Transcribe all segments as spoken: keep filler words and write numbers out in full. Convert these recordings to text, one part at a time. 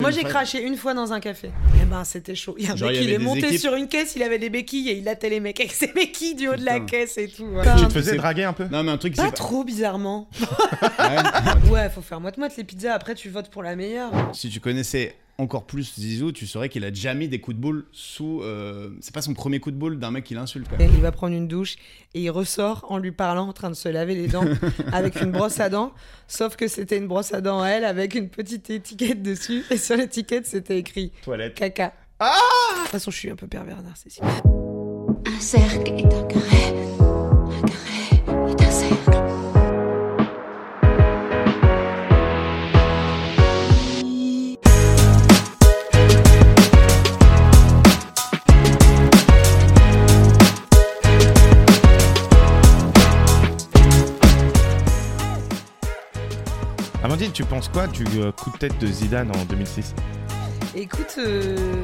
Moi, j'ai craché une fois dans un café. Et ben, c'était chaud. Il y a un Genre, mec, il y il est avait des monté équipes. sur une caisse, il avait des béquilles et il latait les mecs avec ses béquilles du haut de la Putain. caisse et tout. Ouais. Tu Enfin, te faisais c'est- draguer un peu? Non, mais un truc qui pas s'est trop bizarrement. Ouais. Ouais, faut faire moite-moite les pizzas. Après, tu votes pour la meilleure. Si tu connaissais encore plus Zizou, tu saurais qu'il a déjà mis des coups de boule sous. euh, C'est pas son premier coup de boule d'un mec qui l'insulte. Quoi. Et il va prendre une douche et il ressort en lui parlant, en train de se laver les dents avec une brosse à dents. Sauf que c'était une brosse à dents à elle avec une petite étiquette dessus. Et sur l'étiquette, c'était écrit Toilette. caca. Ah de toute façon, je suis un peu pervers narcissique. Un cercle est un carré, un carré est un cercle. Amandine, tu penses quoi du euh, coup de tête de Zidane en deux mille six? Écoute, euh...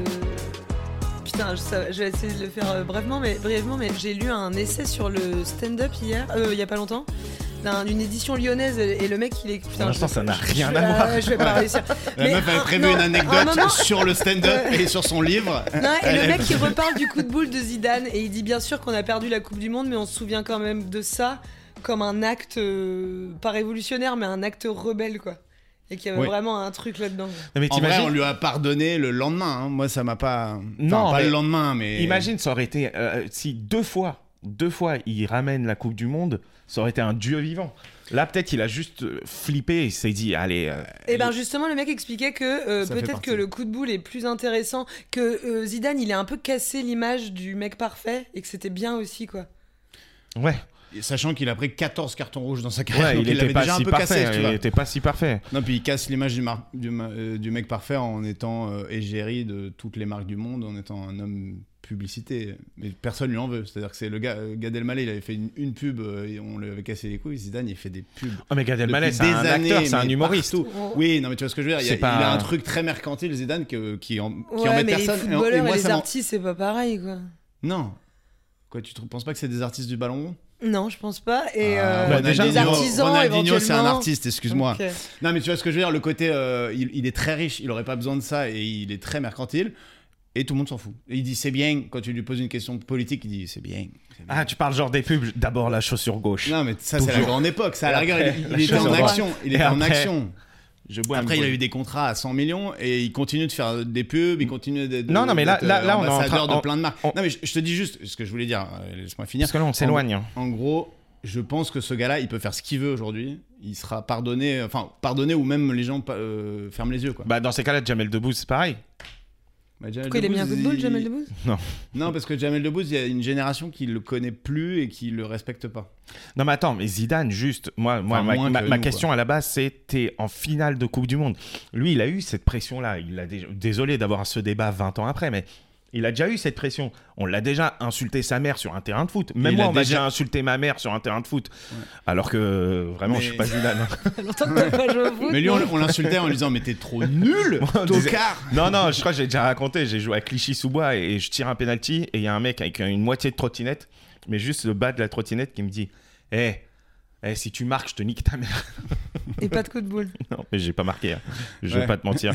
putain, je, ça- je vais essayer de le faire euh, brièvement, mais brièvement, mais j'ai lu un essai sur le stand-up hier, euh, il y a pas longtemps, d'un- d'une édition lyonnaise, et, et le mec, il est. Putain, Pour l'instant, je- ça n'a je- rien je- à ah, voir. ouais, je vais pas réussir. La Mais meuf avait un- prévu non, une un anecdote moment- sur le stand-up Ouais. et sur son livre. Non, et Elle le a- mec il reparle du coup de boule de Zidane et il dit bien sûr qu'on a perdu la Coupe du Monde, mais on se souvient quand même de ça comme un acte euh, pas révolutionnaire, mais un acte rebelle quoi. Et qu'il y avait Oui. vraiment un truc là-dedans. Non, mais En vrai, t'imagines, on lui a pardonné le lendemain. hein. Moi, ça m'a pas. Enfin, Non, pas mais le lendemain, mais. imagine, ça aurait été euh, si deux fois, deux fois, il ramène la Coupe du Monde, ça aurait été un dieu vivant. Là, peut-être qu'il a juste euh, flippé et il s'est dit, allez. euh, Et ben justement, le mec expliquait que euh, Ça fait peut-être partie. que le coup de boule est plus intéressant, que euh, Zidane il a un peu cassé l'image du mec parfait et que c'était bien aussi quoi. Ouais, Et sachant qu'il a pris quatorze cartons rouges dans sa carrière, ouais, donc il il était l'avait pas déjà un si peu parfait. cassé, tu il vois. était pas si parfait. Non, puis il casse l'image du, mar- du, ma- euh, du mec parfait en étant euh, égérie de toutes les marques du monde, en étant un homme publicité. Mais personne lui en veut. C'est-à-dire que c'est le gars, euh, Gad Elmaleh, il avait fait une, une pub euh, et on lui avait cassé les couilles. Zidane, il fait des pubs. Oh, mais Gad Elmaleh, depuis c'est un des années, acteur, c'est un mais humoriste. partout. Oui, non, mais tu vois ce que je veux dire. Il, y a, C'est pas il a un un- truc très mercantile, Zidane, que- qui, en, qui Ouais, embête mais personne. les Et en- footballeurs et, moi, les ça m'en- artistes c'est pas pareil quoi. Non. Quoi, tu ne penses pas que c'est des artistes du ballon rond? Non, je pense pas. Et Ah, euh, bah, déjà, des Ronaldinho- artisans Ronaldinho, c'est un éventuellement. artiste, excuse-moi. Ok. Non, mais tu vois ce que je veux dire, le côté, euh, il, il est très riche, il aurait pas besoin de ça et il est très mercantile et tout le monde s'en fout. Et il dit c'est bien, quand tu lui poses une question politique, il dit c'est bien. c'est bien. Ah, tu parles genre des pubs, d'abord la chaussure gauche. Non, mais ça, c'est la Toujours. grande époque. Ça, à la Et rigueur, après, il, la il était en chose action. Il Et était en après, action. Je bois Après, une il a boule. eu des contrats à cent millions et il continue de faire des pubs, il continue d'être Non, non, mais là- d'être, là- là, euh, on est en ambassadeur train- de on- plein de marques. on- Non, mais je, je te dis juste ce que je voulais dire. euh, Laisse-moi finir. Parce que là, on s'éloigne. En gros, je pense que ce gars-là, il peut faire ce qu'il veut aujourd'hui. Il sera pardonné, enfin pardonné ou même les gens euh, ferment les yeux, quoi. Bah, dans ces cas-là, Jamel Debbouze, c'est pareil. Bah, Jamel Pourquoi il a mis un Debbouze, coup de boule, il- Jamel Debbouze? Non, parce que Jamel Debbouze, il y a une génération qui le connaît plus et qui le respecte pas. Non, mais attends, mais Zidane, juste, moi, moi Enfin, ma, moins ma- que ma nous, question à la base, c'était en finale de Coupe du Monde. Lui, il a eu cette pression-là. Il a déjà... Désolé d'avoir ce débat vingt ans après, mais il a déjà eu cette pression. On l'a déjà insulté sa mère sur un terrain de foot. Même Il moi, a on m'a déjà- déjà insulté ma mère sur un terrain de fout. Ouais. Alors que, euh, vraiment, Mais- je suis pas Zidane. hein. Ça fait longtemps que t'as pas joué au foot. Mais lui, non on, on l'insultait en lui disant mais t'es trop nul, On disait- tocard. Non, non, je crois que j'ai déjà raconté. J'ai joué à Clichy-sous-Bois et, et je tire un penalty et il y a un mec avec une moitié de trottinette, mais juste le bas de la trottinette qui me dit hé, Eh, si tu marques, je te nique ta mère. Et pas de coup de boule. Non, mais j'ai pas marqué. hein. Je Ouais. vais pas te mentir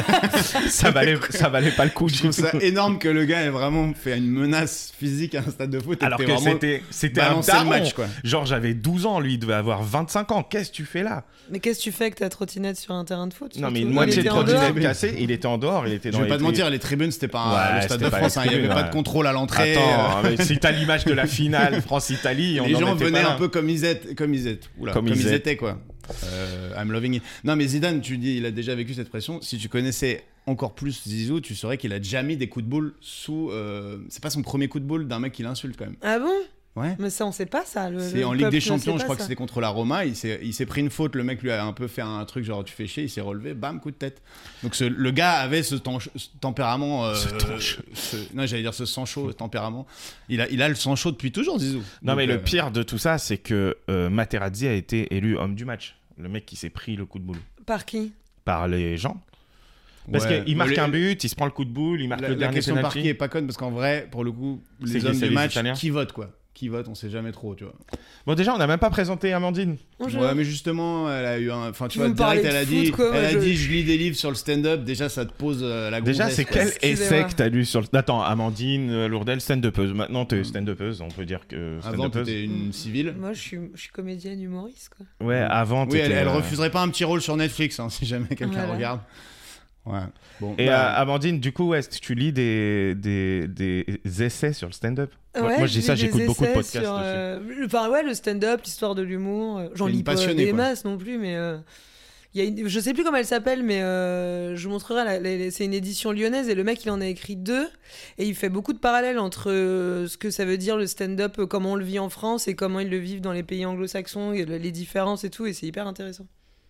que ça valait, ça valait pas le coup. Je du trouve tout. ça énorme que le gars ait vraiment fait une menace physique à un stade de foot. et Alors t'aies que vraiment c'était, c'était un balancé le daron. match, quoi. Genre, j'avais douze ans, lui, il devait avoir vingt-cinq ans. Qu'est-ce que tu fais là? Mais qu'est-ce que tu fais avec ta trottinette sur un terrain de foot? Non, mais surtout une moitié Il de était en dehors. trottinette cassée, il était en dehors, il était Je dans vais les pas te tri- mentir, les tribunes, c'était pas un- Ouais, le stade c'était de pas France. les hein, Il y avait tribunes, pas ouais. de contrôle à l'entrée. Attends, euh, mais si t'as l'image de la finale France-Italie, on les en gens était venaient pas un là. peu comme ils étaient, comme ils étaient, Oula, Comme comme, ils ils étaient. étaient quoi. Euh, I'm loving it. Non mais Zidane, tu dis, il a déjà vécu cette pression. Si tu connaissais encore plus Zizou, tu saurais qu'il a déjà mis des coups de boule sous. euh, C'est pas son premier coup de boule d'un mec qui l'insulte quand même. Ah bon? Ouais. Mais ça, on sait pas ça. Le, C'est le en Ligue peuple des ne sait Champions, pas je crois que ça. c'était contre la Roma. Il s'est, il s'est pris une faute, le mec lui a un peu fait un truc genre tu fais chier, il s'est relevé, bam, coup de tête. Donc ce- le gars avait ce, temps- ce tempérament. euh, Ce temps chaud. ce- non, j'allais dire ce sang chaud, ce tempérament. Il a, il a le sang chaud depuis toujours, Zizou. Non, Donc, mais le euh, pire de tout ça, c'est que euh, Materazzi a été élu homme du match. Le mec qui s'est pris le coup de boule Par qui? par les gens. Parce ouais. qu'il marque Mais un les- but, il se prend le coup de boule, il marque La, le la dernier question par penalty. qui est pas conne parce qu'en vrai, pour le coup, C'est les qui, hommes c'est du les match, Italiens qui votent quoi? qui vote, on sait jamais trop, tu vois. Bon, déjà, on n'a même pas présenté Amandine. Bonjour. Ouais, mais justement, elle a eu un. Enfin, tu Vous vois, me parlez direct, elle a de dit, foot, quoi, elle moi, a je- dit, je lis des livres sur le stand-up. Déjà, ça te pose euh, la Déjà, gonzesse, c'est quoi. quel Excusez-moi. essai que t'as lu sur le. Attends, Amandine, euh, Lourdel, stand-upeuse. Maintenant, t'es stand-upeuse, on peut dire que. Avant, stand-upeuse. t'étais une civile. Moi, je suis, je suis comédienne humoriste, quoi. Ouais, avant, Oui, elle, t'étais, elle euh, refuserait pas un petit rôle sur Netflix, hein, si jamais quelqu'un Voilà. regarde. Ouais. Bon. Et bah, euh, Amandine, du coup, est-ce que tu lis des, des, des essais sur le stand-up? Moi- Ouais, Moi, je dis lis ça, des j'écoute beaucoup de essais podcasts sur, dessus. euh, le- Enfin, ouais, le stand-up, l'histoire de l'humour. euh, J'en T'es une lis pas passionnée, des quoi. masses non plus, mais. euh, il y a une... Je sais plus comment elle s'appelle, mais euh, je vous montrerai. La... la- C'est une édition lyonnaise et le mec, il en a écrit deux. Et il fait beaucoup de parallèles entre euh, ce que ça veut dire le stand-up, euh, comment on le vit en France et comment ils le vivent dans les pays anglo-saxons, et le- les différences et tout. Et c'est hyper intéressant.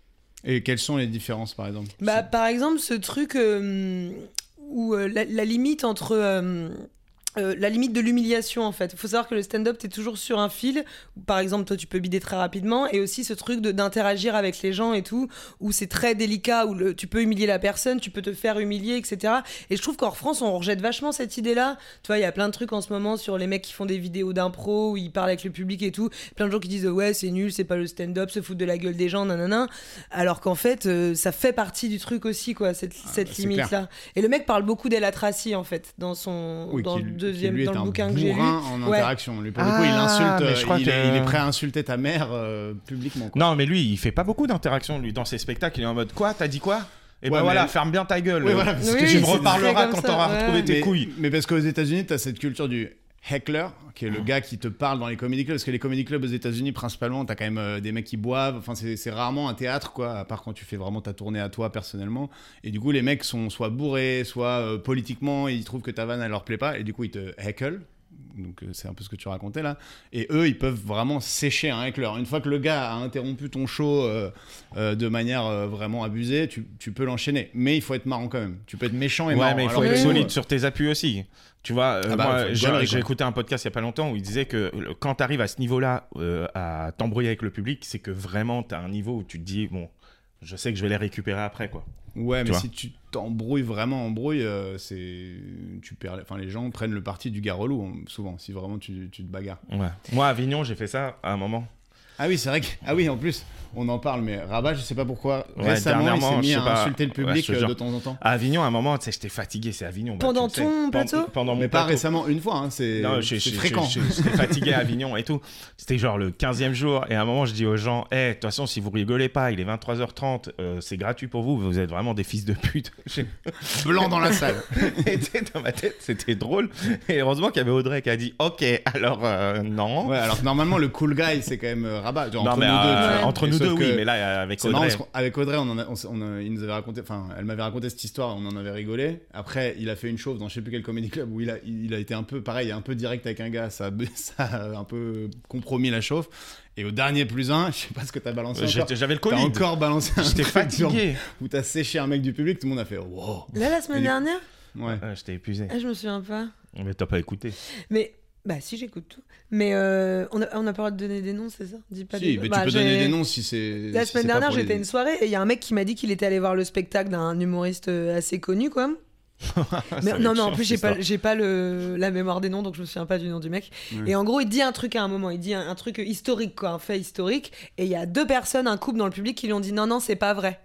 Et quelles sont les différences, par exemple Bah, par exemple, ce truc euh, où euh, la, la limite entre. euh, euh, la limite de l'humiliation, en fait. Il faut savoir que le stand-up, t'es toujours sur un fil. Où, par exemple, toi, tu peux bider très rapidement. Et aussi ce truc de- d'interagir avec les gens et tout, où c'est très délicat, où le, tu peux humilier la personne, tu peux te faire humilier, et cetera. Et je trouve qu'en France, on rejette vachement cette idée-là. Tu vois, il y a plein de trucs en ce moment sur les mecs qui font des vidéos d'impro, où ils parlent avec le public et tout. Plein de gens qui disent, ouais, c'est nul, c'est pas le stand-up, se foutent de la gueule des gens, nanana. Alors qu'en fait, euh, ça fait partie du truc aussi, quoi, cette, cette bah, c'est limite-là. Et le mec parle beaucoup d'Ella Tracy, en fait, dans son Oui, dans qui- le qui, deuxième, lui, dans est le un bouquin que j'ai lu. bourrin en Ouais. interaction. Lui, pour le Ah, coup, il insulte. mais je crois il, que- est, il est prêt à insulter ta mère euh, publiquement. quoi. Non, mais lui, il fait pas beaucoup d'interactions, lui, dans ses spectacles. Il est en mode, quoi, t'as dit quoi? Et Ouais, ben voilà, mais- ferme bien ta gueule. Oui, voilà, parce Oui, que oui, tu me c'est reparleras très quand comme t'auras ça, retrouvé ouais. tes mais, couilles. mais parce qu'aux États-Unis, t'as cette culture du heckler, qui est le gars qui te parle dans les comedy clubs. Parce que les comedy clubs aux États-Unis, principalement, t'as quand même euh, des mecs qui boivent. Enfin, c'est c'est rarement un théâtre, quoi, à part quand tu fais vraiment ta tournée à toi personnellement. Et du coup, les mecs sont soit bourrés, soit euh, politiquement, ils trouvent que ta vanne, elle leur plaît pas. Et du coup, ils te heckle. Donc euh, c'est un peu ce que tu racontais là. Et eux, ils peuvent vraiment sécher un heckler. Une fois que le gars a interrompu ton show euh, euh, de manière euh, vraiment abusée, tu, tu peux l'enchaîner. Mais il faut être marrant quand même. Tu peux être méchant et Ouais, marrant. mais il faut Alors être que nous, solide euh, sur tes appuis aussi. Tu vois, euh, Ah bah, moi, faut être j'ai gaulerie, j'ai quoi. écouté un podcast il y a pas longtemps où il disait que euh, quand t'arrives à ce niveau-là, euh, à t'embrouiller avec le public, c'est que vraiment t'as un niveau où tu te dis, bon, je sais que je vais les récupérer après, quoi. Ouais, Tu mais vois. si tu t'embrouilles vraiment, embrouilles, euh, c'est tu perds. Enfin, les gens prennent le parti du gars relou hein, souvent. Si vraiment tu, tu te bagarres. Ouais. Moi, à Avignon, j'ai fait ça à un moment. Ah oui, c'est vrai que ah oui, en plus, on en parle. Mais Rabat, je sais pas pourquoi Ouais, récemment, il s'est dernièrement, mis je sais à pas. insulter le Ouais, public je te euh, jure. de temps en temps. À Avignon, à un moment, tu sais, j'étais fatigué, c'est Avignon. bah, Pendant tu le sais. ton Pen- plateau Pendant mon Mais pas plateau. récemment, une fois. Hein, c'est Non, je- c'est je- fréquent. je- je- J'étais fatigué à Avignon et tout. C'était genre le quinzième jour. Et à un moment, je dis aux gens, Eh, de toute façon, si vous rigolez pas, il est vingt-trois heures trente, euh, c'est gratuit pour vous. Vous êtes vraiment des fils de pute. J'ai- Blanc dans la salle. Et tu sais, dans ma tête, c'était drôle. Et heureusement qu'il y avait Audrey qui a dit, ok, alors euh, non. Ouais, alors que normalement, le cool guy, c'est quand même euh, Rabat. Genre, non, entre mais nous euh, deux, tu vois. entre Et nous sauf deux, oui. que- Mais là, euh, avec C'est marrant Audrey. parce qu'avec Audrey, on en a- on, s- on a- il nous avait raconté, enfin, elle m'avait raconté cette histoire, on en avait rigolé. Après, il a fait une chauve dans je sais plus quel comedy club où il a, il a été un peu pareil, un peu direct avec un gars, ça, a- ça a un peu compromis la chauffe. Et au dernier plus un, je sais pas ce que t'as balancé encore. J'étais- J'avais le T'as Covid. encore balancé un J'étais truc genre fatigué. où t'as séché un mec du public, tout le monde a fait wow. Là, la semaine Et du- dernière Ouais. Ouais, J'étais épuisé. ah, je me souviens pas. Mais t'as pas écouté. Mais. Bah si, j'écoute tout. Mais euh, on, a, on a pas le droit de donner des noms, c'est ça? Dis pas Si, des mais Bah, tu peux j'ai- donner des noms si c'est. La si semaine c'est pas dernière, pour j'étais à les- une soirée et il y a un mec qui m'a dit qu'il était allé voir le spectacle d'un humoriste euh, assez connu, quoi. Mais, Ça va non, être mais en chiant, plus, j'ai cette pas, histoire. j'ai pas le, la mémoire des noms, donc je me souviens pas du nom du mec. Ouais. Et en gros, il dit un truc à un moment, il dit un, un truc historique, quoi, un fait historique. Et il y a deux personnes, un couple dans le public, qui lui ont dit non, non, c'est pas vrai.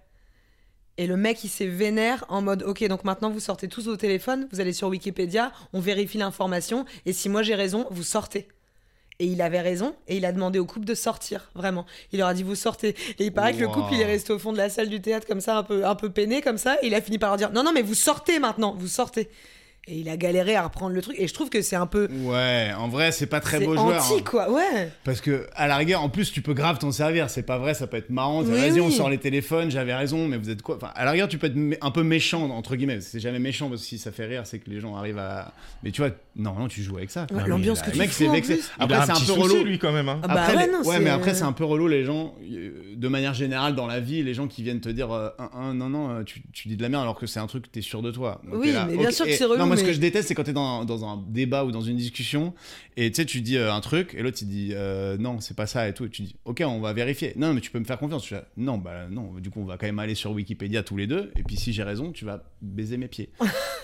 Et le mec, il s'est vénère en mode ok, donc maintenant vous sortez tous vos téléphones, vous allez sur Wikipédia, on vérifie l'information, et si moi j'ai raison, vous sortez. Et il avait raison, et il a demandé au couple de sortir, vraiment. Il leur a dit vous sortez. Et il paraît que le Wow. couple, il est resté au fond de la salle du théâtre comme ça, un peu, un peu peiné comme ça, et il a fini par leur dire non, non, mais vous sortez maintenant, vous sortez. Et il a galéré à reprendre le truc, et je trouve que c'est un peu. Ouais, en vrai, c'est pas très C'est beau joueur. anti, hein. quoi, ouais. Parce que, à la rigueur, en plus, tu peux grave t'en servir. C'est pas vrai, ça peut être marrant. T'as Oui, raison, on oui. sort les téléphones, j'avais raison, mais vous êtes quoi? Enfin, à la rigueur, tu peux être mé- un peu méchant, entre guillemets. C'est jamais méchant parce que si ça fait rire, c'est que les gens arrivent à. Mais tu vois, non, non, tu joues avec ça. Ouais, mais l'ambiance là, que Le tu mec, fous c'est en vexé. plus. Il Après, a un c'est un petit peu souci, relou. lui, quand même. hein. Ah bah Après, ouais, les- non, ouais, c'est- mais après, c'est un peu relou, les gens, euh, de manière générale, dans la vie, les gens qui viennent te dire euh, un, un, non, non, euh, tu, tu dis de la merde alors que c'est un truc que t'es sûr de toi. Donc, Oui, t'es là, mais bien ok. sûr que Et- c'est relou, Non, moi, ce mais- que je déteste, c'est quand t'es dans, dans un débat ou dans une discussion et tu sais, tu dis euh, un truc et l'autre, il dit euh, non, c'est pas ça et tout. Et tu dis, ok, on va vérifier. Non, mais tu peux me faire confiance. Je suis là, non, bah non, du coup, on va quand même aller sur Wikipédia tous les deux. Et puis, si j'ai raison, tu vas baiser mes pieds.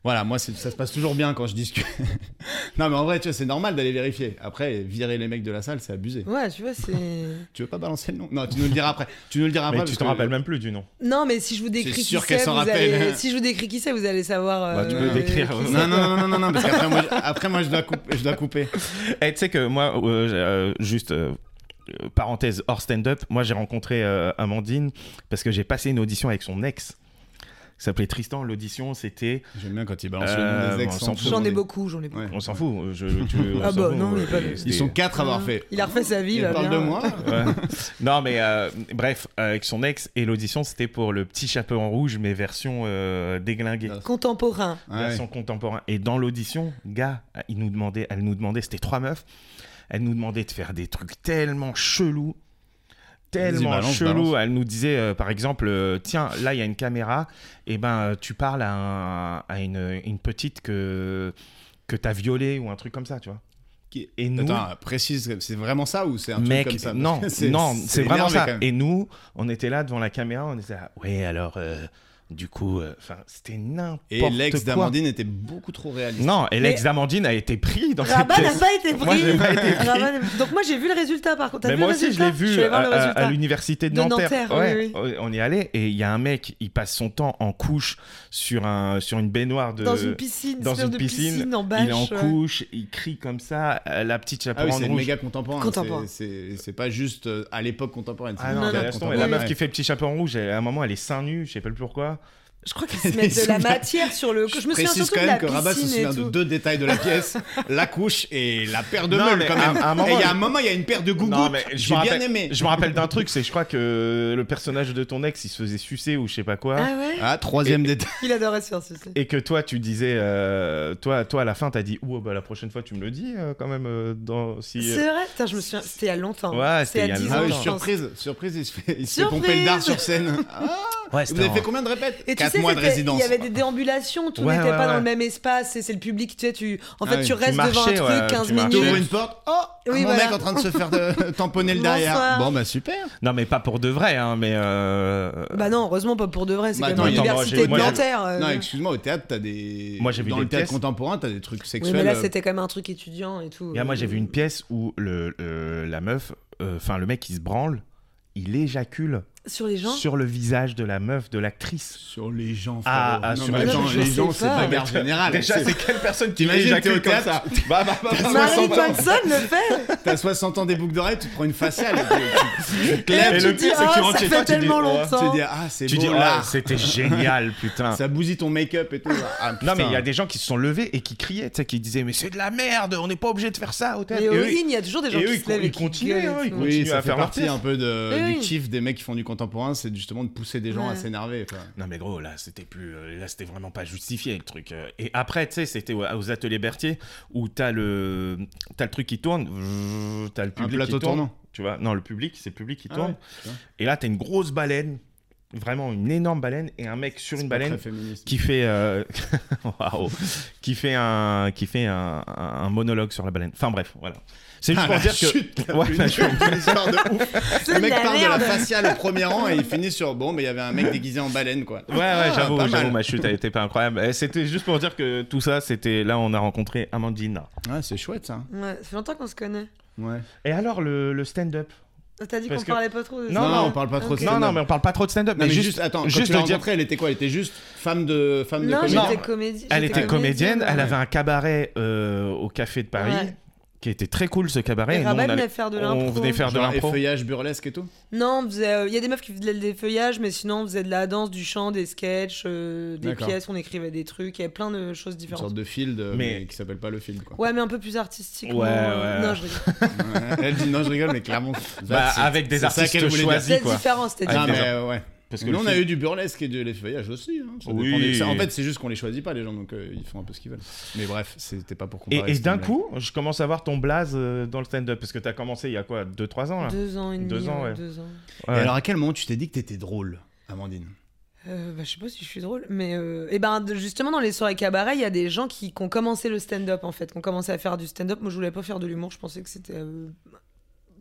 Voilà, moi, c'est- ça se passe toujours bien quand je discute. Non, mais en vrai, tu vois, c'est normal d'aller vérifier. Après, virer les mecs de la salle, c'est abusé. Ouais, tu vois, c'est. Tu veux pas balancer le nom? Non, tu nous le diras après. Tu nous le diras Mais après. tu parce te que- rappelles même plus du nom. Non, mais si je vous décris C'est qui sûr c'est, qu'elle s'en vous rappelle. allez... si je vous décris qui c'est, vous allez savoir. Bah, tu euh, peux décrire, qui euh, c'est, Non, non, quoi. non, non, non, non, parce qu'après, moi, je... après, moi, je dois couper. Je dois couper. Et tu sais que moi, euh, j'ai, euh, juste euh, euh, parenthèse hors stand-up, moi j'ai rencontré euh, Amandine parce que j'ai passé une audition avec son ex. Ça s'appelait Tristan. L'audition, c'était. J'aime bien quand il balance Euh, le nom des bon, ex. on s'en sans fout. J'en demander. ai beaucoup, j'en ai beaucoup. Ouais. On s'en fout. Je, tu- on Ah s'en bah fout, non, mais euh, pas et de- c'était- Ils sont quatre à avoir fait. Il a refait sa vie, Il va parle bien. de moi. Ouais. Non, mais euh, bref, avec son ex, et l'audition, c'était pour le Petit Chaperon Rouge, mais version euh, déglinguée. Ah, Contemporain. Ouais. Version contemporain. Et dans l'audition, gars, il nous demandait, elle nous demandait, c'était trois meufs, elle nous demandait de faire des trucs tellement chelous, tellement Vas-y, balance, chelous. balance. Elle nous disait, euh, par exemple, euh, tiens, là, il y a une caméra, et ben, euh, tu parles à, un- à une, une petite que, que t'as violée ou un truc comme ça, tu vois. Qui- Et nous, Attends, précise, c'est vraiment ça ou c'est un mec, truc comme ça? non, Parce que non, c'est vraiment énervé, ça. quand même. Et nous, on était là devant la caméra, on était là, ouais, alors, euh, du coup, enfin, c'était n'importe Et l'ex quoi. d'Amandine était beaucoup trop réaliste. Non, et Mais- l'ex d'Amandine a été pris dans cette Rabat n'a pièce. pas été pris. Moi, j'ai pas été pris. Rabat n'a- Donc moi j'ai vu le résultat par contre. T'as Mais vu moi le aussi, je résultat l'ai vu suis allée voir à, le à- résultat. à l'université de De Nanterre. Nanterre, oui, Ouais, oui. on y allait et il y a un mec, il passe son temps en couche sur, un, sur une baignoire de. Dans une piscine, dans espèce une de piscine, piscine en bâche. il est en ouais. couche, il crie comme ça, euh, la petite Ah oui, chaperon c'est rouge. méga contemporain. Contemporain. C'est- C'est c'est pas juste euh, à l'époque contemporaine. c'est Ah non, Non, mais non, laisse tomber. contemporain. La meuf Ouais. qui fait le petit chaperon rouge, elle- à un moment, elle est seins nus, je sais pas le pourquoi. Je crois qu'ils se mettent de la matière sur le. Je, me souviens précise surtout quand de même la que Rabat se piscine et souvient de tout. deux détails de la pièce, la couche et la paire de Non, meules mais quand à- même. à un moment, et il y a un je- moment, il y a une paire de gougouttes. Non, mais je J'ai me bien rappelle- aimé. Je me rappelle d'un truc, c'est je crois que le personnage de ton ex, il se faisait sucer ou je sais pas quoi. Ah ouais. Ah, troisième détail. Il adorait se faire sucer. Et que toi, tu disais, euh, toi, toi à la fin, t'as dit, ouh, bah la prochaine fois, tu me le dis euh, quand même. euh, dans, si, euh, C'est vrai. Putain, je me souviens. C'était il y a longtemps. Ouais, c'était il y a dix longtemps. Ah ans, oui, je pense. surprise, surprise, il se fait, il se fait Surprise. pomper le dard sur scène. Ah, Ouais, vous c'était avez en- fait combien de répètes Et tu quatre sais, mois de c'était- résidence. il y avait des déambulations, tout Ouais, n'était ouais, pas dans ouais. le même espace, et c'est le public, tu sais, tu... En Ah fait, oui. tu Tu restes devant un marchais, truc, ouais, quinze tu marchais. T'ouvres minutes. une porte, oh, Oui, mon voilà. mec en train de se faire de... tamponner le Bonsoir. derrière. Bon, bah super. Non, mais pas pour de vrai, hein, mais. euh, Bah non, heureusement pas pour de vrai, c'est Bah comme non, dans attends, l'université moi, de j'ai- moi, j'ai- Nanterre. euh. Non, excuse-moi, au théâtre, t'as des. Moi, j'ai vu Dans des le théâtre pièces. contemporain, t'as des trucs Oui, sexuels. mais là euh, c'était quand même un truc étudiant et tout. Et moi, j'ai vu une pièce où le, le- la meuf, euh, enfin, le mec, il se branle, il éjacule Sur les gens. sur le visage de la meuf, de l'actrice. Sur les gens, Ah, frérot. ah, non, sur mais les attends, gens, je les sais gens, c'est pas. bagarre générale. Déjà, c'est quelle personne qui T'imagines, éjacule t'es au comme théâtre, ça Bah, bah, bah, bah, Marie soixante ans. Manson le fait. T'as soixante ans des boucles d'oreilles, tu te prends une faciale. et tu- tu te Et là, lèves, Et tu le te dis, pire, c'est que tu ah, rentres ça chez toi, fait tu dis, tellement oh, tu longtemps. te dis, ah, c'est Tu beau dis, ouais, là. c'était génial, putain. Ça bousille ton make-up et tout. Ah, Non, putain. mais il y a des gens qui se sont levés et qui criaient, tu sais, qui disaient, mais c'est de la merde, on n'est pas obligé de faire ça au théâtre. Mais Et au eux, Ring, il y a toujours des gens et eux, qui ils se lèvent con- et ils qui continuaient, gueulent et hein, ils tout. continuent. Oui, ça à fait faire leur partie pièce. un peu de, Oui, du oui. kiff des mecs qui font du contemporain, c'est justement de pousser des gens Ouais. à s'énerver. quoi. Non mais gros, là c'était plus, euh, là c'était vraiment pas justifié le truc. euh. Et après, tu sais, c'était aux aux ateliers Berthier où t'as le, t'as le truc qui tourne, vrrr, t'as le Un public plateau qui tourne. tournant. Tu vois, non le public, c'est le public qui Ah tourne. ouais, tu vois. Et là t'as une grosse baleine, vraiment une énorme baleine et un mec sur C'est une pas baleine très féministe. qui fait, euh, waouh, qui fait un, qui fait un, un- un monologue sur la baleine. Enfin bref, voilà. C'est juste Ah, pour la dire que. chute, la Ouais, plus la nulle, chute. une histoire de ouf. C'est Le de mec la parle de la merde. faciale au premier rang et il finit sur bon, mais il y avait un mec déguisé en baleine quoi. Ouais, ouais, Ah, j'avoue, pas j'avoue, mal. ma chute a été pas incroyable. Et c'était juste pour dire que tout ça, c'était là, on a rencontré Amandine. Ouais, c'est chouette ça. Ouais, ça fait longtemps qu'on se connaît. Ouais. Et alors, le, le stand-up T'as dit Parce qu'on que- parlait pas trop de Non, ça. non, on parle pas trop de Ok. ça. Non, non, mais on parle pas trop de stand-up. Non, mais mais juste, juste, attends, juste quand tu l'as de dire. rencontrée, elle était quoi? Elle était juste femme de femme de Non, comédien. j'étais comédie. Elle j'étais était comédienne, elle ouais. avait un cabaret euh, au Café de Paris, Ouais. qui était très cool ce cabaret. Et nous, Rabat on, allait- venait faire de on l'impro. venait faire de Genre l'impro. effeuillage burlesque et tout. Non, il euh, y a des meufs qui faisaient des feuillages, mais sinon on faisait de la danse, du chant, des sketchs, euh, des D'accord. pièces, on écrivait des trucs, il y avait plein de choses Une différentes. sorte de field, euh, Mais- mais qui s'appelle pas le field quoi. Ouais, mais un peu plus artistiquement. Ouais, euh, ouais. Non, je rigole. Ouais. Elle dit non, je rigole, mais clairement. Bah, c'est- avec des c'est ça artistes qu'elle voulait dire. choisis. C'était quoi. différent, c'était Avec Non, différent. des mais euh, ouais. Parce que Nous, le on a film- eu du burlesque et de l'effeuillage aussi. Hein. Ça Oui. dépend des- ça- En fait, c'est juste qu'on les choisit pas, les gens, donc euh, ils font un peu ce qu'ils veulent. Mais bref, c'était pas pour Et, comparer. et c'était d'un une blague. coup, je commence à voir ton blaze euh, dans le stand-up. Parce que t'as commencé il y a quoi, deux trois ans là Deux ans et demi. Deux ans, ouais, ouais. deux ans. Ouais. Et alors, à quel moment tu t'es dit que t'étais drôle, Amandine? Euh, bah, je sais pas si je suis drôle, mais euh... et ben de- justement dans les soirées cabaret, il y a des gens qui, qui ont commencé le stand-up en fait, qui ont commencé à faire du stand-up. Moi, je voulais pas faire de l'humour, je pensais que c'était. euh,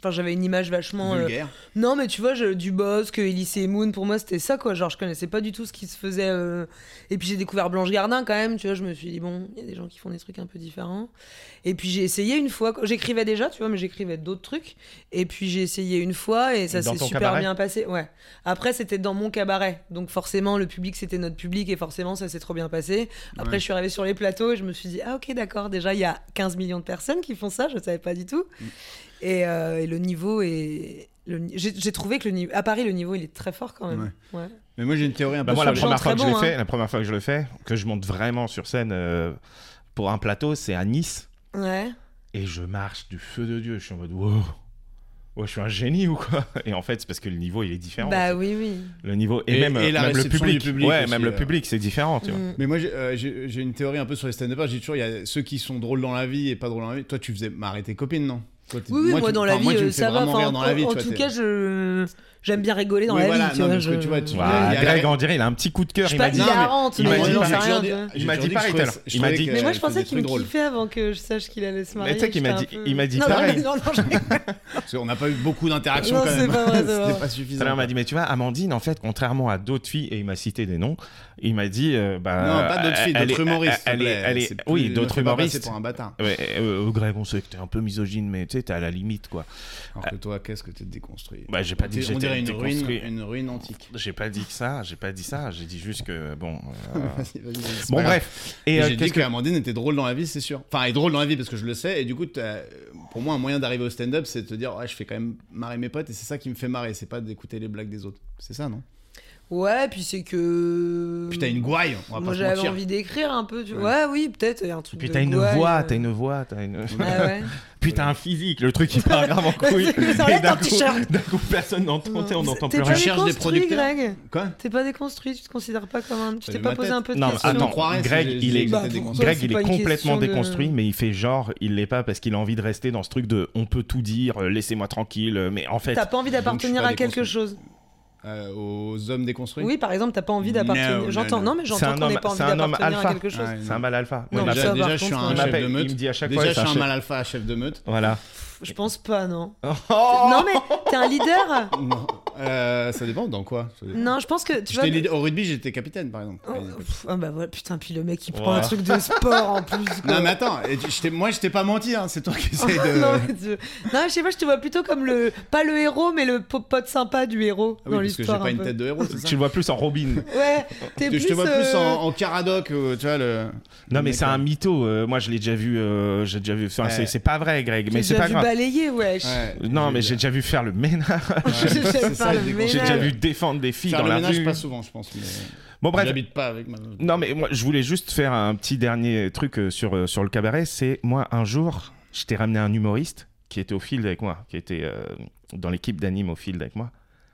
Enfin, j'avais une image vachement. euh, Vulgaire. Non, mais tu vois, je- du Bosque, Elise et Moon, pour moi, c'était ça, quoi. Genre, je connaissais pas du tout ce qui se faisait. euh, Et puis, j'ai découvert Blanche Gardin, quand même, tu vois. Je me suis dit, bon, il y a des gens qui font des trucs un peu différents. Et puis, j'ai essayé une fois. J'écrivais déjà, tu vois, mais j'écrivais d'autres trucs. Et puis, j'ai essayé une fois et ça Dans s'est ton super cabaret bien passé. Ouais. Après, c'était dans mon cabaret. Donc, forcément, le public, c'était notre public et forcément, ça s'est trop bien passé. Après, Ouais. je suis arrivée sur les plateaux et je me suis dit, ah, ok, d'accord. Déjà, il y a quinze millions de personnes qui font ça. Je savais pas du tout. Mm. Et, euh, et le niveau est. le ni- J'ai j'ai trouvé que le niveau. À Paris, le niveau, il est très fort quand même. Ouais. Mais moi, j'ai une théorie un peu Bah moi, sur la les- gens première, fois très que je l'ai bons, fait, hein. la première fois que je le fais, que je monte vraiment sur scène euh, pour un plateau, c'est à Nice. Ouais. Et je marche du feu de Dieu. Je suis en mode, wow, wow, je suis un génie ou quoi? Et en fait, c'est parce que le niveau, il est différent. Bah oui, oui. Le niveau, et, Et- même, et la même le réception public. du public ouais, aussi, même le euh. public, c'est différent, tu vois. Mm. Mais moi, j'ai euh, j'ai- j'ai une théorie un peu sur les stand-uppers. J'ai toujours, il y a ceux qui sont drôles dans la vie et pas drôles dans la vie. Toi, tu faisais marrer tes copines, non? Toi, t'es- Oui, oui, moi, tu- dans la enfin, vie, moi, tu me euh, fais ça va. vraiment Enfin, rire en dans la vie, en tu vois, tout t'es- cas, je j'aime bien rigoler dans Oui, la voilà, vie. Tu non, vois, parce que je... tu vois, tu- Ouais, il y a Greg, la- on dirait, il a un petit coup de cœur. Je Il suis m'a pas dit, Non, mais hilarante, il m'a mais dit j'en pareil. sais j'ai rien, toujours tu vois. dit- Il j'ai m'a toujours dit que pareil je tout à l'heure. trouvais- je Il m'a trouvais dit- que Mais moi, elle je pensais faisait qu'il des me trucs drôles. kiffait avant que je sache qu'il allait se marier. Mais tu sais qu'il m'a j'étais dit, un peu- il m'a dit Non, non, pareil. Non, non, je- Parce qu'on n'a pas eu beaucoup d'interactions Non, quand c'est même. pas vrai, c'est C'était vrai. pas Tout à suffisant. l'heure, il m'a dit, mais tu vois, Amandine, en fait, contrairement à d'autres filles, et il m'a cité des noms, il m'a dit, euh, bah. Non, pas d'autres filles, elle d'autres est- humoristes. Elle est, elle est, C'est plus- oui, ne d'autres fais pas passer humoristes. pour un bâtard. Ouais, euh, Greg, on sait que t'es un peu misogyne, mais tu sais, t'es à la limite, quoi. Alors que toi, qu'est-ce que t'es déconstruit? Bah, j'ai pas dit que On j'étais dirait une ruine, déconstruit. une ruine antique. J'ai pas dit que ça, j'ai pas dit ça, j'ai dit juste que, bon. euh, Vas-y, vas-y, vas-y, c'est Bon, pas grave. bref. Et Et euh, j'ai dit qu'est-ce que que. Amandine était drôle dans la vie, c'est sûr. Enfin, elle est drôle dans la vie parce que je le sais. Et du coup, t'as- pour moi, un moyen d'arriver au stand-up, c'est de te dire, ouais, je fais quand même marrer mes potes et c'est ça qui me fait marrer. C'est pas d'écouter les blagues des autres. C'est ça, non? Ouais, puis c'est que. Puis t'as une gouaille, on va Moi, pas se j'avais mentir. envie d'écrire un peu. Tu... Ouais. Ouais. oui, peut-être. Un truc Puis de t'as une gouaille, voix, euh. t'as une voix, t'as une. Ah ouais. Puis t'as un physique, le truc il part grave en couille. Mais ça Et enlève d'un ton coup, t-shirt. d'un coup, personne n'entend, tu sais, on n'entend T'es plus pas rien. Tu cherches des déconstruit, producteurs Greg. Quoi? T'es pas déconstruit, tu te considères pas comme un. Tu Ça t'es vient pas de ma posé tête. un peu de Non, questions. Personne attends, ne croirait si Greg, j'ai- il j'ai- est, Bah, j'étais pourquoi déconstruit. Greg, c'est il pas est une complètement question de- déconstruit, mais il fait genre, il l'est pas parce qu'il a envie de rester dans ce truc de on peut tout dire, euh, laissez-moi tranquille. euh, Mais en fait, T'as pas envie Donc, je d'appartenir suis pas à quelque déconstruit. chose. Euh, aux hommes déconstruits. Oui, par exemple, t'as pas envie No, d'appartenir. no, J'entends. no. Non, mais C'est j'entends un qu'on homme- n'ait pas envie c'est un homme d'appartenir à alpha. quelque chose. Ouais, c'est un mal alpha. Non, Oui, mais déjà, ça, par déjà, je contre, suis un il chef m'appelle- de meute. il me dit à chaque déjà, fois, je suis c'est un un chef. mal alpha, un chef de meute. Voilà. Je pense pas, non. Oh Non, mais t'es un leader. Non, euh, ça dépend dans quoi. Ça dépend. Non, je pense que tu vois. J'étais leader- Au rugby, j'étais capitaine, par exemple. Oh, pff, ah bah voilà, putain, puis le mec il prend Ouais. un truc de sport en plus. quoi. Non, mais attends, et tu- je t'ai- moi, je t'ai pas menti, hein, c'est toi qui essayes de. non, mais tu- non, je sais pas, je te vois plutôt comme le. Pas le héros, mais le po- pote sympa du héros Ah dans oui, parce que j'ai l'histoire. pas un une peu. tête de héros, c'est ça? Tu le vois plus en Robin. Ouais, t'es Je plus. te vois plus euh, en, en Caradoc, euh, tu vois, le. Non, le mais mec, c'est là. un mytho. euh, moi, je l'ai déjà vu. euh, j'ai déjà vu. Enfin, Ouais. c'est- c'est pas vrai, Greg. j'ai Mais c'est déjà pas vu grave. balayer, wesh. Ouais, Non, mais je- j'ai déjà vu faire le ménage. Ouais, J'ai c'est déjà ça, fait le le déconstruit. J'ai ménage. déjà vu défendre des filles Faire dans le la ménage, rue. pas souvent, je pense. Mais... Bon, bref. J'habite pas avec ma. Non, mais moi, je voulais juste faire un petit dernier truc euh, sur, euh, sur le cabaret. C'est moi, un jour, je t'ai ramené un humoriste qui était au field avec moi, qui était euh, dans l'équipe d'anime au field avec moi.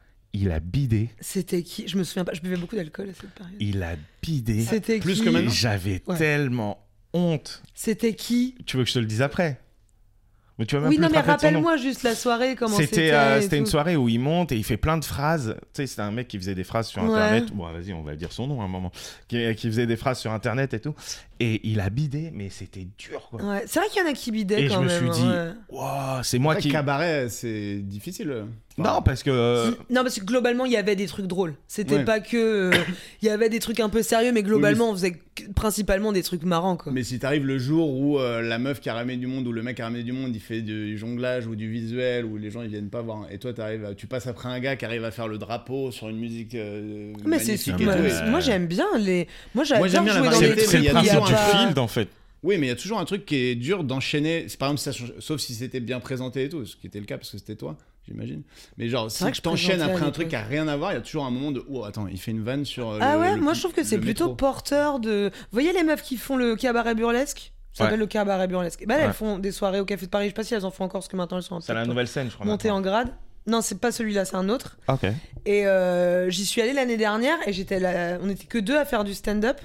Il a bidé. C'était qui? Je me souviens pas, je buvais beaucoup d'alcool à cette période. Il a bidé. C'était Plus qui? que maintenant. J'avais Ouais. tellement honte. C'était qui? Tu veux que je te le dise après? Mais tu vas même Oui, plus non, te mais rappeler de son nom. rappelle-moi juste la soirée, comment c'était. C'était euh, et c'était une tout. soirée où il monte et il fait plein de phrases. Tu sais, c'était un mec qui faisait des phrases sur Ouais. Internet. Bon, vas-y, on va dire son nom à un moment. Qui, qui faisait des phrases sur Internet et tout. Et il a bidé, mais c'était dur, quoi. Ouais, c'est vrai qu'il y en a qui bidaient Et quand je me même. suis dit, ouais. Waouh, c'est moi Après, qui. Cabaret, c'est difficile. Enfin, Non, parce que. euh, Non, parce que globalement, il y avait des trucs drôles. C'était Ouais. pas que. euh, Il y avait des trucs un peu sérieux, mais globalement, on faisait que- principalement des trucs marrants, quoi. Mais si t'arrives le jour où euh, la meuf qui a ramené du monde ou le mec qui a ramené du monde, il fait du jonglage ou du visuel, où les gens ils viennent pas voir, et toi t'arrives, à- tu passes après un gars qui arrive à faire le drapeau sur une musique euh, Mais c'est magnifique Ah, et moi, tout. mais- et- moi j'aime bien les. Moi Moi, j'adore j'aime bien la jouer dans variété, des C'est mais trucs il y le a où il y a principe du toujours un- pas- field, en fait. Oui, mais il y a toujours un truc qui est dur d'enchaîner. C'est par exemple, ça change- sauf si c'était bien présenté et tout, ce qui était le cas parce que c'était toi, j'imagine. Mais genre, si vrai que tu je t'enchaînes présentais à après un truc l'époque. qui a rien à voir, il y a toujours un moment de oh attends, il fait une vanne sur. euh, Ah le- ouais, le- moi je trouve que c'est le plutôt métro. porteur de. Vous voyez les meufs qui font le cabaret burlesque? Ça Ouais. s'appelle le cabaret burlesque. Bah, Ouais. elles font des soirées au Café de Paris. Je sais pas si elles en font encore, parce que maintenant elles sont un C'est la peu nouvelle scène, je crois. montées maintenant. en grade. Non, c'est pas celui-là, c'est un autre. Ok. Et euh, j'y suis allée l'année dernière et j'étais là, on était que deux à faire du stand-up.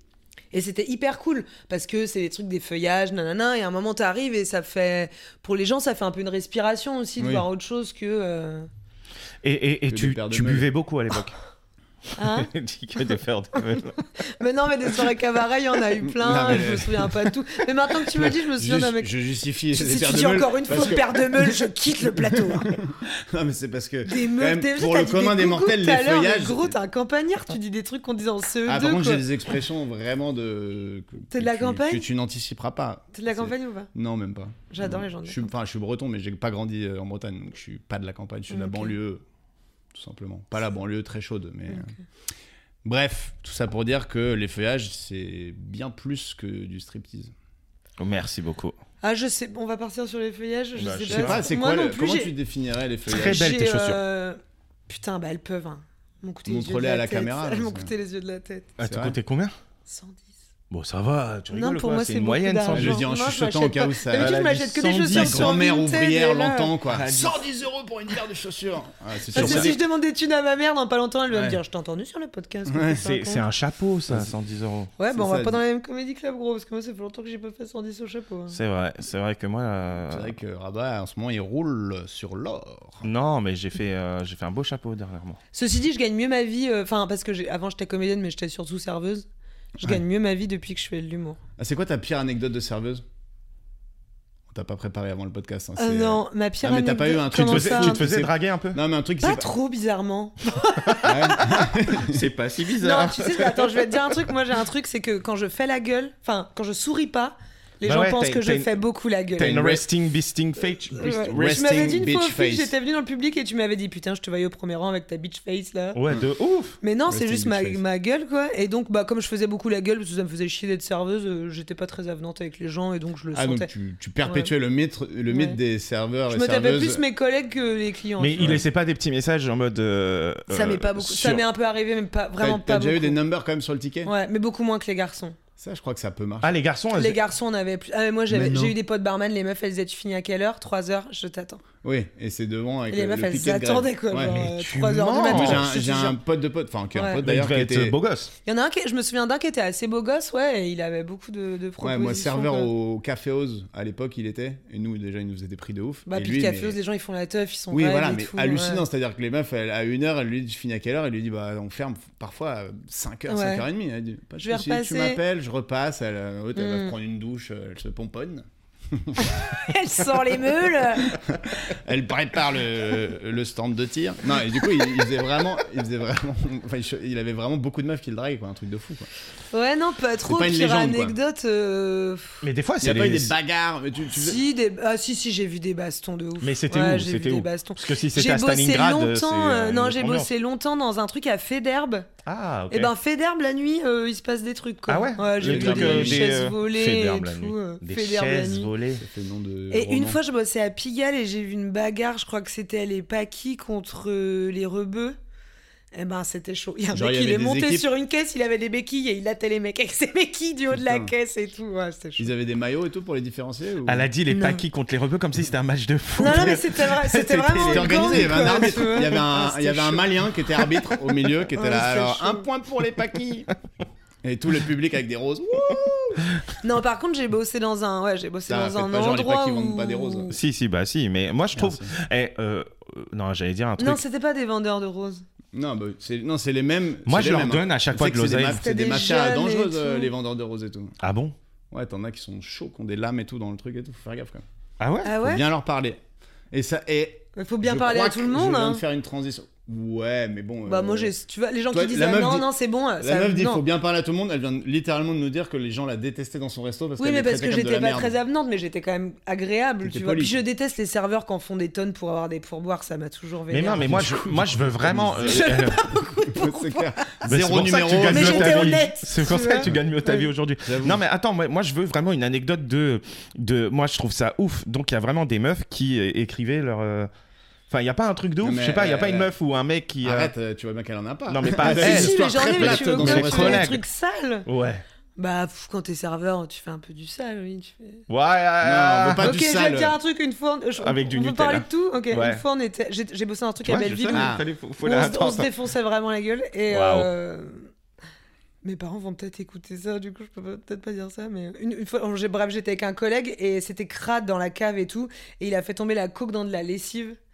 Et c'était hyper cool parce que c'est des trucs des feuillages, nanana. Et à un moment, t'arrives et ça fait. Pour les gens, ça fait un peu une respiration aussi de Oui. voir autre chose que. euh, Et, et, et Que tu, des paires de tu meules. buvais beaucoup à l'époque. Hein Dis que des fers de meule. Mais non, mais des soirées cabaret, il y en a eu plein. Non, mais- Je me souviens pas de tout. Mais maintenant que tu me dis, je me souviens Juste- d'un mec. Je justifie Si les tu paires de dis meules encore une parce fois que- paire de meules, je quitte le plateau. hein. Non, mais c'est parce que. Des quand meules, même, des pour t'as le dit commun des gougouttes mortels, tout à les l'heure, mais feuillages. Gros, t'es un campagnard, tu dis des trucs qu'on disait en C E deux. Ah, par contre, quoi. j'ai des expressions vraiment de. que- T'es de que la tu- campagne Que tu n'anticiperas pas. T'es de la C'est- campagne ou pas Non, même pas. J'adore les gens de Je suis, enfin, je suis breton, mais j'ai pas grandi euh, en Bretagne, donc je suis pas de la campagne, je suis de la Ok. banlieue, tout simplement. Pas la banlieue très chaude, mais. Ok. euh, Bref, tout ça pour dire que les feuillages, c'est bien plus que du striptease. Oh, merci beaucoup. Ah, je sais, on va partir sur les feuillages. Je Bah, sais je Je sais pas, c'est Moi quoi non le- plus, Comment j'ai- tu définirais les Très feuillages belles tes j'ai, chaussures. euh, Putain, bah elles peuvent. Hein. M'ont coûté les yeux de Montre-les à la tête. caméra, Elles là, m'ont c'est- coûté les yeux de la tête. Ah, C'est t'as vrai compté combien? cent dix. Bon, ça va, tu rigoles Non, pour quoi, moi, c'est c'est une beaucoup moyenne, d'argent. cent Je le dis en Moi, je chuchotant au m'achète cas où pas- ça. D'habitude, je Elle a m'achète dit que des cent dix. chaussures Ma sur grand-mère Vinted, ouvrière et là- l'entend quoi. Ah, cent dix euros pour une paire de chaussures. Ah, c'est Parce sûr, que ça. si je demande des thunes à ma mère dans pas longtemps, elle va me Ouais. dire je t'ai entendu sur le podcast. Ouais, C'est c'est un chapeau, ça, cent dix euros. Ouais, C'est bon, on va ça. pas dans la même comédie club, gros, parce que moi, ça fait longtemps que j'ai pas fait cent dix au chapeau. hein. C'est vrai, c'est vrai que moi. euh, C'est vrai que Rabat, en ce moment, il roule sur l'or. Non, mais j'ai fait, euh, j'ai fait un beau chapeau dernièrement. Ceci dit, je gagne mieux ma vie, enfin, parce que j'ai- avant j'étais comédienne, mais j'étais surtout serveuse. Je Ouais. gagne mieux ma vie depuis que je fais de l'humour. Ah, c'est quoi ta pire anecdote de serveuse? On t'a pas préparé avant le podcast. Hein, Ah c'est- non, ma pire Ah, mais t'as pas anecdote, eu un truc Tu te comment faisais, ça tu te faisais C'est- draguer un peu? Non, mais un truc qui Pas s'est trop bizarrement. Ouais. C'est pas si Non, bizarre. tu sais, attends, je vais te dire un truc. Moi, j'ai un truc, c'est que quand je fais la gueule, enfin, quand je souris pas, les Bah gens ouais, pensent t'as- que t'as je une- fais beaucoup la gueule. T'as une une resting beasting face. Ouais. beast- Tu resting m'avais dit une fois bitch au film, face. j'étais venue dans le public et tu m'avais dit putain, je te voyais au premier rang avec ta bitch face là. Ouais, de ouf. Mais non, c'est Resting juste ma, bitch face. ma gueule quoi. Et donc, bah, comme je faisais beaucoup la gueule parce que ça me faisait chier d'être serveuse, euh, j'étais pas très avenante avec les gens et donc je le Ah, sentais. donc tu, tu perpétuais le mythe, le mythe Ouais. des serveurs Je et me tapais serveuses. plus mes collègues que les clients. Mais tu il vois. laissait pas des petits messages en mode. euh, Ça euh, m'est pas beaucoup. sur- Ça m'est un peu arrivé, mais pas T'as- vraiment T'as pas déjà eu beaucoup. des numbers quand même sur le ticket? Ouais, mais beaucoup moins que les garçons. Ça, je crois que ça peut marcher. Ah, les garçons, elles- Les garçons, on avait plus. Ah, mais moi, j'avais- Mais non. j'ai eu des potes barman, les meufs, elles disaient tu finis à quelle heure? trois heures, je t'attends. Oui, et c'est devant avec Et les le, meufs, le elles piquet de grève. attendaient quoi, Ouais. genre mais euh, tu trois heures du mens. matin. Moi, j'ai je un, te j'ai jure. un pote de pote, enfin, qui est un Ouais. pote Mais il d'ailleurs, qui devait être était. beau gosse. Il y en a un qui, je me souviens d'un qui était assez beau gosse, ouais, et il avait beaucoup de, de propositions. Ouais, moi, serveur quoi. au Café Oz, à l'époque, il était. Et nous, déjà, il nous faisait des prix de ouf. Bah, et puis lui, le café, mais- les gens ils font la teuf, ils sont Oui, raides voilà, et mais tout, hallucinant. ouais. C'est-à-dire que les meufs, elle- à une heure, elle lui dit, tu finis à quelle heure? Elle lui dit, bah, on ferme parfois à cinq heures, Ouais. cinq heures trente. Elle dit, pas de Je vais souci, tu repasser. m'appelles, je repasse. Elle, euh, ouais, elle va Mm. prendre une douche, euh, elle se pomponne. Elle sort les meules. Elle prépare le, le stand de tir. Non, et du coup, il, il faisait vraiment. Il faisait vraiment. Enfin, il, il avait vraiment beaucoup de meufs qui le draguaient, quoi. Un truc de fou, quoi. Ouais, non, pas trop. pas une Pire légende, quoi. anecdote. euh, Mais des fois, Il y a c'est pas eu les- des bagarres. Mais tu, tu faisais- Si, des... ah, si, si, j'ai vu des bastons de ouf. Mais c'était Ouais, où j'ai C'était vu où des bastons. Parce que si c'était J'ai à bossé Stalingrad, longtemps. c'est, euh, euh, non, une j'ai autre ambiance. bossé longtemps dans un truc à Féderbe. Ah, ok. Et ben Féderbe la nuit, euh, il se passe des trucs quoi. Ah ouais j'ai Les vu trucs, des euh, des, chaises euh, volées Féderbe et la tout. nuit. euh, Des Féderbe la chaises nuit. volées. Ça fait le nom de. Et une roman. fois, je bossais à Pigalle et j'ai vu une bagarre. Je crois que c'était les Paquis contre euh, les Rebeux. Eh ben, c'était chaud. Il y a un Genre, mec, il y il avait est des monté équipes- sur une caisse, il avait des béquilles et il attait les mecs avec ses béquilles du haut de la Putain. caisse et tout. Ouais, c'était chaud. Ils avaient des maillots et tout pour les différencier ou... Elle a dit les Non. paquis contre les rebeux comme si c'était un match de foot. Non, non, mais c'était vrai, c'était C'était- vraiment. C'était un organisé, il y avait gang, un quoi, arbitre, tu vois. il y avait un, Ah, il y avait un c'était malien qui était arbitre au milieu, qui était Ouais, là, c'était alors chaud. un point pour les paquis. Et tout le public avec des roses. Wouh. Non, par contre, j'ai bossé dans un, ouais, j'ai bossé Ça, dans faites un pas genre les endroit Paquis où. vendent pas des roses. Si, si, bah si, mais moi je trouve. Merci. Eh, euh, euh, non, j'allais dire un truc. Non, c'était pas des vendeurs de roses. Non, bah, c'est, non, c'est les mêmes. Moi, c'est je les leur mêmes, donne hein. à chaque Tu fois sais de que c'est des l'oseille. ma- C'était C'est des des mafias jeunes et dangereuses, euh, tout. les vendeurs de roses et tout. Ah bon? Ouais, t'en as qui sont chauds, qui ont des lames et tout dans le truc et tout. Faut faire gaffe quand même. Ah ouais? Ah Faut ouais. bien leur parler. Et ça, et. Il faut bien je parler crois à tout le que monde. Je viens Hein. de faire une transition. Ouais, mais bon. Bah euh, moi j'ai, tu vois, les gens toi, qui disent la ah, meuf non dit- non c'est bon. La ça, meuf dit non. faut bien parler à tout le monde. Elle vient littéralement de nous dire que les gens la détestaient dans son resto parce Oui qu'elle mais les parce traitait que comme de j'étais la pas merde. très avenante mais j'étais quand même agréable T'étais tu vois. polie. Puis je déteste les serveurs qui en font des tonnes pour avoir des pourboires, ça m'a toujours Mais vénère. non, mais moi je, moi, je veux vraiment. euh, Je- euh, C'est clair. bah, c'est Zéro pour ça que numéro. tu gagnes Mais mieux j'étais ta vie. honnête, C'est tu pour ça vois. que tu gagnes mieux ta vie aujourd'hui. J'avoue. Non mais attends, moi, moi, je veux vraiment une anecdote de, de. Moi je trouve ça ouf. Donc il y a vraiment des meufs qui euh, écrivaient leur. euh, Enfin, il n'y a pas un truc de ouf. Non, mais, Je sais pas, il n'y a pas euh, une meuf ou un mec qui. euh, Arrête, euh, tu vois bien qu'elle en a pas. Non, mais pas Elle a elle. une Si, si, histoire mais j'en très ai, mais plate tu veux dans quoi, son tu resto. fais des collègues. trucs sales. Ouais. Bah pff, quand t'es serveur, tu fais un peu du sale, oui. Tu fais... Ouais. euh, on veut pas ok, du je vais sale. te dire un truc une fois. on- je- Avec on du peut Nutella. parler de tout. Ok. Ouais. Une fois, on était, j'ai, j'ai bossé un truc Ouais, à je Belleville. sais, où- mais Ah. fallait- faut- faut où la- on, se- attends, on se attends. défonçait vraiment la gueule et Waouh. euh, mes parents vont peut-être écouter ça, du coup je peux pas- peut-être pas dire ça, mais une, une fois, j'ai- bref, j'étais avec un collègue et c'était crade dans la cave et tout, et il a fait tomber la coke dans de la lessive.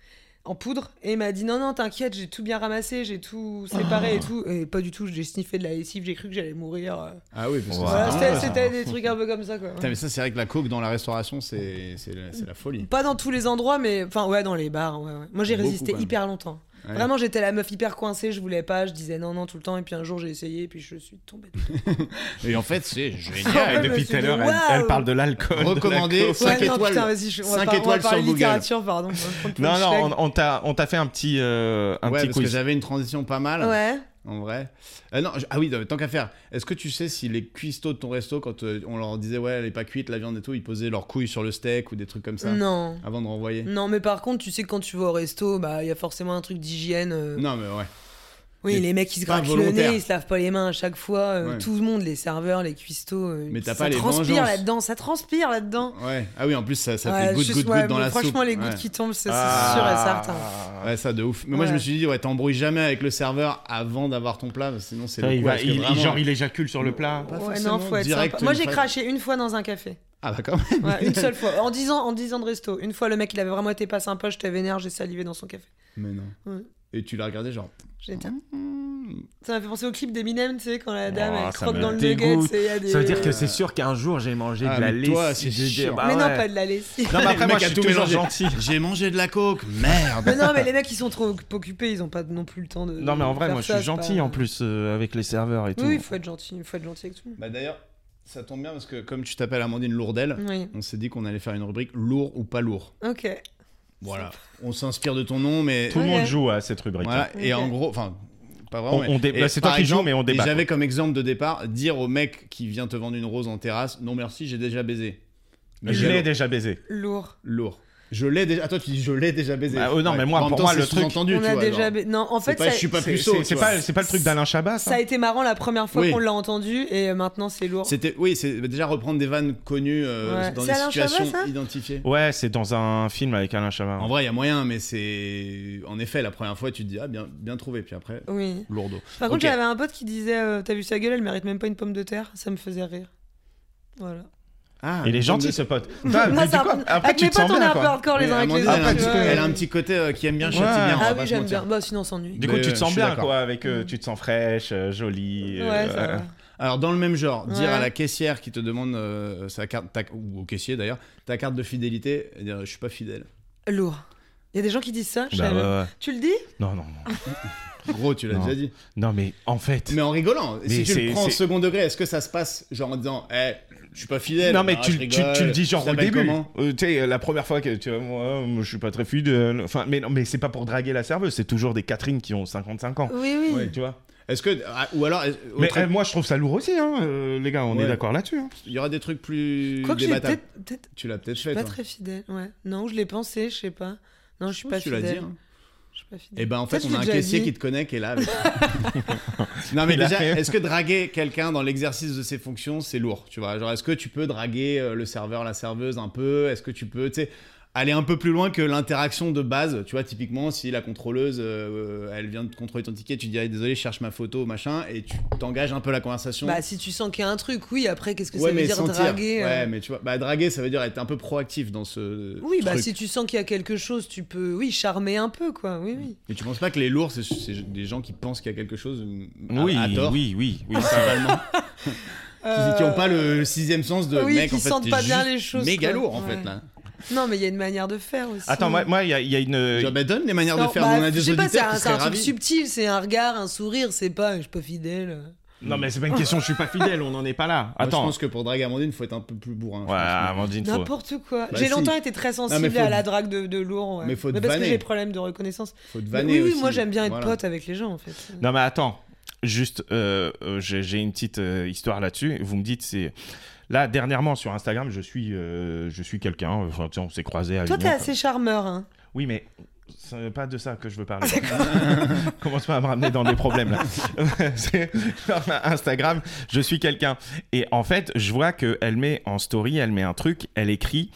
en poudre et il m'a dit non non t'inquiète j'ai tout bien ramassé j'ai tout séparé Oh. et tout et pas du tout j'ai sniffé de la lessive j'ai cru que j'allais mourir euh. Ah oui, parce que Voilà, c'est c'était, vraiment- c'était des trucs un peu comme ça quoi. Putain, mais ça, c'est vrai que la coke dans la restauration, c'est, c'est, la, c'est la folie. Pas dans tous les endroits mais enfin ouais dans les bars ouais, ouais. Moi j'ai Beaucoup, résisté quand même. hyper longtemps. Ouais. Vraiment j'étais la meuf hyper coincée je voulais pas je disais non non tout le temps et puis un jour j'ai essayé et puis je suis tombée. Et en fait, c'est Ouais, génial. je me Depuis suis tout à dit, l'heure, elle, waouh. elle parle de l'alcool. de la Recommandé, coke. cinq Ouais, non, étoiles. putain, vas-y, je- on va cinq par- on va étoiles parler sur Google. littérature pardon. on va prendre pour Non, le non, schlag. on, on t'a, on t'a fait un petit, euh, un Ouais, petit parce que quiz. j'avais une transition pas mal. Ouais. En vrai. Euh, non, je- ah oui, tant qu'à faire. Est-ce que tu sais si les cuistots de ton resto, quand euh, on leur disait ouais, elle est pas cuite, la viande et tout, ils posaient leurs couilles sur le steak ou des trucs comme ça Non. avant de renvoyer? Non, mais par contre, tu sais que quand tu vas au resto, bah il y a forcément un truc d'hygiène. euh. Non, mais ouais. Oui, Mais les mecs ils se pas grattent le volontaire. nez, ils se lavent pas les mains à chaque fois. euh, Ouais. Tout le monde, les serveurs, les cuistots. euh, Mais t'as ça pas les transpire vengeances. là-dedans, ça transpire là-dedans. Ouais. Ah oui, en plus, ça, ça Ouais, fait goutte, juste, goutte, ouais, goutte dans bon, la franchement, soupe. les gouttes Ouais. qui tombent, c'est Ah. c'est sûr et certain. Ouais, ça de ouf. Mais moi, Ouais. je me suis dit, ouais, t'embrouilles jamais avec le serveur avant d'avoir ton plat, parce que sinon c'est Ça, le il coup, va- parce que il- vraiment- genre, il éjacule sur le plat. Pas Ouais, forcément, non, faut être direct, sympa. Moi, une j'ai phrase. craché une fois dans un café. Ah bah quand même. Ouais, une seule fois. En dix ans, en dix ans de resto. Une fois, le mec, il avait vraiment été pas sympa, j'étais vénère, j'ai salivé dans son café. Mais non. Ouais. Et tu l'as regardé genre. J'étais... Hmm. Ça m'a fait penser au clip d'Eminem, tu sais, quand la dame, Oh, elle ça croque me dans le nugget, dégoûte. et il y a des... Ça veut dire que c'est sûr qu'un jour j'ai mangé Ah, de la mais toi, lessive. c'est J'ai- chiant. bah Mais non, ouais. pas de la lessive. Non, mais après, Le moi, mec je a suis tout toujours mélangé. gentil. J'ai mangé de la coke. Merde. Mais non, mais les mecs, ils sont trop occupés, ils ont pas non plus le temps de. Non, mais en vrai, faire moi, je ça, suis c'est gentil pas- en plus euh, avec les serveurs et tout. Oui, il faut être gentil, il faut être gentil avec tout le monde. Bah d'ailleurs, ça tombe bien parce que comme tu t'appelles Amandine Lourdel, Oui, on s'est dit qu'on allait faire une rubrique lourd ou pas lourd. ok. Voilà. On s'inspire de ton nom, mais Tout le Ok. monde joue à cette rubrique. voilà. Et Ok. en gros, enfin. Pas vraiment. On- mais- on dé- et bah, c'est par toi qui joues, exemple, mais on débat, et J'avais quoi. comme exemple de départ dire au mec qui vient te vendre une rose en terrasse, non merci, j'ai déjà baisé. Mais Je l'ai déjà baisé. Lourd. Lourd. Je l'ai déjà. Ah toi tu dis je l'ai déjà baisé. Bah, euh, non, mais moi, En même pour temps, moi, c'est le truc- sous-entendu, On tu a vois, déjà. genre. ba- Non, en C'est fait, pas, ça... je suis pas C'est puceau. c'est- tu c'est vois. pas, c'est pas le truc d'Alain Chabat, ça ça a été marrant la première fois Oui. qu'on l'a entendu, et euh, maintenant c'est lourd. C'était, oui, c'est déjà reprendre des vannes connues euh, Ouais. dans C'est des Alain Chabat, situations ça identifiées. Ouais, c'est dans un film avec Alain Chabat. En vrai, il y a moyen, mais c'est. En effet, la première fois, tu te dis, ah, bien, bien trouvé. Puis après, Oui. lourdeau. Par contre, Ok. j'avais un pote qui disait euh, t'as vu sa gueule, elle mérite même pas une pomme de terre. Ça me faisait rire. Voilà. Ah, Il est gentil, de- ce pote. Moi, Toi, mais c'est du un coup, peu- après, avec tu mes te sens potes, on est bien, un peu quoi. hardcore les Mais uns avec les Amandine, autres. elle, a un tu petit, vois. elle a un petit côté euh, qui aime bien Ouais. châtie bien. on va Ah pas oui, se j'aime mentir. bien. Bah sinon, on s'ennuie. Du Mais, coup, tu euh, te je sens suis bien, d'accord. quoi, avec. euh, tu te sens fraîche, euh, jolie. euh, Ouais, ça euh, va. Alors, dans le même genre, dire Ouais. à la caissière qui te demande euh, sa carte, ta- ou au caissier d'ailleurs, ta carte de fidélité, et dire je suis pas fidèle. Lourd. Il y a des gens qui disent ça. je Bah savais ouais, même. ouais. Tu le dis Non, non, non. Gros, tu l'as Non. déjà dit. Non, mais en fait. Mais en rigolant. Mais si tu c'est- le prends en c'est- second degré, est-ce que ça se passe genre en disant, eh, je suis pas fidèle. Non, mais Ah, tu, je tu, rigole. tu le dis genre Tu au t'appelles début. comment Euh, tu sais, la première fois que tu vois, moi, moi, je suis pas très fidèle. Enfin, mais non, mais c'est pas pour draguer la serveuse, c'est toujours des Catherine qui ont cinquante-cinq ans. Oui, oui. Ouais. Tu vois. Est-ce que. ah, ou alors, est- Mais autre- euh, moi, je trouve ça lourd aussi, hein, euh, les gars, on Ouais. est d'accord là-dessus. hein. il y aura des trucs plus Quoique j'ai débattables. peut-être. peut-être- Tu l'as peut-être Je suis fait, pas toi. très fidèle. Ouais. Non, je l'ai pensé, je sais pas. Non, je suis pas Tu l'as fidèle. dit. hein. Je suis pas fidèle. Et ben en fait, Peut-être on a je un l'ai déjà caissier dit. qui te connaît, qui est là. Avec... non, mais Il déjà, arrive. est-ce que draguer quelqu'un dans l'exercice de ses fonctions, c'est lourd, tu vois? Genre, est-ce que tu peux draguer euh, le serveur, la serveuse un peu? Est-ce que tu peux, tu sais, aller un peu plus loin que l'interaction de base? Tu vois, typiquement, si la contrôleuse, euh, elle vient de contrôler ton ticket, tu dis, ah, désolé, je cherche ma photo, machin, et tu t'engages un peu la conversation. Bah, si tu sens qu'il y a un truc, oui. Après, qu'est-ce que Ouais, ça veut mais dire sentir. draguer euh, Ouais, mais tu vois, bah, draguer, ça veut dire être un peu proactif dans ce. Oui, bah truc. si tu sens qu'il y a quelque chose, tu peux, oui, charmer un peu, quoi. Oui, oui. Et tu penses pas que les lourds, c'est c'est des gens qui pensent qu'il y a quelque chose à, Oui, à tort, oui, oui, oui. ça- principalement, qui, qui ont pas le, le sixième sens de oui, mec, qui en fait, sentent t'es pas bien juste les choses, méga quoi. lourd en Ouais. fait là. Non, mais il y a une manière de faire aussi. Attends, moi, moi, il y, a- il y a une. Genre, bah, donne les manières Non, de faire, bah, on a des je sais pas, c'est auditeurs un, qui c'est un seraient truc ravis. subtil, c'est un regard, un sourire, c'est pas, je suis pas fidèle. Non, mais c'est pas une question, je suis pas fidèle, on n'en est pas là. Moi, je Attends. pense que pour draguer Amandine, faut être un peu plus bourrin. Ouais, franchement. Amandine, faut. N'importe quoi. Bah, j'ai si. longtemps été très sensible faut- à la drague de, de lourd. Ouais. mais faut te parce que vanner. j'ai problème de reconnaissance. Faut te Mais vanner oui, oui, aussi. moi j'aime bien être Voilà. pote avec les gens en fait. Non, mais attends, juste, euh, euh, j'ai j'ai une petite euh, histoire là-dessus. Vous me dites, c'est. Là, dernièrement, sur Instagram, je suis, euh, je suis quelqu'un. Enfin, tu sais, on s'est croisés à Toi, Avignon, t'es quoi. assez charmeur. Hein. Oui, mais c'est pas de ça que je veux parler. Commence pas à me ramener dans des problèmes là. C'est- sur Instagram, je suis quelqu'un. Et en fait, je vois qu'elle met en story, elle met un truc, elle écrit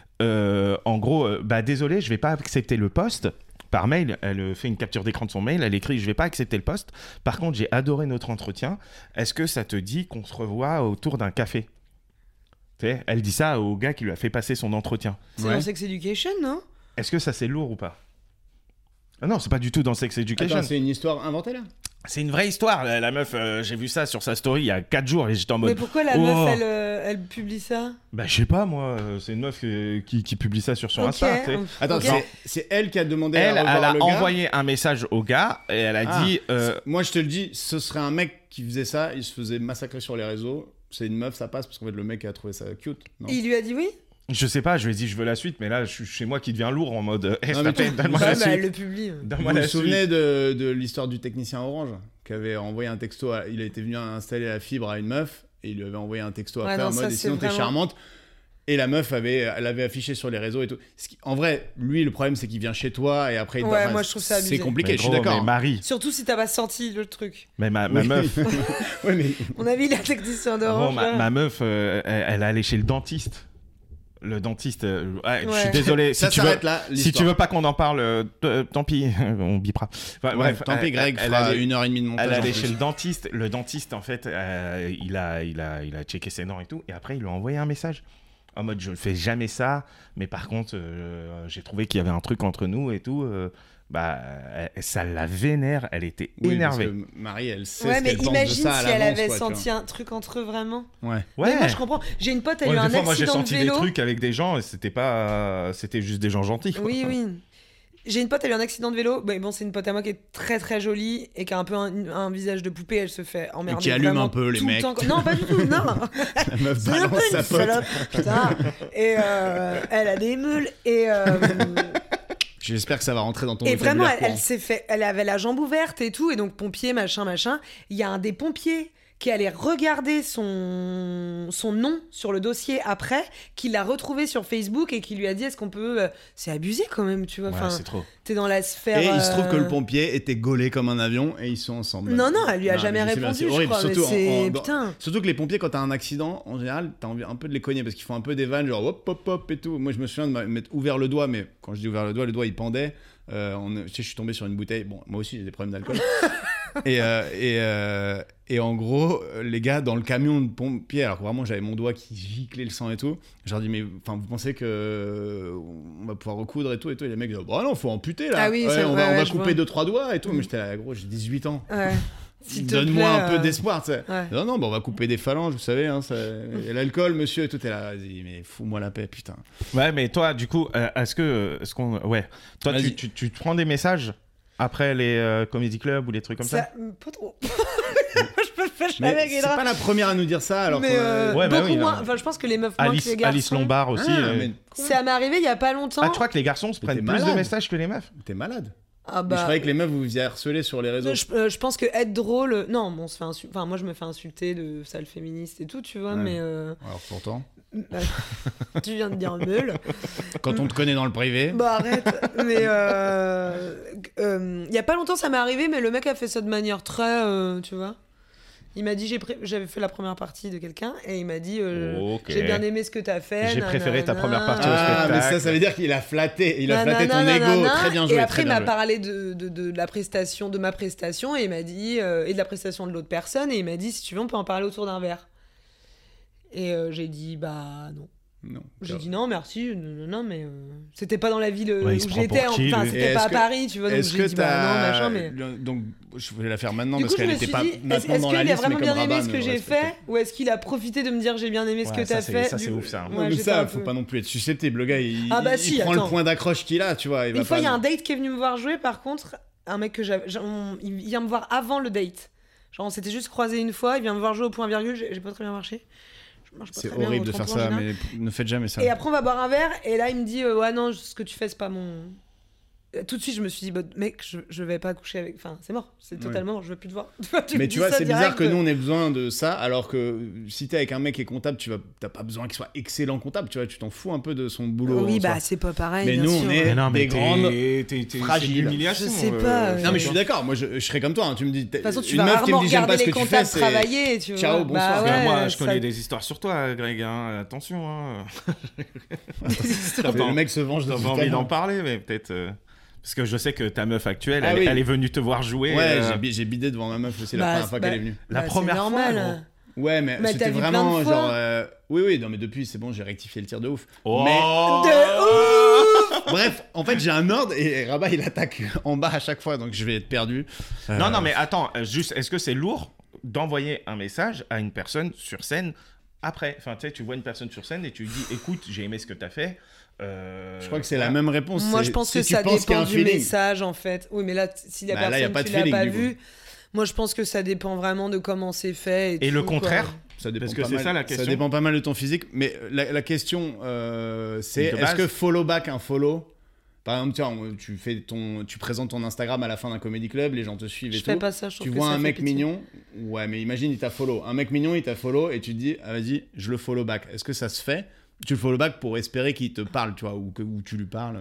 euh, en gros, euh, bah désolé, je vais pas accepter le post. Par mail, elle euh, fait une capture d'écran de son mail, elle écrit « Je vais pas accepter le post. Par contre, j'ai adoré notre entretien. Est-ce que ça te dit qu'on se revoit autour d'un café ?» Tu sais, elle dit ça au gars qui lui a fait passer son entretien. C'est Ouais. dans Sex Education, non? Est-ce que ça c'est lourd ou pas? Ah non, c'est pas du tout dans Sex Education. Attends, c'est une histoire inventée là? C'est une vraie histoire. La, la meuf, euh, j'ai vu ça sur sa story il y a quatre jours et j'étais en mode. Mais pourquoi la oh. meuf, elle, euh, elle publie ça? Bah, je sais pas, moi. euh, C'est une meuf euh, qui, qui publie ça sur son Ok. Insta. tu sais. Attends, Ok. c'est, c'est elle qui a demandé Elle, à revoir elle a le gars. envoyé un message au gars et elle a Ah, dit. euh, c'est- Moi, je te le dis, ce serait un mec qui faisait ça, il se faisait massacrer sur les réseaux. C'est une meuf, ça passe parce qu'en fait, le mec a trouvé ça cute. Non. Il lui a dit oui? Je sais pas, je lui ai dit je veux la suite, mais là, je suis chez moi qui devient lourd en mode. euh, Hey, Non, s'il mais te plaît, tu- donne-moi Ouais, la bah, elle suite. le publie. Donne-moi Vous la vous suite. souvenez de, de l'histoire du technicien Orange qui avait envoyé un texto, à- il a été venu installer la fibre à une meuf et il lui avait envoyé un texto Ouais, après non, en ça, mode c'est sinon t'es vraiment- charmante. Et la meuf avait, elle avait affiché sur les réseaux et tout. Ce qui- en vrai, lui, le problème c'est qu'il vient chez toi et après il te- Ouais, enfin, moi, je trouve ça abusé. c'est compliqué, Mais je suis gros, d'accord. Mais hein. Marie, Surtout si t'as pas sorti le truc. mais ma, ma Oui. meuf, Ouais, mais On a vu la technicien gros, d'Orange. ma, là. ma meuf, euh, elle, elle est allée chez le dentiste. Le dentiste, euh, ouais, je Ouais. suis désolé. ça si tu veux, s'arrête là. si l'histoire. tu veux pas qu'on en parle, euh, t- tant pis, on bipera. Enfin, Ouais, bref, tant pis, elle- Greg elle fera allait- une heure et demie de montage. Elle en allait plus. chez le dentiste. Le dentiste, en fait, euh, il, a, il, a, il a checké ses dents et tout. Et après, il lui a envoyé un message. En mode, je ne fais jamais ça. Mais par contre, euh, j'ai trouvé qu'il y avait un truc entre nous et tout. euh, bah, elle- ça la vénère. Elle était Oui, énervée. parce que Marie, elle sait Ouais, ce mais qu'elle pense de imagine ça à si elle l'avance, avait quoi, tu senti un truc entre eux vraiment. vois. Ouais. Ouais. Mais moi, je comprends. J'ai une pote, elle a Ouais, eu des un fois, moi, j'ai accident de senti des vélo. trucs avec des gens et c'était pas. C'était juste des gens gentils. quoi. Oui, oui. J'ai une pote, elle a eu un accident de vélo. Bah, bon, c'est une pote à moi qui est très très jolie et qui a un peu un, un visage de poupée. Elle se fait emmerder. Et qui allume vraiment un peu les tout le mecs. temps. Non, pas du tout, non. La meuf C'est un peu balance une sa pote. salope, putain. Et euh, elle a des meules. Et, euh, J'espère que ça va rentrer dans ton et vraiment, vocabulaire elle, elle courant. s'est fait. Elle avait la jambe ouverte et tout. Et donc, pompier, machin, machin. Il y a un des pompiers qui allait regarder son, son nom sur le dossier après, qui l'a retrouvé sur Facebook et qui lui a dit est-ce qu'on peut. euh, C'est abusé quand même, tu vois. Ouais, Enfin, c'est trop. t'es dans la sphère. Et il se trouve que euh, le pompier était gaulé comme un avion et ils sont ensemble. Non, non, elle lui a Non, jamais mais je sais bien, répondu, c'est je horrible, crois. Mais surtout en- c'est. en- dans- Putain. Surtout que les pompiers, quand t'as un accident, en général, t'as envie un peu de les cogner parce qu'ils font un peu des vannes, genre hop, hop, hop et tout. Moi, je me souviens de m'être ouvert le doigt, mais quand je dis ouvert le doigt, le doigt il pendait. Euh, on, tu sais, je suis tombé sur une bouteille. Bon, moi aussi, j'ai des problèmes d'alcool. et, euh, et, euh, et en gros, les gars, dans le camion de pompiers, alors que vraiment, j'avais mon doigt qui giclait le sang et tout. Je leur dis, mais enfin, vous pensez que euh, on va pouvoir recoudre et tout et tout. Et les mecs disent, bah non, faut amputer là. Ah oui, Ouais, c'est- on ouais, va, on ouais, va je couper vois. deux, trois doigts et tout. Mm. Mais j'étais là, gros, j'ai dix-huit ans. Ouais. S'il te Donne-moi plaît, un peu euh, d'espoir, tu sais. ouais. Non, non, bah, on va couper des phalanges, vous savez. Hein, ça... Et l'alcool, monsieur, et tout est là. Vas-y, mais fous-moi la paix, putain. Ouais, mais toi, du coup, euh, est-ce que. Est-ce qu'on... Ouais. Toi, tu, Vas-y. tu, tu te prends des messages après les euh, comedy clubs ou les trucs comme ça, Ça, Pas trop. je peux pas, je Mais savais c'est pas la première à nous dire ça, alors mais qu'on a- euh, Ouais, bah beaucoup oui, moins. non. Enfin, je pense que les meufs moins que Alice, les garçons. Alice Lombard aussi. Ah, euh, mais Ça m'est arrivé il y a pas longtemps. Ah, tu crois que les garçons se Mais prennent t'es plus de malade. messages que les meufs? t'es malade. Ah Mais bah. je croyais que les meufs, vous vous y harcelez sur les réseaux. Je, euh, je pense que être drôle, non, bon, on se fait insu- enfin moi je me fais insulter de sale féministe et tout, tu vois, Ouais. mais euh, Alors pourtant, bah, tu viens de dire meule. quand on te connaît dans le privé. Bah arrête. Mais euh, euh, il y a pas longtemps ça m'est arrivé, mais le mec a fait ça de manière très, euh, tu vois. Il m'a dit j'ai pré- j'avais fait la première partie de quelqu'un et il m'a dit euh, Ok. j'ai bien aimé ce que t'as fait. J'ai préféré ta nanana. première partie au Ah, mais ça, spectacle. ça veut dire qu'il a flatté, il a flatté ton Nanana, ego. nanana. Très bien joué. Et après, très il bien m'a joué. parlé de, de, de la prestation, de ma prestation, et il m'a dit, euh, et de la prestation de l'autre personne, et il m'a dit, si tu veux, on peut en parler autour d'un verre. Et euh, j'ai dit, bah non. Non. J'ai dit non, merci, non, non, non, mais euh, c'était pas dans la ville euh, Ouais, il se où prend j'étais, pour en- qui, enfin, lui Et c'était est-ce pas à que- Paris, tu vois, donc Est-ce j'ai que dit, bah non, t'as. machin, mais. le- Donc, je voulais la faire maintenant Du parce coup, je qu'elle me n'était suis pas dit, est-ce maintenant est-ce dans la qu'il a liste, mais vraiment comme bien aimé Raban ce que le j'ai respectait. fait, ou est-ce qu'il a profité de me dire j'ai bien aimé ce Ouais, que ça, t'as c'est- fait ça, c'est Du- ouf, ça. Ouais, Ouais, mais j'étais ça, un faut peu- pas non plus être susceptible. Le gars, il, Ah bah il si, prend attends. le point d'accroche qu'il a, tu vois. Il va Une fois, pas- il y a un date qui est venu me voir jouer, par contre, un mec que j'avais. genre, on- Il vient me voir avant le date. Genre, on s'était juste croisé une fois, il vient me voir jouer au point virgule, j'ai j'ai pas très bien marché. Je marche pas C'est très bien horrible au de faire trente-trois en ça, général. mais ne faites jamais ça. Et après, on va boire un verre, et là, il me dit euh, ouais, non, ce que tu fais, c'est pas mon. Euh, Tout de suite, je me suis dit, bah, mec, je, je vais pas coucher avec. Enfin, c'est mort, c'est totalement mort, je veux plus te voir. Tu me Mais dis tu vois, ça c'est bizarre direct, que euh. nous on ait besoin de ça, alors que si t'es avec un mec qui est comptable, tu vas, t'as pas besoin qu'il soit excellent comptable, tu vois, tu t'en fous un peu de son boulot. Oui, en bah, soi. c'est pas pareil. Mais bien nous, sûr. on est- Mais non, mais des t'es- grandes t'es- t'es- c'est fragiles. de l'humiliation, Je sais euh, pas, Non, mais je suis Ouais. d'accord, moi je, je serais comme toi, hein, tu me dis. De toute façon, tu une vas meuf qui me rarement dit j'aime regarder pas ce les que tu fais, comptables c'est. travailler, tu vois. Ciao, bonsoir. Bah, ouais, moi, je ça- connais des histoires sur toi, Greg. hein. Attention. Hein. Ah, mais le mec se venge de J'avais tout envie talent. d'en parler, mais peut-être. euh, Parce que je sais que ta meuf actuelle, Ah elle, oui. elle est venue te voir jouer. Ouais, euh, j'ai bi- j'ai bidé devant ma meuf aussi la Bah, première fois bah, qu'elle est venue. La bah, première c'est fois, normal. gros. Ouais, mais Mais c'était t'as vu plein vraiment de fois genre. euh, Oui, oui, non, mais depuis, c'est bon, j'ai rectifié le tir de ouf. Oh Mais. De ouf Bref, en fait, j'ai un ordre et Rabat il attaque en bas à chaque fois, donc je vais être perdu. Non, Euh, non, mais attends, euh, juste, est-ce que c'est lourd d'envoyer un message à une personne sur scène après? Enfin, tu sais, tu vois une personne sur scène et tu lui dis, écoute, j'ai aimé ce que t'as fait. Euh, Je crois que c'est voilà. la même réponse. Moi, c'est- je pense si que tu ça penses qu'il y a dépend un du feeling. message, en fait. Oui, mais là, t- si la Bah, là, y a personne, pas de tu l'as feeling, pas du coup. vue, moi, je pense que ça dépend vraiment de comment c'est fait. Et, Et le tout, quoi. contraire? Ça dépend Parce que pas c'est mal- ça, la question. Ça dépend pas mal de ton physique, mais la, la question euh, c'est De est-ce base. que follow back un follow? Par exemple, tiens, on- tu fais ton, tu présentes ton Instagram à la fin d'un comedy club, les gens te suivent et Je tout. fais pas ça, je trouve Tu que vois ça un fait mec pitié. mignon, ouais, mais imagine il t'a follow. Un mec mignon, il t'a follow et tu te dis, ah, vas-y, je le follow back. Est-ce que ça se fait? Tu le follow back pour espérer qu'il te parle, tu vois, ou que ou tu lui parles.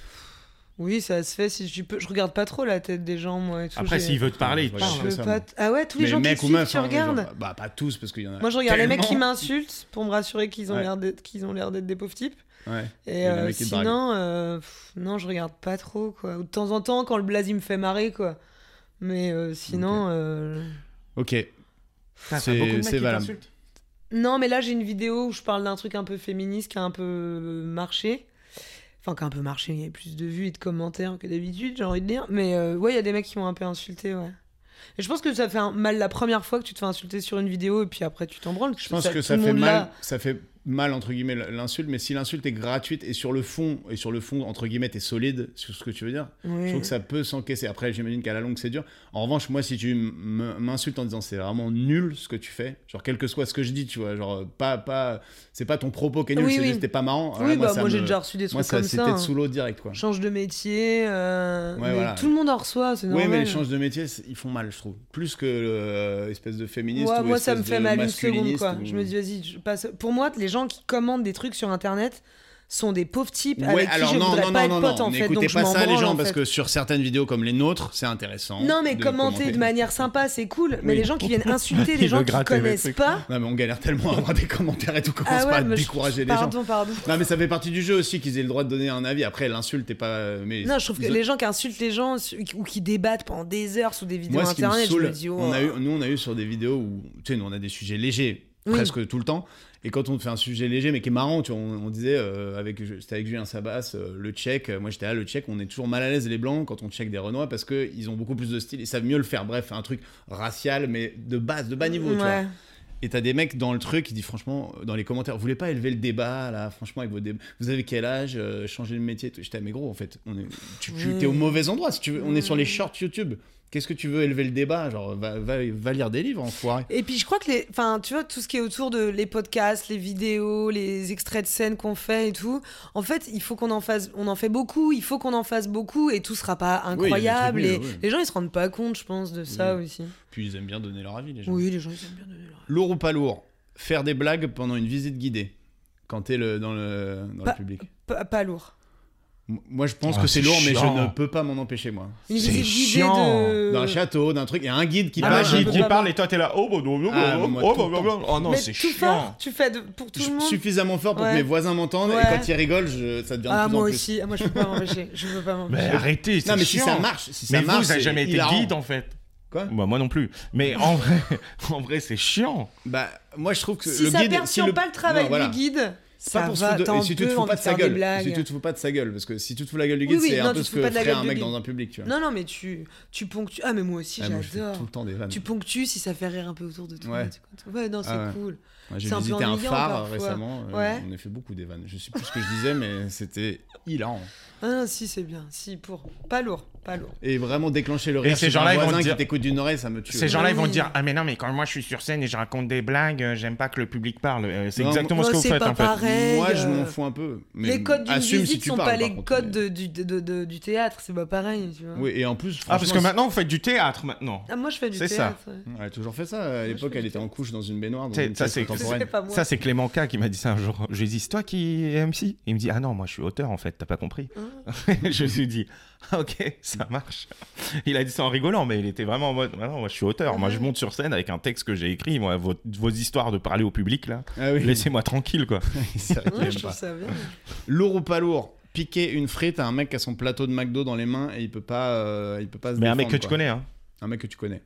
Oui, ça se fait si tu peux. Je regarde pas trop la tête des gens, moi. Et tout, Après, j'ai- s'il veut te parler, il te Je parle. Je fais veux ça, pas moi. t- Ah ouais, tous les Mais gens qui mec ou suivent, meuf, tu hein, regardes. genre, bah pas tous parce qu'il y en a. Moi, je regarde les mecs qui tellement. m'insultent pour me rassurer qu'ils ont Ouais. l'air d'être qu'ils ont l'air d'être des pauvres types. Ouais. Et, Et les euh, mecs qui te draguent. sinon, euh, pff, non, je regarde pas trop, quoi. Ou de temps en temps, quand le blaze il me fait marrer, quoi. Mais euh, sinon, euh, Ok. Putain, C'est- t'as beaucoup de mecs c'est qui valable. t'insultent. non, mais là, j'ai une vidéo où je parle d'un truc un peu féministe qui a un peu marché. Enfin, qui a un peu marché. Il y a plus de vues et de commentaires que d'habitude, j'ai envie de dire. Mais euh, ouais, il y a des mecs qui m'ont un peu insulté, ouais. Et je pense que ça fait un mal la première fois que tu te fais insulter sur une vidéo et puis après tu t'en branles. Je pense Ça- que tout ça le fait monde mal, l'a. ça fait mal entre guillemets l'insulte, mais si l'insulte est gratuite et sur le fond et sur le fond entre guillemets t'es solide sur ce que tu veux dire, Oui. je trouve que ça peut s'encaisser. Après, j'imagine qu'à la longue c'est dur. En revanche, moi, si tu m- m'insultes en disant c'est vraiment nul ce que tu fais, genre quel que soit ce que je dis, tu vois, genre pas pas, c'est pas ton propos qui est nul, Oui, c'est oui. juste t'es pas marrant. Oui, Alors, bah ça moi j'ai me- déjà reçu des trucs moi ça comme c'est ça. tête hein. sous l'eau direct quoi. Change de métier. euh, Ouais, mais voilà. tout le monde en reçoit, c'est Oui, normal. mais les changes de métier, c'est- ils font mal, je trouve. Plus que euh, espèce de féministe Ouais, ou moi ça me espèce fait de mal une seconde masculiniste quoi. ou- Je me dis vas-y, je passe. Pour moi, les gens qui commandent des trucs sur internet sont des pauvres types Ouais, avec qui alors je non, voudrais non, pas non, être non, pote non, en fait. n'écoutez Donc je pas m'en ça les branle, gens en parce fait. que sur certaines vidéos comme les nôtres, c'est intéressant. Non mais de commenter de manière sympa, c'est cool. Mais Oui. les gens qui viennent insulter Il les gens veut qui gratter le connaissent truc. pas. Non mais on galère tellement à avoir des commentaires et tout, commence Ah pas ouais, à mais je- décourager les gens. pardon, pardon. Non mais ça fait partie du jeu aussi qu'ils aient le droit de donner un avis. Après l'insulte est pas. Mais Non, je trouve que ils- les gens qui insultent les gens su- ou qui débattent pendant des heures sous des vidéos Moi, ce qui me internet, je saoule, me dis oh. on a eu, nous on a eu sur des vidéos où, tu sais, nous on a des sujets légers Oui. presque tout le temps. Et quand on fait un sujet léger mais qui est marrant, tu vois, on, on disait euh, avec, c'était avec Julien Sabas, euh, le tchèque. euh, Moi j'étais là, le tchèque, on est toujours mal à l'aise les blancs quand on check des Renois parce que ils ont beaucoup plus de style, ils savent mieux le faire. Bref, un truc racial mais de base, de bas niveau, tu vois. Ouais. Et t'as des mecs dans le truc qui disent franchement dans les commentaires, vous voulez pas élever le débat là, franchement avec vos débats, vous avez quel âge, euh, changer de métier, tout. J'étais ah, mais gros en fait, on est, tu, tu Oui. t'es au mauvais endroit si tu veux, on est sur les Oui. shorts YouTube. Qu'est-ce que tu veux élever le débat, genre va, va, va lire des livres enfoiré. Et puis je crois que les, enfin tu vois tout ce qui est autour de les podcasts, les vidéos, les extraits de scènes qu'on fait et tout. En fait, il faut qu'on en fasse, on en fait beaucoup. Il faut qu'on en fasse beaucoup et tout sera pas incroyable. Oui, il y a et des trucs nuls, ouais. les gens ils se rendent pas compte, je pense, de ça Oui. aussi. Puis ils aiment bien donner leur avis les gens. Oui, les gens ils aiment bien donner leur. Lourd ou pas lourd, faire des blagues pendant une visite guidée quand t'es le, dans, le, dans Pas- le public. Pas, pas lourd. M- Moi je pense Ah, que c'est c'est lourd mais chiant. je ne peux pas m'en empêcher moi. Une C'est visite guidée chiant. de. D'un château, d'un truc, il y a un guide qui Ah, parle. bah, je j'y peux j'y pas parle et toi t'es là. Oh, bah, non, non, Ah, oh, moi, oh, tout le bah, temps. bah, oh non, Mais c'est tout chiant. fort, tu fais de- pour tout le monde. Suffisamment fort pour Ouais. que mes voisins m'entendent Ouais. et quand ils rigolent, je- ça devient de Ah plus moi en plus. aussi, ah, moi je peux pas m'empêcher, je peux pas m'empêcher. Mais arrêtez, c'est Non mais chiant. si ça marche, si ça Mais vous, marche, vous avez c'est jamais été hilarant. guide en fait. Quoi Bah, moi non plus. Mais en vrai, en vrai, c'est chiant. Bah moi je trouve que Si le ça guide, perturbe le- pas le travail Non, voilà. du guide, Pas ça pour se va, foutre de- t'as et un si tu te peu fous envie pas de de sa faire des gueule, blagues. si tu te fous pas de sa gueule, parce que si tu te fous la gueule du guide, Oui, oui, c'est non, un peu tu ce te fous que pas de la ferait gueule un du mec guide. dans un public, tu vois. Non, non, mais tu, tu ponctues. Ah, mais moi aussi, Ah, moi, je fais j'adore. tout le temps des vannes. Tu ponctues si ça fait rire un peu autour de toi. Ouais. tu- Ouais, non, c'est Ah ouais. cool. Moi, j'ai c'est un peu visité un ennuyant, phare parfois. récemment, euh, Ouais. on a fait beaucoup des vannes. Je sais plus ce que je disais, mais c'était hilarant. Ah, non, si, c'est bien. Si, pour. Pas lourd, pas lourd. Et vraiment déclencher le Et rire ces chez gens-là, un ils vont voisin te qui dire- t'écoute d'une oreille, ça me tue. Ces gens-là, ils vont Oui. te dire ah mais non mais quand moi je suis sur scène et je raconte des blagues, euh, j'aime pas que le public parle. Euh, C'est Non, exactement moi, ce que vous c'est faites pas en fait. pareil. Moi, je euh, m'en fous un peu. Mais Les codes d'une assume visite si tu sont parles, pas par les contre, codes mais- de- du, de- de- de- du théâtre, c'est pas pareil, tu vois. Oui, et en plus, Ah parce que franchement, maintenant vous faites du théâtre maintenant. Ah, moi je fais du C'est ça. théâtre. ouais. Elle a toujours fait ça. À l'époque, je elle fais était du en couche dans une baignoire. Dans C'est- une ça, pièce c'est- contemporaine. C'est pas moi. Ça c'est Clément K qui m'a dit ça un jour. Je lui ai dit c'est toi qui es M C. Il me dit ah non moi je suis auteur en fait, t'as pas compris. Ah. Je me suis dit ah, ok ça marche. Il a dit ça en rigolant mais il était vraiment en mode ah non moi je suis auteur. Moi je monte sur scène avec un texte que j'ai écrit. Moi vos, vos histoires de parler au public là, Ah oui. laissez-moi tranquille quoi. C'est vrai qu'il Ouais, aime je pas. trouve ça bien. Lourd ou pas lourd, piquer une frite à un mec qui a son plateau de McDo dans les mains et il peut pas, euh, il peut pas se Mais un défendre, mec que tu quoi. connais hein. Un mec que tu connais.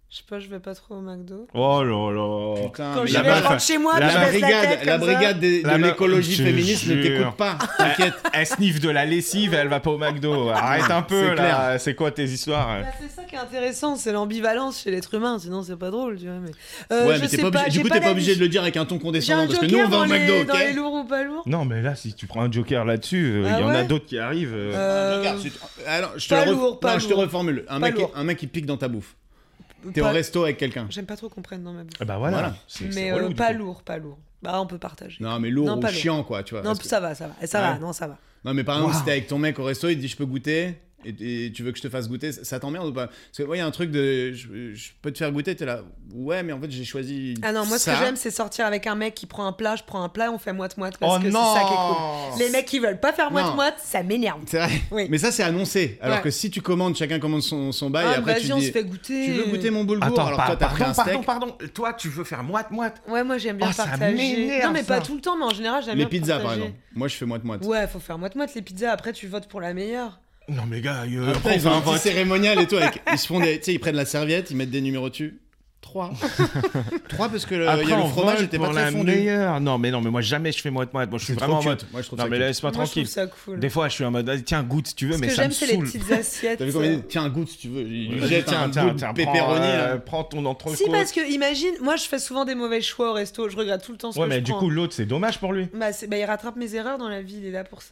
Je sais pas, je vais pas trop au McDo. Oh là là. Putain, Quand mais je la vais meuf- rentrer chez moi, la puis je baisse brigade, la tête la comme ça. brigade des- de La meuf- l'écologie je féministe ne jure. t'écoute pas. T'inquiète. Elle sniffe de la lessive et elle va pas au McDo. Arrête un peu C'est là. C'est quoi tes histoires? Bah, c'est ça qui est intéressant, c'est l'ambivalence chez l'être humain, sinon c'est pas drôle, tu vois. Mais... Euh, Ouais, je mais t'es sais pas obligé. j'ai Du coup, t'es pas d'avis. obligé de le dire avec un ton J'ai condescendant un parce que joker nous, on va dans au les- McDo, dans les ok? lourds ou pas lourds. Non, mais là, si tu prends un joker là-dessus, il Ah y en a ouais d'autres qui arrivent. euh. Euh, Regarde, si tu- alors, je te pas le ref- lourd, pas non, je te lourd. reformule. Un Pas mec, lourd. un mec qui pique dans ta bouffe. T'es pas- au resto avec quelqu'un. J'aime pas trop qu'on prenne dans ma bouffe. Ah bah voilà. Voilà. C'est- c'est Mais relou, euh, du pas coup. lourd, pas lourd. Bah on peut partager. Non, mais lourd Non, ou pas lourd. chiant, quoi, tu vois. Non, Est-ce que- ça va, ça va. Ça Ouais. va, non, ça va. Non, mais par exemple, Wow. si t'es avec ton mec au resto, il te dit je peux goûter et, et tu veux que je te fasse goûter, ça, ça t'emmerde ou pas? Parce que, ouais, il y a un truc de je, je peux te faire goûter, t'es là, ouais, mais en fait, j'ai choisi. Ah non, moi ce ça. que j'aime c'est sortir avec un mec qui prend un plat, je prends un plat, on fait moite-moite parce Oh que non. c'est ça qui est cool. Les mecs qui veulent pas faire Non. moite-moite, ça m'énerve. C'est vrai. Oui. Mais ça, c'est annoncé. Alors Ouais. que si tu commandes, chacun commande son, son bail, Ah, et après vas-y, tu on dis se fait goûter. tu veux goûter mon boulgour Attends, alors par- toi, t'as pris un pardon, steak. pardon, pardon. Toi, tu veux faire moite-moite. Ouais, moi j'aime bien Oh, ça partager. m'énerve, Non, mais ça. pas tout le temps, mais en général j'aime Les bien pizzas, par partager. exemple. Moi, je fais moite-moite. Ouais, faut faire moite-moite les pizzas, après tu votes pour la meilleure. Non, mais gars, euh, Après, on ils fait ont un un petit vote. cérémonial et tout. Avec... Ils se font des... Tu sais, ils prennent la serviette, ils mettent des numéros dessus. trois. trois parce que le, Après, y a le on fromage vole était pour pas très la fondu. meilleure. Non, mais non, mais moi jamais je fais moite-moite. Moi, je suis C'est vraiment en trop mode. cute. Moi, je trouve Non, ça mais cute. laisse-moi Moi, je tranquille. trouve ça cool. Des fois, je suis en mode, vas-y, tiens, goûte si tu veux, Ce mais que ça j'aime, me c'est les saoule. petites assiettes. T'as vu comment il euh. dit Tiens, un goût si tu veux. Il lui Vas-y, jette tiens, un tiens, bout de tiens, pepperoni. prends, euh, là. prends ton entrecôte. Si, parce que imagine, moi je fais souvent des mauvais choix au resto, je regrette tout le temps ce Ouais, que mais je du prends. coup, l'autre, c'est dommage pour lui. Bah, c'est- bah, il rattrape mes erreurs dans la vie, il est là pour ça.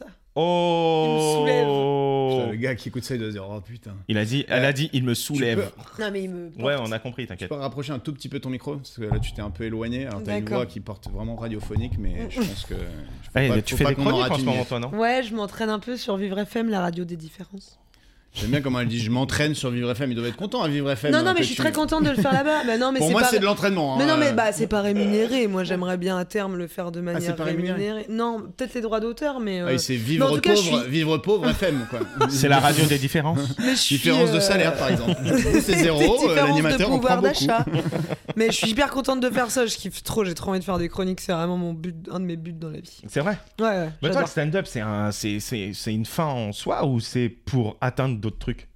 Oh. Putain, le gars qui écoute ça, il doit se dire Oh putain. Il a dit, elle a dit, il me soulève. Non, mais il me. Ouais, porte. on a compris, Tu t'inquiète. peux rapprocher un tout petit peu ton micro parce que là tu t'es un peu éloigné. Alors t'as une D'accord. voix qui porte vraiment radiophonique, mais je pense que. faut Allez, pas- mais tu faut fais pas des qu'on en chroniques rate en ce une moment, miette. toi, non? Ouais, je m'entraîne un peu sur Vivre F M, la radio des différences. J'aime bien comment elle dit Je m'entraîne sur Vivre F M. Il doit être content à Vivre F M. non, hein, non, mais que je suis tu- très contente de le faire là-bas. Bah, non, mais Pour c'est moi, pas... c'est de l'entraînement. Mais hein. non, mais bah, c'est pas rémunéré. Moi, j'aimerais bien à terme le faire de manière c'est pas rémunéré. rémunérée. Non, peut-être les droits d'auteur, mais. euh, Ah, c'est mais vivre en tout cas, je pauvre, suis- vivre pauvre F M quoi. C'est la radio des différences. mais je suis, Différence de euh, salaire par exemple. C'est zéro. des euh, différences L'animateur de en prend pouvoir beaucoup. d'achat. Mais je suis hyper contente de faire ça. Je kiffe trop. J'ai trop envie de faire des chroniques. C'est vraiment mon but, un de mes buts dans la vie. C'est vrai. Ouais, ouais. Mais toi, j'adore. le stand-up, c'est un, c'est, c'est, c'est une fin en soi ou c'est pour atteindre d'autres trucs?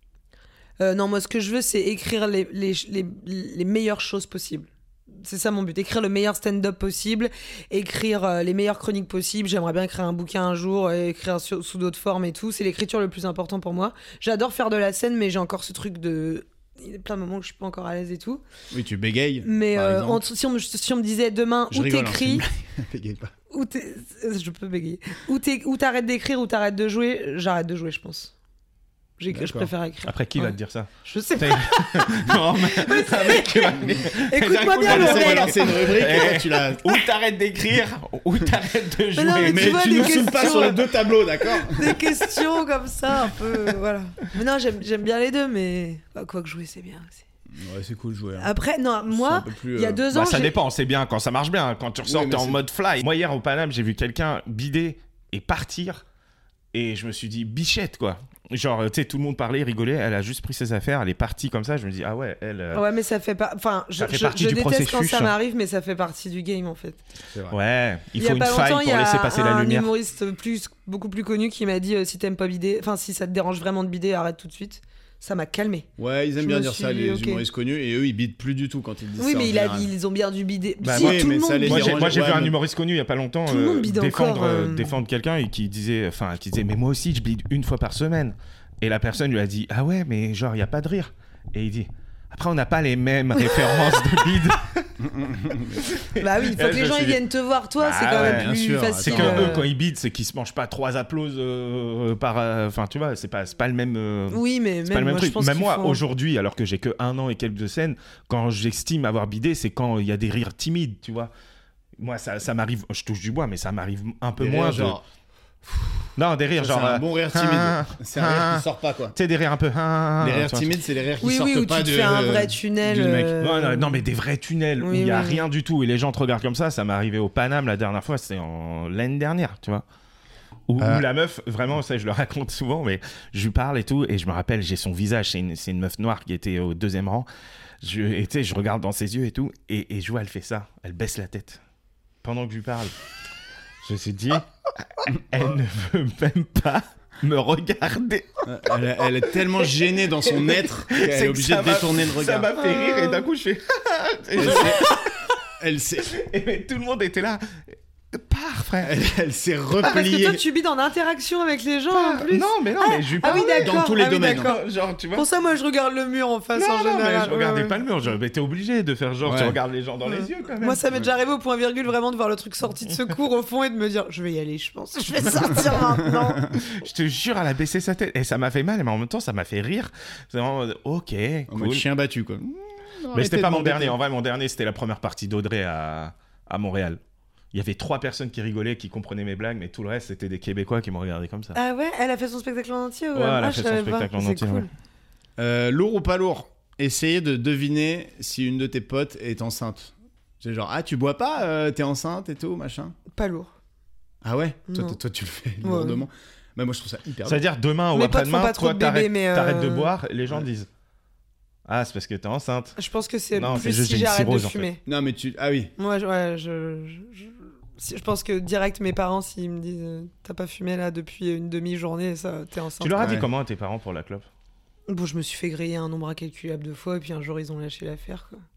Euh, non, moi, ce que je veux, c'est écrire les, les, les, les meilleures choses possibles. C'est ça mon but, écrire le meilleur stand-up possible, écrire euh, les meilleures chroniques possibles. J'aimerais bien écrire un bouquin un jour, et écrire sur- sous d'autres formes et tout. C'est l'écriture le plus important pour moi. J'adore faire de la scène, mais j'ai encore ce truc de... Il y a plein de moments où je suis pas encore à l'aise et tout. Oui, tu bégayes. Mais par euh, exemple. entre- si, on me, si on me disait demain, Je ou rigole, hein, t'écris, c'est- Bégaye pas. ou t'es- je peux bégayer, ou, t'es- ou t'arrêtes d'écrire, ou t'arrêtes de jouer, j'arrête de jouer, je pense. J'ai- Je D'accord. préfère écrire. Après, qui Ouais. va te dire ça? Je sais pas. Non, mais c'est un mec qui va venir. Écoute-moi D'un bien, coup, le on essaie de bordel. lancer une rubrique et toi, tu l'as. Ou t'arrêtes d'écrire, ou t'arrêtes de jouer. non, mais Mais tu vois, tu des nous saoules pas questions- sur les deux tableaux, d'accord Des questions comme ça, un peu. Voilà. Mais non, j'aime j'aime bien les deux, mais bah, quoi que jouer, c'est bien aussi. Ouais, c'est cool de jouer. hein. Après, non, C'est un moi, peu plus, il y a euh, deux Bah, ans. ça j'ai- dépend, c'est bien quand ça marche bien. Quand tu ressors, Oui, mais t'es en c'est- mode fly. Moi, hier au Paname, j'ai vu quelqu'un bider et partir. Et je me suis dit, bichette, quoi. Genre, tu sais, tout le monde parlait, rigolait. Elle a juste pris ses affaires, elle est partie comme ça. Je me dis, ah ouais, elle. euh, Ouais, mais ça fait pas. Enfin, je, Ça fait je- partie je du déteste quand processus, ça hein. m'arrive, mais ça fait partie du game en fait. C'est vrai. Ouais, il y faut a une pas faille longtemps, il y pour a laisser passer la un lumière. humoriste plus, beaucoup plus connu qui m'a dit euh, si t'aimes pas bider, enfin si ça te dérange vraiment de bider, arrête tout de suite. Ça m'a calmé. Ouais, ils aiment Je bien me dire suis ça, dit, les ok. humoristes connus, et eux ils bident plus du tout quand ils disent Oui, ça. mais en il a, général. ils ont bien dû bider. Bah, Si, moi- tout mais le ça monde les Moi, bide. j'ai, moi, j'ai Ouais, vu un mais- humoriste connu il y a pas longtemps Tout le monde euh, bide défendre, encore, euh, euh. défendre quelqu'un et qui disait, enfin, qui disait, mais moi aussi je bide une fois par semaine. Et la personne lui a dit, ah ouais, mais genre il y a pas de rire. Et il dit, après on n'a pas les mêmes références de bide. Bah oui, il faut Ouais, que je les gens me ils suis dit- viennent te voir, toi, Bah c'est quand ouais, même bien plus sûr. facile. C'est que euh. eux quand ils bident, c'est qu'ils se mangent pas trois applauses euh, par, euh, enfin tu vois, c'est pas, c'est pas le même. euh, Oui, mais C'est pas même le même moi, je truc. pense Même qu'il moi, faut- aujourd'hui, alors que j'ai que un an et quelques de scène, quand j'estime avoir bidé, c'est quand il y a des rires timides, tu vois. Moi, ça, ça m'arrive, je touche du bois, mais ça m'arrive un peu Des moins. rires, de- genre. Non, des rires, Ça, genre. c'est euh, un bon rire timide. ah, C'est un rire ah. qui sort pas quoi. Tu sais, des rires un peu. ah, Les rires tu vois. timides, c'est les rires qui Oui, sortent oui, où pas tu te de. fais un vrai tunnel. du mec. euh, Non, non, non, mais des vrais tunnels où Oui, il y a oui, rien du tout et les gens te regardent comme ça. Ça m'est arrivé au Paname la dernière fois, c'était en l'année dernière, tu vois. Où, Euh. où la meuf, vraiment, ça je le raconte souvent, mais je lui parle et tout, et je me rappelle, j'ai son visage, c'est une, c'est une meuf noire qui était au deuxième rang. Je, et tu sais, je regarde dans ses yeux et tout, et, et je vois, elle fait ça, elle baisse la tête pendant que je lui parle. Je me suis dit, Elle ne veut même pas me regarder. Elle, elle est tellement gênée dans son être qu'elle C'est est que obligée ça de m'a- détourner le Ça regard. m'a fait rire et d'un coup je fais. et, Elle s'est, et mais tout le monde était là. Pars, frère. elle, elle s'est Ah, parce que repliée. toi, tu vis dans l'interaction avec les gens en plus. Non, mais non, mais je lui Ah oui, parlais. d'accord. dans tous les ah oui, domaines. d'accord. Genre, tu vois. Pour ça, moi, je regarde le mur en face Non, en non, mais général. je regardais Ouais, ouais. pas le mur. Je- Mais t'es obligé de faire genre, Ouais. tu regardes les gens dans les yeux quand même. Moi, ça m'est déjà arrivé au point virgule vraiment de voir le truc sorti de secours au fond et de me dire, je vais y aller, je pense. Je vais sortir maintenant. Je te jure, elle a baissé sa tête. Et ça m'a fait mal, mais en même temps, ça m'a fait rire. C'est vraiment, en mode, ok, En mode cool. chien battu, quoi. Mais c'était pas mon dernier. En vrai, mon dernier, c'était la première partie d'Audrey à, à Montréal. Il y avait trois personnes qui rigolaient, qui comprenaient mes blagues, mais tout le reste, c'était des Québécois qui me regardaient comme ça. Ah ouais, elle a fait son spectacle en entier ouais. Ouais, elle a Ah, fait je son savais pas. spectacle en C'est entier, cool. ouais. Euh, lourd ou pas lourd? Essayez de deviner si une de tes potes est enceinte. C'est genre, ah, tu bois pas, euh, t'es enceinte et tout, machin. Pas lourd. Ah ouais? Toi, Non. t- toi, tu le fais Ouais. lourdement. Bah, moi, je trouve ça hyper lourd. C'est-à-dire, demain ou Mes potes après-demain, font pas trop toi, de bébés, t'arrêtes mais, euh, t'arrêtes de boire, les gens Ouais. disent ah, c'est parce que t'es enceinte. Je pense que c'est Non, c'est plus juste si j'ai une j'arrête de cirrhose, en fait. fumer. Non, mais tu. Ah oui. Moi, je, ouais, je, je, je, si- je pense que direct, mes parents, s'ils me disent euh, t'as pas fumé là depuis une demi-journée, ça, t'es enceinte. Tu leur as dit Ouais. comment à tes parents pour la clope? Bon, je me suis fait griller un nombre incalculable de fois, et puis un jour, ils ont lâché l'affaire, quoi.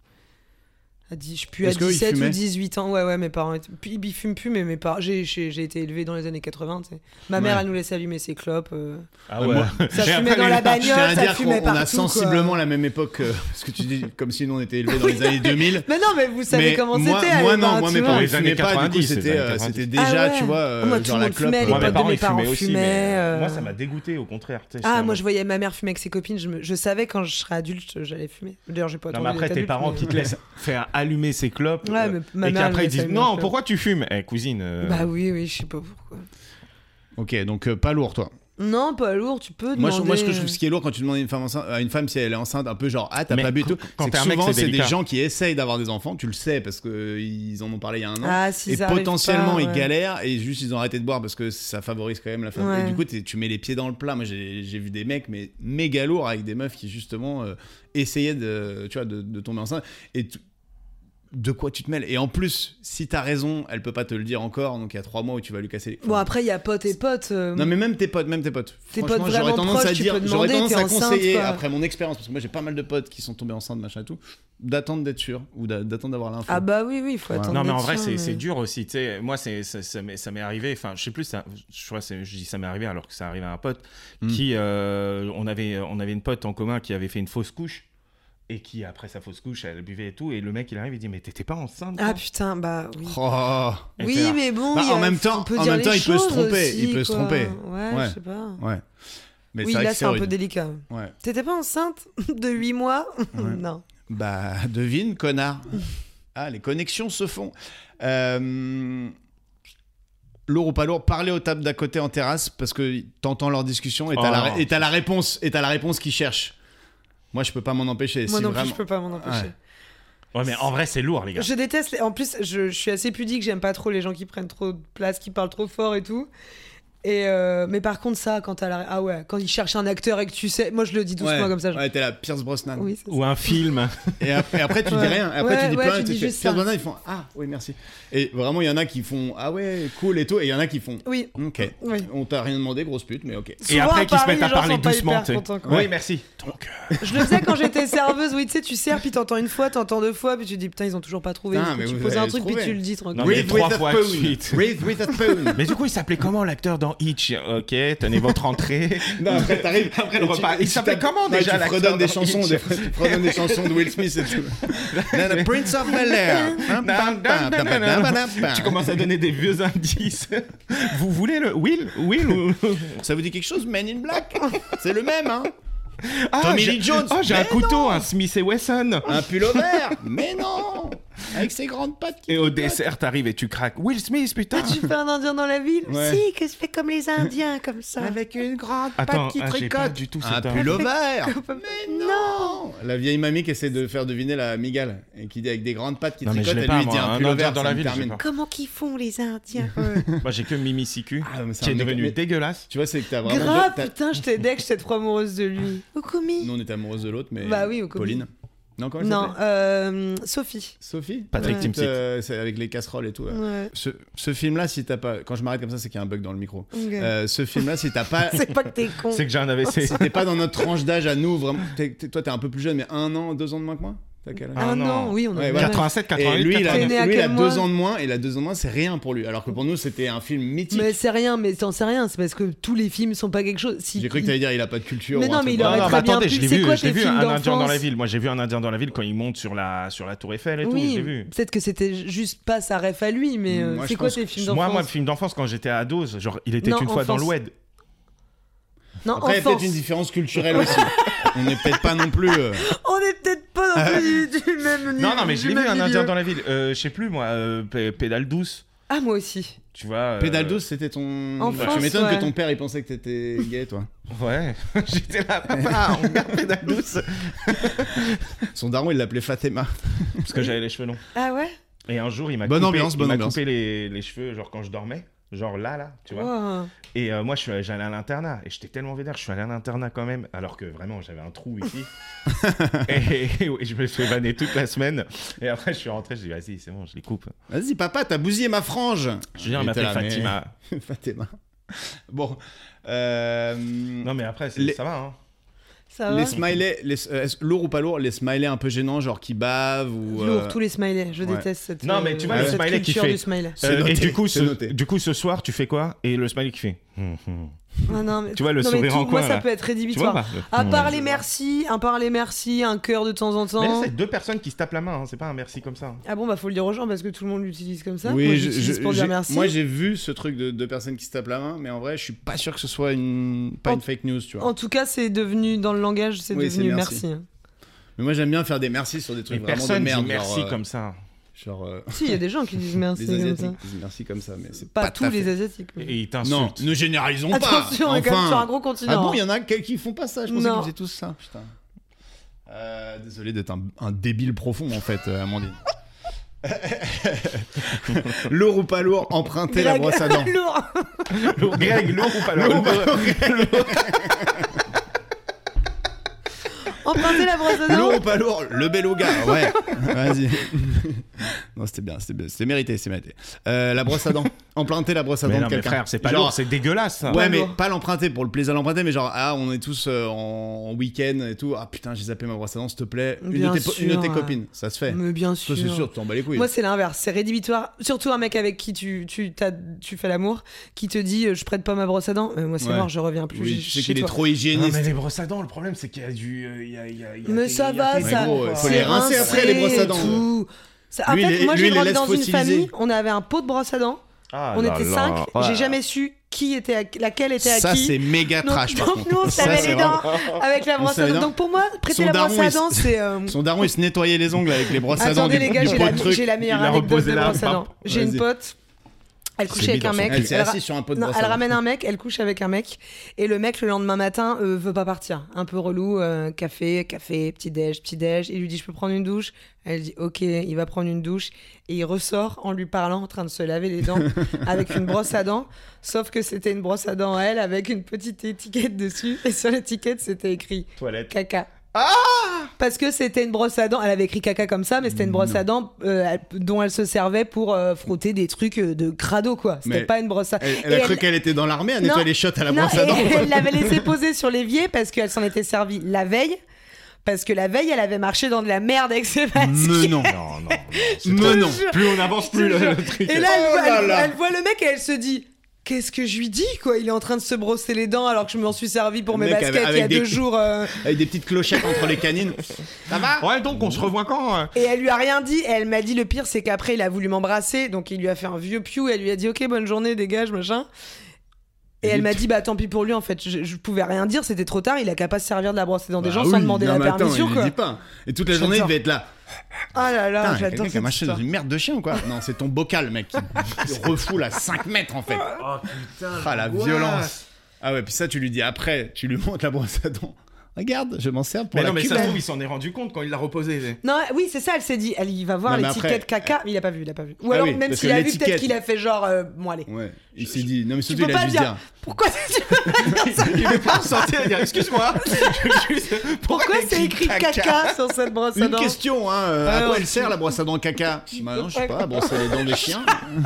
À dix, je suis plus à Est-ce qu'ils dix-sept ou fumaient dix-huit ans. Ouais, ouais, mes parents. étaient- Puis, ils fument plus, mais mes parents. J'ai, j'ai, j'ai été élevé dans les années quatre-vingts, tu sais. Ma mère, Ouais. elle nous laissait allumer ses clopes. euh. Ah Ouais, moi- Ça Et fumait après, dans les- la Je tiens bagnole, à ça dire fumait qu'on partout. a sensiblement quoi. la même époque, euh, parce que tu dis comme si nous on était élevés dans les années deux mille. Mais non, mais vous savez Mais comment moi, c'était. moi allez, non, bah, moi tu mes vois. parents Les ils fumaient années pas, du coup quatre-vingt-dix, c'était les euh, années c'était quatre-vingt-dix. déjà, Ah ouais. tu vois, euh, Moi, tout genre le la monde clope. fumait, euh, les Moi, mes potes de parents, mes ils fumaient parents aussi, fumaient, mais euh. moi, ça m'a dégoûté, au contraire. tu sais, Ah, j'étais moi en je voyais ma mère fumer avec ses copines, je, me... je savais quand je serais adulte, j'allais fumer. D'ailleurs, j'ai pas Non, attendu mais après, d'être tes adulte, parents mais- qui te laissent faire allumer ses clopes. Ouais, euh, mais ma et mère, qu'après, elle ils disent laissait non, allumer ma pourquoi tu fumes? Eh, cousine. euh, Bah oui, oui, je sais pas pourquoi. Ok, donc euh, pas lourd toi. Non, pas lourd, tu peux Moi, demander... je, moi, ce que je trouve ce qui est lourd quand tu demandes à une femme, enceinte, à une femme si elle est enceinte, un peu genre ah t'as Mais pas bu et quand- tout, quand c'est t'es que un mec, souvent c'est c'est des délicat. gens qui essayent d'avoir des enfants, tu le sais parce que euh, ils en ont parlé il y a un an. Ah, si Et ça arrive potentiellement pas, ils ouais. galèrent et juste ils ont arrêté de boire parce que ça favorise quand même la femme. Ouais. Et du coup t'es- tu mets les pieds dans le plat. Moi j'ai j'ai vu des mecs mais méga lourds avec des meufs qui justement euh, essayaient de tu vois de, de tomber enceinte et tu- de quoi tu te mêles. Et en plus si t'as raison elle peut pas te le dire encore donc il y a trois mois où tu vas lui casser les... Bon, après, il y a potes et potes. euh, Non mais même tes potes, même tes potes. Tes Franchement, potes j'aurais vraiment tendance à proches, tu dire, peux j'aurais demander, tendance t'es à enceinte, conseiller quoi. après mon expérience parce que moi j'ai pas mal de potes qui sont tombés enceintes machin et tout, d'attendre d'être sûr ou d'a- d'attendre d'avoir l'info. Ah bah oui, oui, il faut Ouais. attendre Non, mais en d'être vrai, sûr, c'est mais- c'est dur aussi. Tu sais, moi, c'est, ça, ça m'est ça m'est arrivé. Enfin, je sais plus, ça, je crois que c'est- je dis ça m'est arrivé alors que ça arrive à un pote Mm. qui. euh, on, avait, on avait une pote en commun qui avait fait une fausse couche et qui, après sa fausse couche, elle buvait et tout. Et le mec, il arrive, il dit mais t'étais pas enceinte? Ah toi putain, bah oui. Oh. Et t'es Oui, là. mais bon, Bah, il y a- en même temps- on peut en dire même temps, les il peut se choses tromper, aussi, il peut se quoi. tromper. Ouais, Ouais. je sais pas. Ouais. Mais Oui, vrai là que c'est un peu horrible. délicat. Ouais. T'étais pas enceinte de huit mois? Ouais. Non. Bah devine connard. Ah les connexions se font. Euh... Lourd ou pas lourd, parler aux tables d'à côté en terrasse parce que t'entends leur discussion et t'as Oh, la, non. et t'as la réponse et t'as la réponse qu'ils cherchent. Moi je peux pas m'en empêcher. Moi si non vraiment... plus, je peux pas m'en empêcher. Ouais, Ouais. mais en vrai, c'est lourd, les gars. Je déteste. les- En plus, je, je suis assez pudique, j'aime pas trop les gens qui prennent trop de place, qui parlent trop fort et tout. Et euh, mais par contre, ça, quand t'as la... Ah ouais, quand ils cherchent un acteur et que tu sais. Moi, je le dis doucement Ouais. comme ça. je- Ouais, t'es là, Pierce Brosnan. Oui, c'est ça. Ou un film. Et après, et après, tu dis Ouais. rien. Et après, Ouais, tu dis ouais, plus tu rien. dis Tu fais, juste Pierce ça. Brosnan, ils font ah oui merci. Et vraiment, il y en a qui font ah ouais cool et tout. Et il y en a qui font Oui. ok. Oui. On t'a rien demandé, grosse pute, mais ok. Et Souvent, après, à qui se Paris, mettent à les gens parler sont pas doucement. hyper tu sais. contents, quoi. Oui, merci. Donc, Je le faisais quand j'étais serveuse. Oui, tu sais, tu sers, puis t'entends une fois, t'entends deux fois, puis tu te dis putain, ils ont toujours pas trouvé. Putain, Du coup, mais tu vous poses un allez truc, puis trouver. tu le dis tranquille. Non, mais Read trois with a fois de spoon. suite. Read with a spoon. Mais du coup, il s'appelait comment l'acteur dans Hitch? Ok, tenez votre entrée. Non, après, t'arrives. Après le et tu- repas. et Il tu s'appelait tapes- comment Ouais, déjà Tu l'acteur fredonnes des dans chansons, Hitch des, tu fredonnes des chansons de Will Smith et tout. Then the Prince of Bel-Air. Tu commences à donner des vieux indices. Vous voulez le Will Will ou... Ça vous dit quelque chose, Men in Black? C'est le même, hein? Ah, Tommy j'ai- Lee Jones. Oh, j'ai un Mais couteau, non. un Smith et Wesson. Un pull au vert. Mais non. Avec ses grandes pattes. qui Et au flottent. dessert, t'arrives et tu craques. Will Smith, putain. Ah, tu fais un indien dans la ville? Ouais. Si, que je fais comme les indiens, comme ça. Avec une grande Attends, patte qui ah, j'ai pas tricote. du tout Un cette pull au info. vert. Mais non. La vieille mamie qui essaie de faire deviner la migale et qui dit avec des grandes pattes qui Non, mais je tricotent, l'ai elle pas, lui moi, dit un un pull au Indien vert dans ça la me ville, je sais termine. pas. Comment qu'ils font les indiens? Moi, j'ai que Mimi Siku, Ah, mais c'est qui un est mec- devenu mais- dégueulasse. Tu vois, c'est que t'as vraiment. Grave, deux- t'as- putain, je t'ai dès que j'étais trop amoureuse de lui. Okumi. Nous, on était amoureuses de l'autre, mais. Bah oui, au Kobe. Pauline. Non, comment elle Non, s'appelait euh, Sophie. Sophie Patrick Ouais. Timsit. Euh, c'est avec les casseroles et tout. là. Ouais. Ce, ce film-là, si t'as pas. Quand je m'arrête comme ça, c'est qu'il y a un bug dans le micro. Ok. Euh, ce film-là, si t'as pas. C'est pas que t'es con. C'est que j'ai un A V C. Si t'es pas dans notre tranche d'âge à nous, vraiment. t'es- t'es- toi, t'es un peu plus jeune, mais un an, deux ans de moins que moi. T'as quel âge Ah Ah non, non. oui, on a Ouais, le voilà. même âge. quatre-vingt-sept, Et quatre-vingt-huit, lui, il a, T'es né à lui, il a quel deux mois ans de moins, et il a deux ans de moins, c'est rien pour lui. Alors que pour nous, c'était un film mythique. Mais c'est rien, mais t'en sais rien, c'est parce que tous les films sont pas quelque chose. Si, J'ai cru que t'allais dire il a pas de culture. Mais ou non, un mais truc il comme aurait ça. non, très mais bien attendez, pu. je l'ai C'est vu, quoi je l'ai tes vu films un Indien dans d'enfance la ville. Moi, j'ai vu un Indien dans la ville quand il monte sur la sur la Tour Eiffel et tout. Oui, J'ai vu. peut-être que c'était juste pas sa ref à lui, mais euh, Moi, c'est je quoi pense tes que- films d'enfance? Moi, moi, le film d'enfance quand j'étais ado, genre, il était Non, une fois dans le enfance. Wed. Non, Après, il y a enfance. peut-être une différence culturelle aussi. On n'est peut-être pas non plus. euh, On est peut-être pas non plus du, du même niveau. Non, non, mais je du l'ai vu même un milieu. Indien dans la ville. Euh, je sais plus moi, euh, P- Pédale douce. Ah, moi aussi. Tu vois. euh, Pédale douce, c'était ton. Enfance, tu m'étonnes ouais. que ton père il pensait que t'étais gay, toi. Ouais, j'étais là, papa, on regarde Pédale douce. Son daron, il l'appelait Fatima. Parce que j'avais les cheveux longs. Ah ouais? Et un jour, il m'a Bonne coupé, ambiance, il bonne m'a ambiance. coupé les, les cheveux, genre quand je dormais. Genre là, là, tu vois. Oh. Et euh, moi, je suis, j'allais à l'internat. Et j'étais tellement vénère, je suis allé à l'internat quand même. Alors que vraiment, j'avais un trou ici. et, et- et je me suis fait vanner toute la semaine. Et après, je suis rentré, je dis, vas-y, c'est bon, je les coupe. Vas-y, papa, t'as bousillé ma frange. Je veux dire, Il il était m'appelle là, mais- Fatima. Fatima. Bon. Euh... Non, mais après, c'est- Les- ça va, hein. Ça va? Les smileys, les, euh, est-ce- lourd ou pas lourd, les smileys un peu gênants, genre qui bavent ou. Lourd, euh, tous les smileys. Je ouais. déteste cette. Non, mais tu vois, euh, le cette smiley qui culture fait- du smiley. C'est Euh, noté, et du coup, c'est ce, noté. du coup, ce soir, tu fais quoi? Et le smiley qui fait. Hum, hum. Ah, non, mais- Tu vois, le non, mais sourire tout- en coin, Moi, ça là. peut être Tu vois rédhibitoire. pas À part Ouais, les je- merci, à part les merci, un cœur de temps en Mais là, temps. c'est deux personnes qui se tapent la main, hein. C'est pas un merci comme ça. Ah bon, bah faut le dire aux gens parce que tout le monde l'utilise comme ça. Oui, moi, je- j'utilise je- pour j'ai- dire merci. moi j'ai vu ce truc de deux personnes qui se tapent la main, mais en vrai, je suis pas sûr que ce soit une pas En- une fake news, tu vois. En tout cas, c'est devenu dans le langage, c'est Oui, c'est devenu merci. merci. Mais moi j'aime bien faire des merci sur des Mais trucs vraiment de personne merde, dit merci genre, euh, comme ça. genre euh, Si, il y a des gens qui disent merci les comme asiatiques ça. disent merci comme ça, mais c'est Pas, pas, tous tout à les fait. asiatiques. mais- Et ils Non, t'insultent. ne généralisons Attention, on pas. est quand même Enfin. sur un gros continent. Ah bon, hein. il y en a qui qui font pas ça. Je pensais Non. qu'ils faisaient tous ça. Putain. Euh, désolé d'être un, un débile profond en fait, euh, Amandine. Lourd ou pas lourd, emprunter la Greg- brosse à dents. Lourd. Lourd, Greg, lourd ou pas Lourd lourd ou pas lourd Emprunter la brosse à dents. Lourd ou pas lourd, le beluga, ouais. Vas-y. Non, c'était bien, c'était bien, c'était mérité, c'est mérité. Euh, la brosse à dents, emprunter la brosse à dents Mais de non, mais quelqu'un. frère, c'est pas Genre- lourd, c'est dégueulasse ça. Ouais, Pas mais lourd. pas l'emprunter pour le plaisir de l'emprunter, mais genre, ah, on est tous euh, en, en week-end et tout. Ah putain, j'ai zappé ma brosse à dents, s'il te plaît. Une Bien de tes, po- sûr, une de tes ouais. copines, ça se fait. Mais bien Toi, sûr. c'est sûr, tu t'en bats les couilles. Moi, c'est l'inverse. C'est rédhibitoire. Surtout un mec avec qui tu, tu, t'as- tu fais l'amour, qui te dit euh, je prête pas ma brosse à dents. Euh, moi, c'est Ouais. mort, je reviens plus oui, chez- je sais chez qu'il est toi. trop Non, hygiéniste. mais les brosses à dents, le problème c'est qu'il y a du. euh, il y a- il y a- il y a Mais des- ça il y a va, des- ça. gros, euh, faut c'est les rincer rincé après, les brosses à et dents. tout. Ça- en Lui, fait, il les- moi, lui, j'ai il les grandi laisse dans une fossiliser. famille, on avait un pot de brosse à dents, Ah on là était là. cinq, Ouais. j'ai jamais su qui était à- laquelle était à Ça, qui. c'est méga Donc, trash, par donc contre. nous, on se Ça, lavait c'est les dents vraiment- avec la On brosse se à lavait dents. les Donc pour moi, prêter Son la daron, brosse à il se- dents, c'est... euh, Son daron, il se nettoyait les ongles avec les brosses à dents. Attendez du- les gars, du j'ai pot la, de truc. j'ai la meilleure Il a anecdote reposé de la brosse à pape. dents. J'ai une Vas-y. pote, elle C'est couche mis avec dans un son- mec. Elle s'est elle ra- assise sur un pot de Non, brosse à elle dents. ramène un mec, elle couche avec un mec, et le mec le lendemain matin euh, veut pas partir, un peu relou, euh, café, café, petit déj, petit déj, il lui dit je peux prendre une douche, elle dit ok, il va prendre une douche, et il ressort en lui parlant, en train de se laver les dents avec une brosse à dents, sauf que c'était une brosse à dents à elle avec une petite étiquette dessus, et sur l'étiquette c'était écrit Toilette. caca. Parce que c'était une brosse à dents, elle avait écrit caca comme ça, mais c'était une brosse à dents euh, elle- dont elle se servait pour euh, frotter des trucs euh, de crado quoi. C'était Mais pas une brosse à Elle, elle Et a cru elle- qu'elle était dans l'armée à Non. nettoyer les shots à la Non, brosse à et dents. elle l'avait laissé poser sur l'évier parce qu'elle s'en était servie la veille. Parce que la veille, elle avait marché dans de la merde avec ses baskets. Mais non. Non, non, non. c'est Mais trop- non. Plus on avance, plus le, le truc. Et là, elle, Oh voit, là elle- là. elle voit le mec et elle se dit qu'est-ce que je lui dis quoi. Il est en train de se brosser les dents alors que je m'en suis servi pour Le mes mec baskets avec- il y a avec des- deux jours. euh, Avec des petites clochettes entre les canines. Ça va Ouais, donc on se revoit quand euh Et elle lui a rien dit. Et elle m'a dit le pire, c'est qu'après, il a voulu m'embrasser. Donc il lui a fait un vieux piou. Elle lui a dit ok, bonne journée, dégage, machin. Et Et elle lui- m'a dit bah tant pis pour lui en fait. Je, je pouvais rien dire, c'était trop tard. Il a qu'à pas se servir de la brosse à dents des Bah gens oui, sans demander non, la mais attends, permission il lui quoi. dit pas. Et toute la J'adore. journée, il devait être là. Ah là là, Putain, il y a j'adore quelqu'un qui a cette marché dans histoire. une merde de chien ou quoi Non, c'est ton bocal, mec, qui qui refoule à cinq mètres en fait. Oh putain. Ah, la violence. Ah ouais, puis ça, tu lui dis après, tu lui montres la brosse à dents. Regarde, je m'en sers pour Mais la non, mais ça se cubaine. trouve, il s'en est rendu compte quand il l'a reposé. Non, oui, c'est ça, elle s'est dit, elle, il va voir Non, mais l'étiquette après- caca, mais il a pas vu, il a pas vu. Ou Ah alors, oui, même parce s'il que a vu, l'étiquette- peut-être qu'il a fait genre, euh, bon, allez. Ouais, il s'est dit. Non, mais Tu surtout, peux il a pas dû dire, dire. pourquoi tu Il veut pas sortir et dire excuse-moi. Juste, Pourquoi il y a c'est écrit caca sur cette brosse à Une dents? question, hein. euh, Ah à non, quoi elle tu- sert la brosse à dents caca? Bah non, je sais pas, brosser les dents des chiens.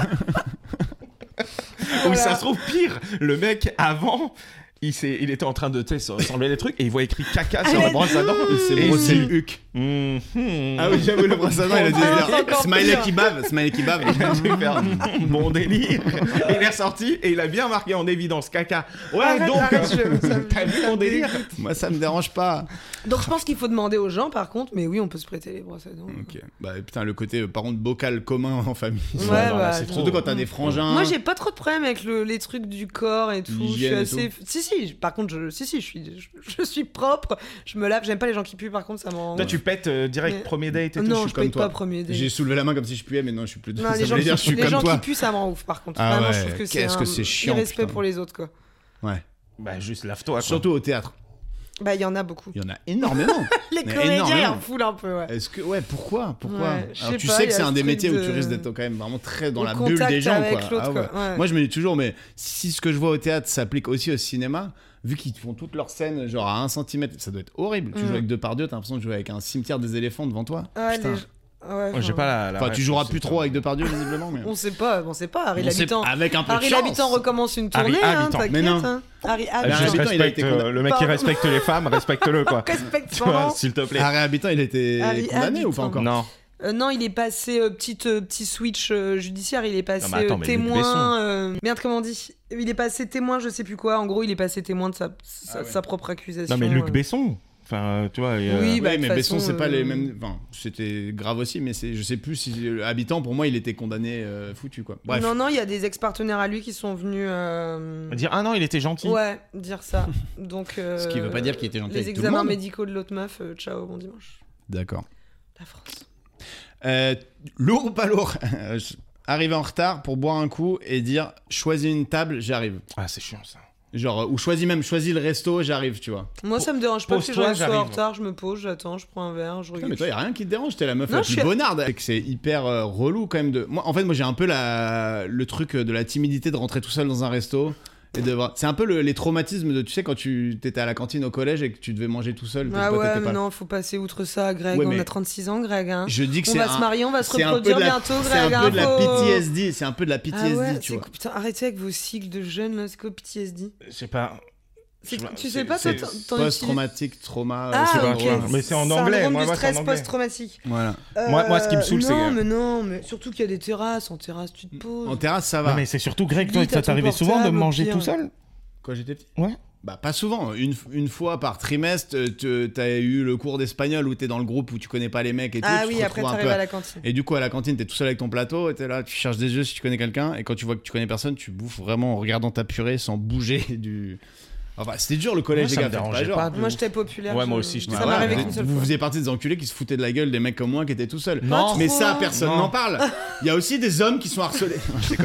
Ou ça se trouve pire, le mec avant, il, s'est- il était en train de tu sais, s'enlever les trucs et il voit écrit caca sur la brosse à dents. Il s'est Et brossé il- le huc. Mhm. Ah oui, j'avoue, le brosse à dents, il a dû Ah, c'est dire encore smiley pire. qui bave, smiley qui bave. Il a dû faire bon délire. Et il est ressorti et il a bien marqué en évidence caca. Ouais, Arrête, donc, arrête, euh, je- ça me- t'as vu ça mon me délire? dégoûte. Moi, ça me dérange pas. Donc je pense qu'il faut demander aux gens, par contre, mais oui, on peut se prêter les brosses à dents. Ok. Bah putain, le côté, euh, par contre, bocal commun en famille. Ouais, Ouais, non, là, bah, c'est non. surtout quand t'as des frangins. Moi, j'ai pas trop de problème avec le- les trucs du corps et tout. Je suis L'hygiène et assez. Si, si. Par contre, je, si, si, je suis, je, je suis propre. Je me lave. J'aime pas les gens qui puent. Par contre, ça m'en. Toi, tu pètes euh, direct Mais- premier date et tout. non, suis je comme pète toi. pas premier date. J'ai soulevé la main comme si je puais, mais non, je suis plus. Non, ça les gens, veut dire, qui, je suis les comme gens toi. qui puent, ça m'en ouf. Par contre, Ah vraiment, ouais, je trouve que c'est qu'est-ce que un c'est chiant, irrespect putain. pour les autres, quoi. Ouais. Bah, juste lave-toi. quoi. Surtout au théâtre. Bah, il y en a beaucoup. Il y en a énormément. Les Mais comédiens, ils énormément. en foulent un peu, ouais. Est-ce que ouais, pourquoi, pourquoi Ouais, je Alors sais tu pas, sais il que y a c'est ce un des truc métiers où tu de- risques d'être quand même vraiment très dans Au la bulle contact des gens, avec quoi. l'autre, Ah ouais. quoi, ouais. Moi, je me dis toujours, mais si ce que je vois au théâtre s'applique aussi au cinéma, vu qu'ils font toutes leurs scènes genre à un centimètre, ça doit être horrible. Tu Mm. joues avec Depardieu, t'as l'impression de jouer avec un cimetière des éléphants devant toi. Ouais, Putain. les- ouais, Ouais, J'ai enfin, pas la. la Enfin, tu ref, joueras c'est plus pas- trop avec Depardieu visiblement, mais. On sait pas, on sait pas. Harry On sait- l'habitant. avec un peu de Harry chance. l'habitant recommence une Harry tournée, hein, Habitant. t'inquiète. Mais non. hein. Harry Ah, Harry je Habitant. Habitant, il a respecte, été euh, condamné. le mec qui Pardon. respecte les femmes, respecte-le quoi. Respecte Tu son vois, nom. s'il te plaît. Harry Habitant, il a été Harry condamné ou pas Habitant. encore? Non. Euh, non, il est passé euh, petite, euh, petit switch euh, judiciaire. Il est passé Non, mais attends, euh, mais Luc Besson. témoin. euh, Merde, comment on dit? Il est passé témoin, je sais plus quoi. En gros, il est passé témoin de sa, sa, Ah ouais. sa propre accusation. Non, mais Luc euh. Besson. Enfin, euh, tu vois. et, euh, Oui, bah, Oui, de mais toute Besson, façon, c'est pas euh, les mêmes. Enfin, c'était grave aussi, mais c'est, je sais plus si euh, Habitant, pour moi, il était condamné euh, foutu quoi. Bref. Non, non, il y a des ex-partenaires à lui qui sont venus. euh, Dire ah non, il était gentil. Ouais, dire ça. Donc. euh, Ce qui veut pas dire qu'il était gentil Les avec tout le examens monde. médicaux de l'autre meuf, euh, ciao, bon dimanche. D'accord. La France. Euh, lourd ou pas lourd? Arriver en retard pour boire un coup et dire choisis une table, j'arrive. Ah, c'est chiant ça. Genre, ou choisis même, choisis le resto, j'arrive, tu vois. Moi, ça me dérange pas que les Pose-toi, gens soient en j'arrive. retard. Je me pose, j'attends, je prends un verre, je Putain, regarde. mais toi, y a rien qui te dérange, t'es la meuf Non, la je plus suis- bonarde. Et que c'est hyper euh, relou quand même de. Moi, en fait, moi j'ai un peu la... le truc de la timidité de rentrer tout seul dans un resto. Et de voir... C'est un peu le- les traumatismes de, tu sais, quand tu étais à la cantine au collège et que tu devais manger tout seul. tes Ah potes ouais, étaient mais pas- non, faut passer outre ça, Greg. Ouais, on mais- a trente-six ans, Greg. Hein. Je dis que On c'est va un... se marier, on va se c'est un peu reproduire de la- bientôt, C'est Greg. un peu hein, de la faut- P T S D, c'est un peu de la P T S D, Ah ouais, tu c'est vois. quoi- Putain, arrêtez avec vos cycles de jeunes, là. C'est quoi P T S D? Je sais pas. C'est- Je- Tu c'est- sais pas, toi, c'est t'en- t'en utilises- Post-traumatique, trauma. euh, Ah, c'est pas, ok. je vois. Mais c'est en anglais, Syndrome moi, du moi, c'est en stress anglais. post-traumatique. Voilà. Moi- moi, ce qui me saoule, Euh, c'est Non, que- mais non, mais surtout qu'il y a des terrasses. En terrasse, tu te poses. En terrasse, ça va. Non, mais c'est surtout Greg, Tu toi, dis, t'as ça ton t'arrivait souvent de portable, manger au pire. tout seul? Quand j'étais petit. Ouais. Bah pas souvent, une, une fois par trimestre, tu t'as eu le cours d'espagnol où t'es dans le groupe où tu connais pas les mecs et tout. Ah tu oui, te après retrouves un t'arrives peu à la cantine. Et du coup à la cantine t'es tout seul avec ton plateau et t'es là, tu cherches des yeux si tu connais quelqu'un et quand tu vois que tu connais personne tu bouffes vraiment en regardant ta purée sans bouger du... Enfin c'était dur le collège Moi, les ça gars, me faites dérangeait genre. pas. de Moi, ouf. j'étais populaire. Ouais, moi je- aussi, j'étais Ça Ouais, m'est ouais, arrivé vous- qu'une seule vous fois. faisiez partie des enculés qui se foutaient de la gueule des mecs comme moi qui étaient tout seuls. Non. Mais trop. ça personne Non. n'en parle. Il y a aussi des hommes qui sont harcelés. Je déconne.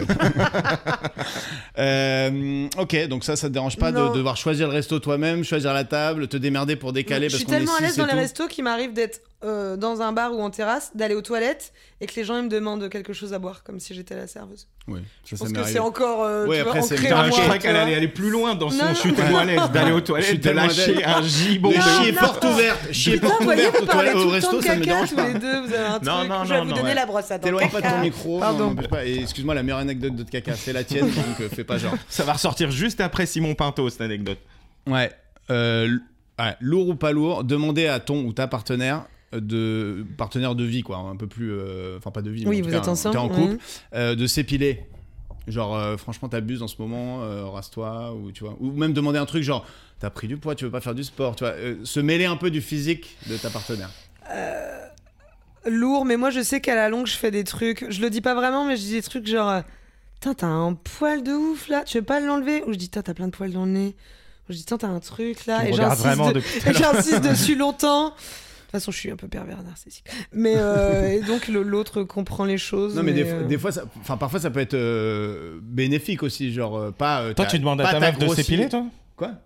Euh, ok, donc ça, ça te dérange pas de Non. devoir choisir le resto toi-même, choisir la table, te démerder pour décaler Je parce suis qu'on est tellement à six l'aise et dans les tout. restos qu'il m'arrive d'être euh, dans un bar ou en terrasse, d'aller aux toilettes et que les gens ils me demandent quelque chose à boire, comme si j'étais la serveuse. Oui, ça, Je ça pense m'est que arrivé. c'est encore euh, Ouais, tu vois, après, c'est ancré le en temps. Je moi, croyais tu qu'elle vois. allait aller plus loin dans son Non, je suis non. tellement à l'aise d'aller aux Je suis toilettes, de tellement lâcher d'aise. un gibon De de... chier porte ouverte, chier Putain, porte vous voyez, ouverte vous au, parlez toilette- tout au le temps resto, de ça me caca dérange tous pas. les deux, vous avez un Non, truc. non, Je vais non, vous non, donner ouais. la brosse à dents. T'éloigne pas de ton Caca. micro. Pardon. non, n'empêche pas. Et excuse-moi, la meilleure anecdote de caca, c'est la tienne, donc euh, fais pas genre. Ça va ressortir juste après Simon Pinto, cette anecdote. Ouais. Euh, l- ouais, lourd ou pas lourd, demander à ton ou ta partenaire euh, de partenaire de vie quoi, un peu plus, euh, enfin pas de vie. mais Oui, en tout vous cas, êtes ensemble. T'es en couple, ouais. euh, de s'épiler. Genre euh, franchement t'abuses en ce moment, euh, rase-toi ou tu vois, ou même demander un truc genre t'as pris du poids, tu veux pas faire du sport, tu vois, euh, se mêler un peu du physique de ta partenaire. Lourd, mais moi je sais qu'à la longue je fais des trucs. Je le dis pas vraiment, mais je dis des trucs genre euh, Putain, t'as un poil de ouf là, tu veux pas l'enlever? Ou je dis Putain, t'as plein de poils dans le nez. Ou je dis Putain, t'as un truc là. Tu me Et regardes j'insiste vraiment de- depuis tout à et j'insiste dessus longtemps. De toute façon, je suis un peu pervers narcissique. Mais euh, et donc le- l'autre comprend les choses. Non mais, des, euh, des fois, ça- enfin parfois ça peut être euh, bénéfique aussi, genre euh, pas. euh, Toi, t'as- tu demandes à pas ta t'as meuf de grossi- s'épiler, toi? Quoi?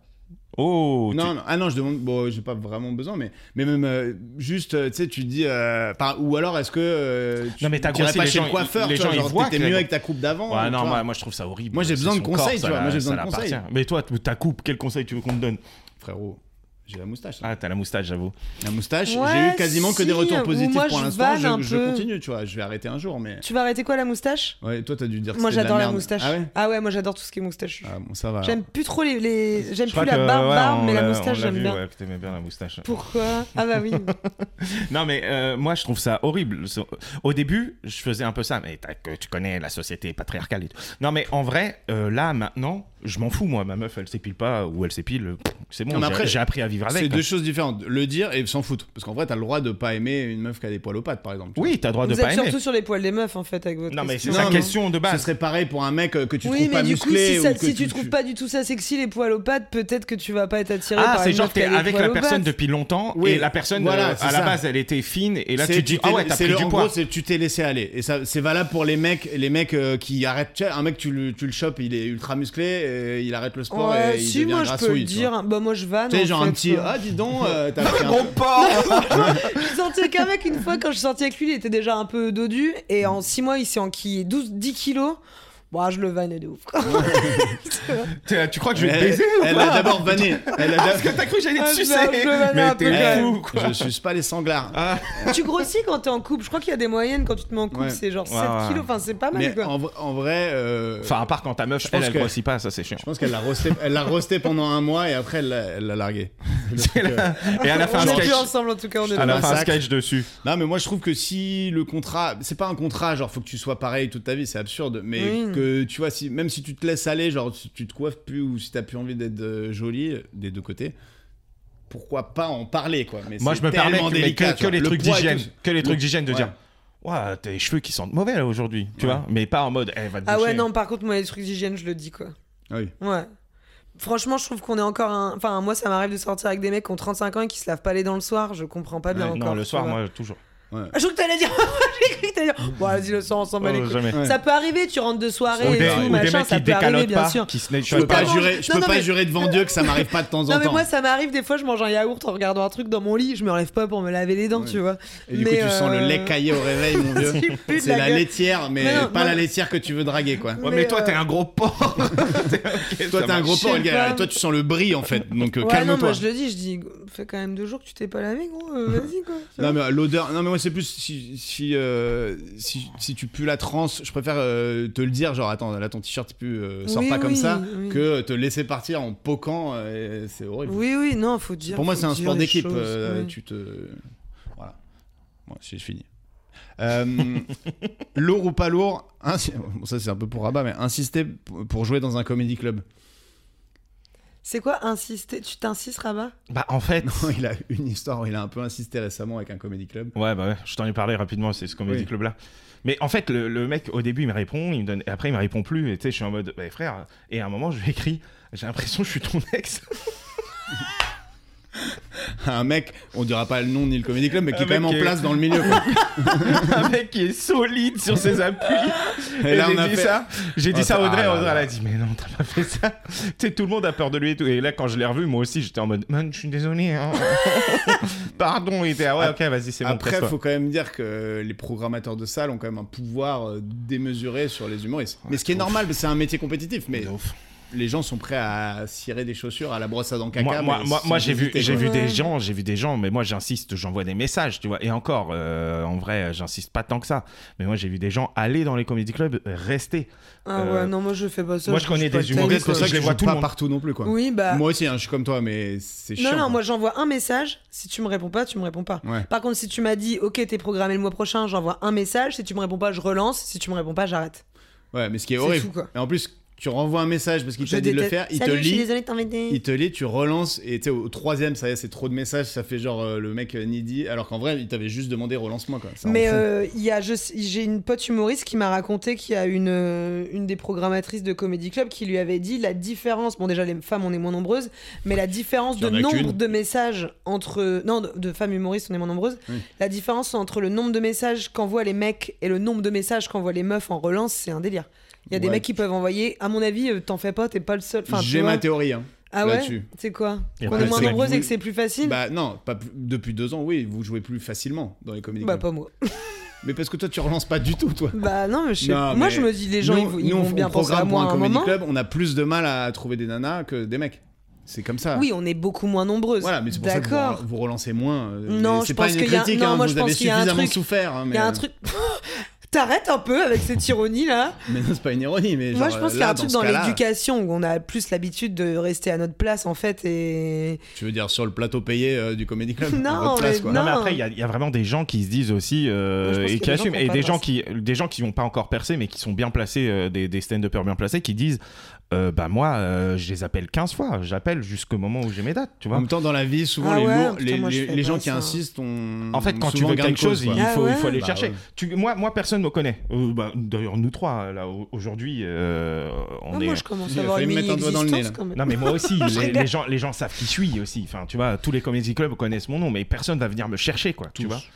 Oh. Non, tu- non, ah non, je demande. Bon, j'ai pas vraiment besoin, mais, mais même euh, juste, euh, tu sais, tu te dis. euh, par- ou alors, est-ce que. euh, tu Non, mais t'as t'irais grossi, pas les chez gens, le coiffeur, les tu vois, gens, ils genre, voient t'étais que- mieux avec ta coupe d'avant. Ouais, tu non, vois. moi, moi je trouve ça horrible. Moi, j'ai C'est besoin de son conseils, corps, tu vois. ça Moi, j'ai la- besoin ça de conseils. l'appartient. Mais toi, ta coupe, quel conseil tu veux qu'on te donne? Frérot, j'ai la moustache. Ah, t'as la moustache, j'avoue. La moustache, Ouais, j'ai eu quasiment que des si, retours ou positifs moi, pour je l'instant. vanne un Je, je peu. continue, tu vois. Je vais arrêter un jour, mais. Tu vas arrêter quoi, la moustache? Ouais, toi, t'as dû dire que Moi, c'était de j'adore la merde. moustache. Ah ouais moi, j'adore tout ce qui est moustache. Ah bon, ça va. J'aime plus trop les. les... J'aime Je plus crois la que, barbe, ouais, barbe, on mais la l'a- moustache, on l'a j'aime vu, bien. Ouais, que t'aimais bien la moustache. Pourquoi? Ah bah oui. Non, mais euh, moi, je trouve ça horrible. Au début, je faisais un peu ça, mais t'as- que tu connais la société patriarcale et tout. Non, mais en vrai, euh, là, maintenant, je m'en fous, moi. Ma meuf, elle s'épile pas ou elle s'épile. C'est bon, Non, mais j'ai- après, j'ai appris à vivre avec. C'est hein. deux choses différentes. Le dire et s'en foutre. Parce qu'en vrai, t'as le droit de pas aimer une meuf qui a des poils aux pattes, par exemple. tu Oui, t'as le droit de Vous pas êtes aimer. surtout sur les poils des meufs, en fait, avec votre. Non, mais c'est question. sa Non, mais question de vois. Ce base. serait pareil pour un mec euh, que tu Oui, trouves mais pas du coup, musclé. si, ou ça- que si tu tu trouves pas du tout ça sexy, les poils aux pattes, peut-être que tu vas pas être attiré Ah, par c'est une genre meuf qui a t'es des avec poils la aux personne pattes. depuis longtemps Oui, et la personne voilà, euh, c'est à la ça. base elle était fine et là C'est- tu te dis t'es- ah ouais t'as c'est pris le- du en poids. gros, c'est tu t'es laissé aller. Et ça, c'est valable pour les mecs, les mecs euh, qui arrêtent. Tu sais, un mec, tu le, tu le chopes, il est ultra musclé, et il arrête le sport Ouais, et il si, devient moi je peux le grassouille. tu vois. dire. Bah, moi je vanne. Tu sais, en genre fait, un petit. quoi. Ah, dis donc, euh, t'as pris un Gros porc. Je suis sortie avec un mec une fois, quand je suis sortie avec lui, il était déjà un peu dodu. Et en six mois, il s'est enquillé douze, dix kilos. Bon, je le vanne de ouf. quoi. T'es- Tu crois que je vais te Elle, baiser ou elle quoi a d'abord vanné. Elle a Parce d'abord- que t'as cru que j'allais Ah, te je sucer. vais- je vais vanner Mais un peu, t'es quand même. fou quoi. Je suce pas les sanglards. Ah, Tu grossis quand t'es en couple. Je crois qu'il y a des moyennes quand tu te mets en couple, Ouais. c'est genre Ouais, sept ouais. kilos. Enfin, c'est pas mal Mais quoi. en, v- en vrai. euh, Enfin à part quand ta meuf Je elle pense elle que- grossit pas, ça c'est chiant. Je pense qu'elle l'a roasté, elle l'a roasté pendant un mois et après elle l'a, elle l'a largué. Le truc, euh, Et elle a fait On un est plus sketch. ensemble en tout cas, on est Elle a là. fait un massacre. sketch dessus. Non, mais moi je trouve que si le contrat, c'est pas un contrat, genre faut que tu sois pareil toute ta vie, c'est absurde. Mais Oui. que tu vois, si, même si tu te laisses aller, genre si tu te coiffes plus ou si t'as plus envie d'être euh, jolie des deux côtés, pourquoi pas en parler quoi. Mais Moi c'est je me permets tellement que, mais délicat, que, tu que vois. les Le trucs poids et d'hygiène, tout. que les trucs Le- d'hygiène de ouais. dire ouah tes cheveux qui sentent mauvais là aujourd'hui, tu Ouais. vois, mais pas en mode elle va te Ah ouais, doucher. non, par contre, moi, les trucs d'hygiène, je le dis quoi. Ah oui. Ouais. Franchement, je trouve qu'on est encore un. Enfin, moi, ça m'arrive de sortir avec des mecs qui ont trente-cinq ans et qui se lavent pas les dents le soir. Je comprends pas bien Ouais, encore. Non, le tu soir vois. moi toujours. Ouais. Ah, je crois que t'allais dire. J'ai cru que t'allais dire. Bon, vas-y, le soir, on s'en bat les Oh, couilles. jamais. Ouais. Ça peut arriver, tu rentres de soirée Ou et des, tout, ou des machin, mecs ça qui peut arriver, décalotent bien pas, sûr. qui se nettoient Je peux pas Totalement. jurer, je Non, peux non, pas mais- jurer devant Dieu que ça m'arrive pas de temps en Non, mais temps. moi, ça m'arrive des fois, je mange un yaourt en regardant un truc dans mon lit, je me relève pas pour me laver les dents, Ouais. tu vois. Et du mais, coup, tu sens le euh, lait caillé au réveil, mon vieux. Tu pues de C'est la la gueule. laitière, mais, Mais non, pas moi- la laitière que tu veux draguer, quoi. Ouais, Mais, mais toi, t'es euh, un gros porc. Toi, t'es un gros Je porc, sais le gars. pas. Et toi, tu sens le bris, en fait. Donc, euh, Ouais, non, calme-toi. moi, je le dis, je dis, fait quand même deux jours que tu t'es pas lavé, gros, euh, vas-y, quoi. tu Non vois. mais l'odeur, non mais moi c'est plus si si, euh, si si tu pues la transe, je préfère euh, te le dire genre attends là ton t-shirt il pue, euh, sors Oui, pas comme oui, ça oui. que te laisser partir en poquant, euh, c'est horrible. Oui, oui, non, faut dire. Pour moi faut c'est un dire sport les d'équipe, choses, euh, oui. tu te voilà. Moi j'ai fini. Euh, lourd ou pas lourd, insi- bon, ça c'est un peu pour Rabat mais insister p- pour jouer dans un comedy club. C'est quoi insister? Tu t'insistes, Rabat? Bah en fait. Non, il a une histoire, où il a un peu insisté récemment avec un comedy club. Ouais, bah ouais, je t'en ai parlé rapidement, c'est ce Comedy Oui. Club là. Mais en fait, le, le mec, au début, il me répond, il me donne, et après, il me répond plus. Et tu sais, je suis en mode, bah frère, et à un moment, je lui écris, j'ai l'impression que je suis ton ex. Un mec, on dira pas le nom ni le comedy club mais qui Un est quand même mec en qui est- place dans le milieu. quoi. Un mec qui est solide sur ses appuis. Et Et, là, on j'ai a dit fait- ça, j'ai dit Oh, ça à ça- Audrey, ah là Audrey, là. elle a dit, mais non, t'as pas fait ça. Tu sais, tout le monde a peur de lui et tout. Et là, quand je l'ai revu, moi aussi, j'étais en mode, man, je suis désolé. Hein. Pardon, il était, ah ouais, ok, vas-y, c'est bon. Après, casse-toi. faut quand même dire que les programmateurs de salles ont quand même un pouvoir euh, démesuré sur les humoristes. mais ce qui est normal, parce que c'est un métier compétitif. Mais De ouf. les gens sont prêts à cirer des chaussures à la brosse à dents caca. Moi, moi, mais moi, sans moi, j'ai vu, hésiter, j'ai quoi. vu des Ouais. gens, j'ai vu des gens, mais moi j'insiste, j'envoie des messages, tu vois. Et encore, euh, en vrai, j'insiste pas tant que ça. Mais moi j'ai vu des gens aller dans les comedy clubs, rester. Ah Euh, ouais, non, moi je fais pas ça. moi, je je connais bouge pas des le humoristes, timing, C'est pour quoi. ça je que les je vois joue tout le pas monde. partout non plus, quoi. Oui, bah. Moi aussi, hein, je suis comme toi, mais c'est chiant. Non, non, quoi. moi j'envoie un message. Si tu me réponds pas, tu me réponds pas. Ouais. Par contre, si tu m'as dit, ok, t'es programmé le mois prochain, j'envoie un message. Si tu me réponds pas, je relance. Si tu me réponds pas, j'arrête. Ouais, mais ce qui est C'est horrible. tout, quoi. Et en plus, tu renvoies un message parce qu'il Je t'a dit de le déteste. faire, il Salut, te je suis lit. désolée de t'embêter. Il te lit, tu relances, et tu sais, au troisième, ça y est, c'est trop de messages, ça fait genre euh, le mec euh, needy, alors qu'en vrai, il t'avait juste demandé relance-moi, quoi. Ça rend Mais fou. euh, il y a, je- j'ai une pote humoriste qui m'a raconté qu'il y a une, euh, une des programmatrices de Comedy Club qui lui avait dit la différence. Bon, déjà, les femmes, on est moins nombreuses, mais la différence Il y de en a nombre qu'une. de messages entre. Non, de, de femmes humoristes, on est moins nombreuses. Oui. La différence entre le nombre de messages qu'envoient les mecs et le nombre de messages qu'envoient les meufs en relance, c'est un délire. Il y a des Ouais. mecs qui peuvent envoyer. À mon avis, euh, t'en fais pas, t'es pas le seul. Enfin, tu J'ai vois. ma théorie, hein. Ah ouais là-dessus. C'est quoi Et Qu'on après, est moins c'est nombreux vous- et que c'est plus facile Bah, Bah non, pas plus- depuis deux ans, oui, vous jouez plus facilement dans les comédies clubs. pas moi. Mais parce que toi, tu relances pas du tout, toi. Bah non, mais je sais- Non, moi mais je me dis, les gens, nous, ils, ils nous, vont on bien penser à programme pour moi un à un comédie moment. club, on a plus de mal à trouver des nanas que des mecs. C'est comme ça. Oui, on est beaucoup moins nombreuses. Voilà, mais c'est pour ça que D'accord. vous, vous relancez moins. euh, Non, mais je c'est pas pense une qu'il y a- critique, non, hein, moi, vous je pense avez qu'il y a un suffisamment truc- souffert. hein, Il mais... y a un truc. T'arrêtes un peu avec cette ironie là. Mais non, c'est pas une ironie. Mais Moi, genre, je pense qu'il y a là, un truc ce dans cas-là, l'éducation où on a plus l'habitude de rester à notre place en fait et. Tu veux dire sur le plateau payé euh, du comédie club Non, à votre place, mais quoi. Non, mais Non. après, il y, a- il y a vraiment des gens qui se disent aussi euh, Moi, je pense et qu'il y qui a des gens assument. qui ont Et pas des de gens, race. qui, des gens qui n'ont pas encore percé, mais qui sont bien placés, euh, des, des stand-uppers bien placés, qui disent euh, bah, moi, euh, je les appelle quinze fois. J'appelle jusqu'au moment où j'ai mes dates, tu En vois. même temps, dans la vie, souvent, Ah les, ouais, lourds- putain, les, moi, je les- fais les pas gens qui ça. insistent ont. En fait, quand tu souvent veux gain de quelque chose, cause, il quoi. Ah faut, il faut ouais. aller le Bah chercher. ouais. Tu, moi, moi, personne me connaît. Euh, bah, d'ailleurs, nous trois, là, au- aujourd'hui, euh, on Ah, est. moi, je commence Il à a avoir failli une me mettre un doigt dans le nez, mini-existence là. quand même. Non mais moi aussi, Je les, rigole. les gens, les gens savent qui je suis aussi. Enfin, tu vois, tous les comédie clubs connaissent mon nom, mais personne va venir me chercher, quoi. Tu Tous. vois,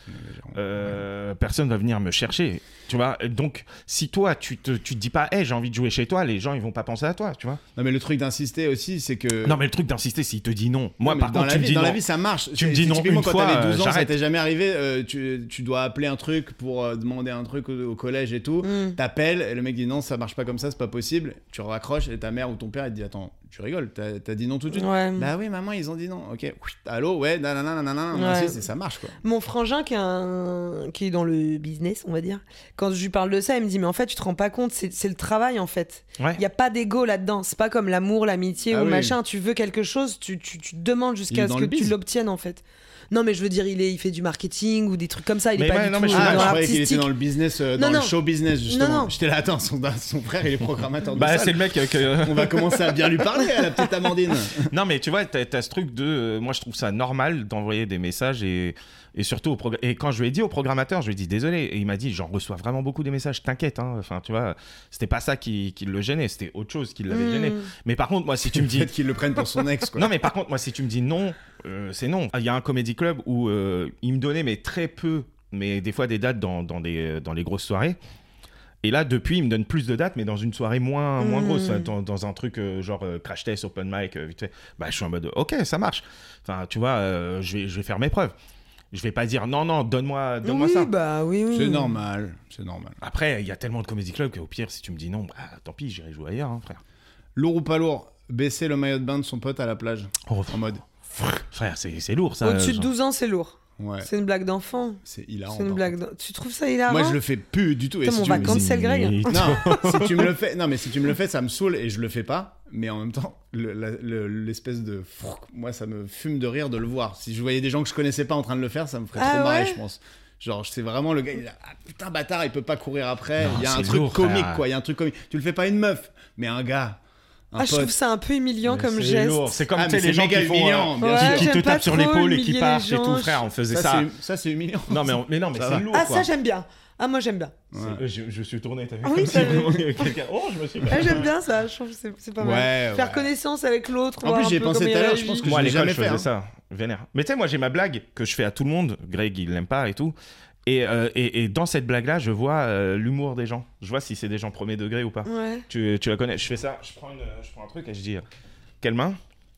Euh, personne va venir me chercher. Tu vois, donc si toi tu te, tu te dis pas, hey, j'ai envie de jouer chez toi, les gens ils vont pas penser à toi, tu vois. Non, mais le truc d'insister aussi, c'est que. Non mais le truc d'insister, s'il te dit non. Moi Non, mais par dans contre, la tu me vie, dis dans non. la vie, ça marche. Tu me C'est- dis c'est non typiquement une quand fois, t'avais douze euh, ans, ça j'arrête. t'est jamais arrivé. euh, tu, tu dois appeler un truc pour euh, demander un truc au, au collège et tout. Mm. T'appelles et le mec dit non, ça marche pas comme ça, c'est pas possible. Tu raccroches et ta mère ou ton père il te dit attends, tu rigoles, t'as t'as dit non tout de suite. Ouais. Bah oui, maman, ils ont dit non. Ok, allô, ouais, nanana, nanana, moi Ouais. aussi, c'est- ça marche quoi. Mon frangin qui, est un- qui est dans le business, on va dire, quand je lui parle de ça, il me dit mais en fait tu te rends pas compte, c'est c'est le travail en fait. Ouais. Il y a pas d'ego là-dedans. C'est pas comme l'amour, l'amitié Ah ou oui. machin. Tu veux quelque chose, tu, tu, tu te demandes Il jusqu'à est ce dans que le tu biz. l'obtiennes en fait. Non mais je veux dire, il, est, il fait du marketing ou des trucs comme ça. Il Mais est pas ouais, du non, tout mais je suis euh, Ah, dans je croyais qu'il était l'artistique. dans le business, euh, Non, dans non. le show business justement. Non, non. J'étais là, attends, son, son frère il est programmateur de Bah salle. c'est le mec euh, que. On va commencer à bien lui parler à la petite Amandine. Non mais tu vois, t'as as ce truc de, euh, moi je trouve ça normal d'envoyer des messages et et surtout au progr- et quand je lui ai dit au programmateur, je lui ai dit désolé et il m'a dit j'en reçois vraiment beaucoup des messages, t'inquiète hein. Enfin tu vois, c'était pas ça qui, qui le gênait, c'était autre chose qui l'avait Mm. gêné. Mais par contre moi si tu me dis Peut-être qu'il le prenne pour son ex quoi. non mais par contre moi si tu me dis non, euh, c'est non. Il y a un comédie club où euh, il me donnait mais très peu, mais des fois des dates dans, dans des dans les grosses soirées. Et là, depuis, il me donne plus de dates, mais dans une soirée moins, moins Mm. grosse, dans, dans un truc euh, genre euh, crash test, open mic, euh, vite fait. Bah, je suis en mode, ok, ça marche. Enfin, tu vois, euh, je, vais, je vais faire mes preuves. Je vais pas dire, non, non, donne-moi donne-moi oui, ça. bah oui, oui. C'est normal, c'est normal. Après, il y a tellement de comédie clubs qu'au pire, si tu me dis non, bah, tant pis, j'irai jouer ailleurs, hein, frère. Lourd ou pas lourd, baisser le maillot de bain de son pote à la plage Oh, en mode frère, c'est c'est lourd, ça. Au-dessus de genre. douze ans, c'est lourd. ouais, C'est une blague d'enfant. c'est hilarant. C'est une par blague. contre. d'en- Tu trouves ça hilarant? Moi je le fais plus du tout. Et Putain, si mon tu va me- cancel Greg. Mais- Non, si tu me le fais, non mais si tu me le fais, ça me saoule et je le fais pas. Mais en même temps, le- la- le- l'espèce de, moi ça me fume de rire de le voir. Si je voyais des gens que je connaissais pas en train de le faire, ça me ferait Ah trop marrer, ouais je pense. Genre c'est vraiment le gars, il a, ah, putain bâtard, il peut pas courir après. Non, Il y a un c'est truc lourd, comique frère. quoi. Il y a un truc comique. Tu le fais pas à une meuf, mais un gars, un Ah, je pote. trouve ça un peu humiliant Mais comme c'est geste. lourd. C'est comme Ah, tu sais, mais les c'est gens qui méga font, humiliant, euh, bien Ouais, sûr. qui, qui te j'aime pas tapent sur trop l'épaule et humilier qui les partent et gens. tout, frère. On faisait Ça, ça. c'est- ça c'est humiliant. Non mais on- mais non mais Ça c'est va. lourd. Ah, quoi. ça, j'aime bien. Ah, moi, j'aime bien. C'est- Ouais. euh, Je, je suis tourné, t'as vu Ah oui, comme t'as si vu. vraiment il y avait quelqu'un. Oh, je me suis. Ah, j'aime bien ça. Je trouve que c'est- c'est pas mal. Ouais, Faire ouais. connaissance avec l'autre. En voir plus, un j'y ai peu pensé comment tout à il l'heure, je pense réagit. que Moi à je l'ai l'école, jamais je fait, faisais hein. ça. Vénère. Mais tu sais, moi j'ai ma blague que je fais à tout le monde. Greg, il l'aime pas et tout. Et, euh, et, et dans cette blague-là, je vois euh, l'humour des gens. Je vois si c'est des gens premier degré ou pas. Ouais. Tu, tu la connais. Je fais ça, je prends, une, je prends un truc et je dis euh, quelle main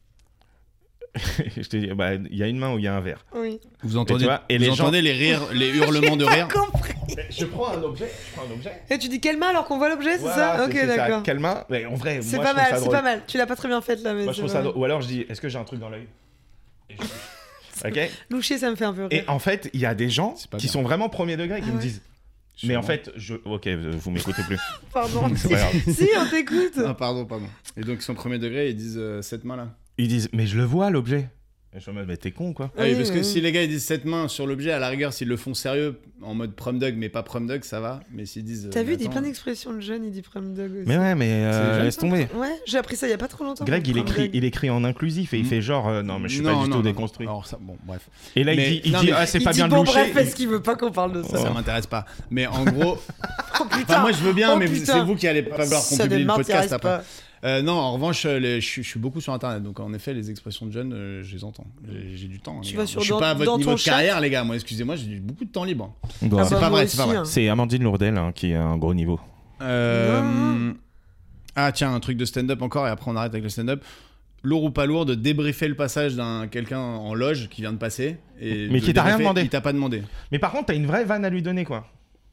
Je te dis, bah, il y a une main où il y a un verre. Oui. Vous entendez, Et tu vois, et vous les gens- entendez les rires, les hurlements de rire. Compris. Je prends un objet. Je prends un objet. Et tu dis quelle main alors qu'on voit l'objet, c'est Voilà, ça? Ok, c'est ça. d'accord. Quelle main Mais en vrai, C'est moi, pas je trouve mal, ça c'est drôle. pas mal. Tu l'as pas très bien faite là, mais. Moi, je c'est trouve pas ça mal. drôle. Ou alors je dis, est-ce que j'ai un truc dans l'œil Et je- Ok. Loucher, ça me fait un peu rire. Et en fait, il y a des gens C'est pas qui bien. sont vraiment premier degré qui Ah me ouais. disent. Mais en fait, je. Ok, vous m'écoutez plus. Pardon. C'est pas grave. Si, on t'écoute. Ah, pardon, pardon. Et donc, ils sont premier degré, ils disent euh, cette main-là. Ils disent, mais je le vois l'objet. Et je suis en mode, mais t'es con quoi. Ah oui, Oui, parce que oui. si les gars ils disent cette main sur l'objet, à la rigueur, s'ils le font sérieux, en mode prom dog, mais pas prom dog, ça va. Mais s'ils disent. T'as euh, vu, il dit attends, plein d'expressions de jeunes, il dit prom dog aussi. Mais ouais, mais C'est euh, jeune, laisse ça. tomber. Ouais, j'ai appris ça il y a pas trop longtemps. Greg, il prom écrit, dog. il écrit en inclusif et il Mhm. fait genre, euh, non, mais je suis non, pas du non, tout non. déconstruit. Alors, ça, bon, bref. Et là, Mais- il dit, il non, dit mais- ah, c'est Il pas dit bien de bon loucher. bref parce Il- qu'il veut pas qu'on parle de ça. Ça, ça m'intéresse pas. Mais en gros, Oh putain. enfin, moi je veux bien, Oh, mais vous- putain. c'est vous qui allez pas vouloir qu'on Ça publie ne le podcast m'intéresse après. pas. Euh, non, en revanche, euh, les- je suis- je suis beaucoup sur internet, donc en effet, les expressions de jeunes, euh, je les entends. J'ai j'ai du temps. Tu les vas gars. sur je suis dans- pas à votre dans niveau ton de chat. carrière, les gars. Moi, excusez-moi, j'ai beaucoup de temps libre. Bon, Ah c'est bah, pas moi vrai, c'est pas aussi, vrai. hein. c'est Amandine Lourdel hein, qui a un gros niveau. Euh, Non. Ah tiens, un truc de stand-up encore, et après on arrête avec le stand-up. lourd ou pas lourd, de débriefer le passage d'un quelqu'un en loge qui vient de passer. Et Mais de qui t'a rien débriefer, demandé. Il t'a pas demandé. Mais par contre, t'as une vraie vanne à lui donner, quoi.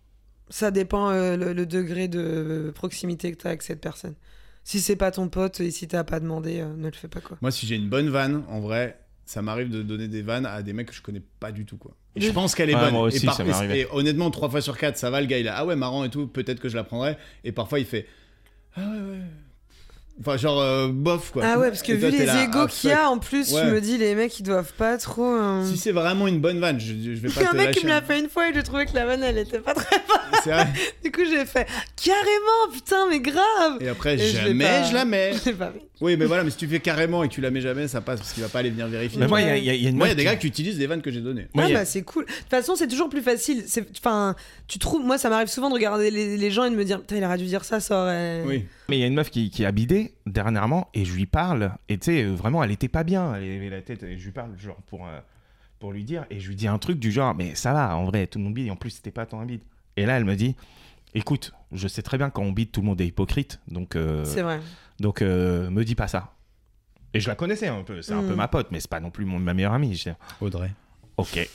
Ça dépend euh, le, le degré de proximité que t'as avec cette personne. Si c'est pas ton pote et si t'as pas demandé, euh, ne le fais pas, quoi. Moi, si j'ai une bonne vanne, en vrai, ça m'arrive de donner des vannes à des mecs que je connais pas du tout, quoi. Et je Oui. pense qu'elle est Ouais, bonne. moi aussi, et, par- ça m'est arrivé. et honnêtement, trois fois sur quatre, ça va, le gars, il a ah ouais, marrant et tout, peut-être que je la prendrais. Et parfois, il fait ah ouais, ouais. Enfin, genre, euh, bof, quoi. Ah ouais, parce que Et vu toi, t'es les là, égos ah, qu'il y a, fuck. en plus, Ouais. je me dis, les mecs, ils doivent pas trop... euh, Si c'est vraiment une bonne vanne, je, je vais Il pas y a un te mec lâcher. qui me l'a fait une fois et j'ai trouvé que la vanne, elle était pas très... C'est vrai. Du coup, j'ai fait, carrément, putain, mais grave. Et après, Et je l'ai jamais pas- je la mets. Je l'ai pas mis. Oui, mais voilà, mais si tu fais carrément et que tu la mets jamais, ça passe parce qu'il va pas aller venir vérifier. Mais moi, il y a, il y a- il y a une Moi, il y a meuf des qui- gars qui utilisent des vannes que j'ai données. Moi, ah il y a- bah c'est cool. De toute façon, c'est toujours plus facile. C'est, enfin, tu trouves. Moi, ça m'arrive souvent de regarder les, les gens et de me dire, putain, il aurait dû dire ça, ça aurait. Oui. Mais il y a une meuf qui, qui a bidé dernièrement et je lui parle et tu sais euh, vraiment elle était pas bien, elle avait la tête et je lui parle genre pour euh, pour lui dire et je lui dis un truc du genre mais ça va en vrai tout le monde bide et en plus c'était pas tant un bide. Et là elle me dit écoute je sais très bien quand on bide tout le monde est hypocrite donc euh, C'est vrai. donc euh, me dis pas ça. Et je la connaissais un peu, c'est un Mm. peu ma pote mais c'est pas non plus mon, ma meilleure amie. Je dis, Audrey. ok.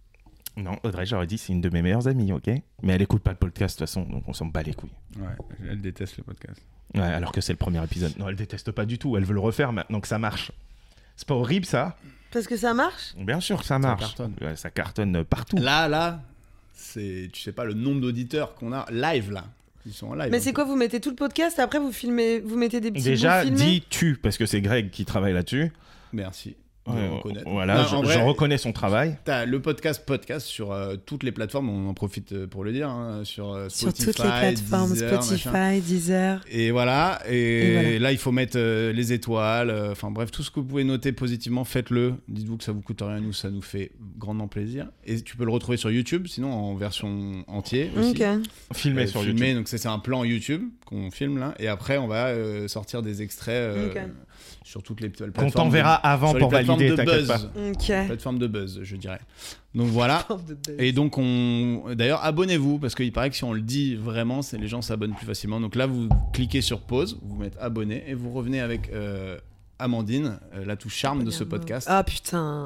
Non, Audrey, j'aurais dit c'est une de mes meilleures amies, ok. Mais elle écoute pas le podcast de toute façon, donc on s'en bat les couilles. Ouais, elle déteste le podcast. Ouais, alors que c'est le premier épisode. Non, elle déteste pas du tout. Elle veut le refaire maintenant que ça marche. C'est pas horrible ça? Parce que ça marche. Bien sûr que ça marche. cartonne. Ouais, ça cartonne partout. Là, là, c'est, tu sais pas le nombre d'auditeurs qu'on a live là. Ils sont en live. Mais hein. c'est quoi, vous mettez tout le podcast et après vous filmez, vous mettez des petits Déjà, bouts filmés dis tu, parce que c'est Greg qui travaille là-dessus. Merci. de Ouais, me reconnaître. voilà, Non, je, en je vrai, reconnais son travail. T'as le podcast podcast sur euh, toutes les plateformes, on en profite euh, pour le dire, hein, sur euh, Sur Spotify, toutes les plateformes, Deezer, machin. Spotify, Deezer. Et voilà, et, Et voilà. là il faut mettre euh, les étoiles, euh, enfin bref, tout ce que vous pouvez noter positivement, faites-le. Dites-vous que ça vous coûte rien, nous ça nous fait grandement plaisir. Et tu peux le retrouver sur YouTube, sinon en version entière aussi. Ok. Filmé Euh, sur filmé, YouTube. donc ça, c'est un plan YouTube qu'on filme là, et après on va euh, sortir des extraits euh, Ok. sur toutes les Qu'on plateformes. t'enverra de- avant sur les pour plateformes valider, de t'inquiète buzz. pas. Ok. Plateforme de buzz, je dirais. Donc voilà. Et donc on, d'ailleurs abonnez-vous parce qu'il paraît que si on le dit vraiment, c'est les gens s'abonnent plus facilement. Donc là vous cliquez sur pause, vous mettez abonné et vous revenez avec euh, Amandine, euh, la touche charme de ce podcast. Ah putain.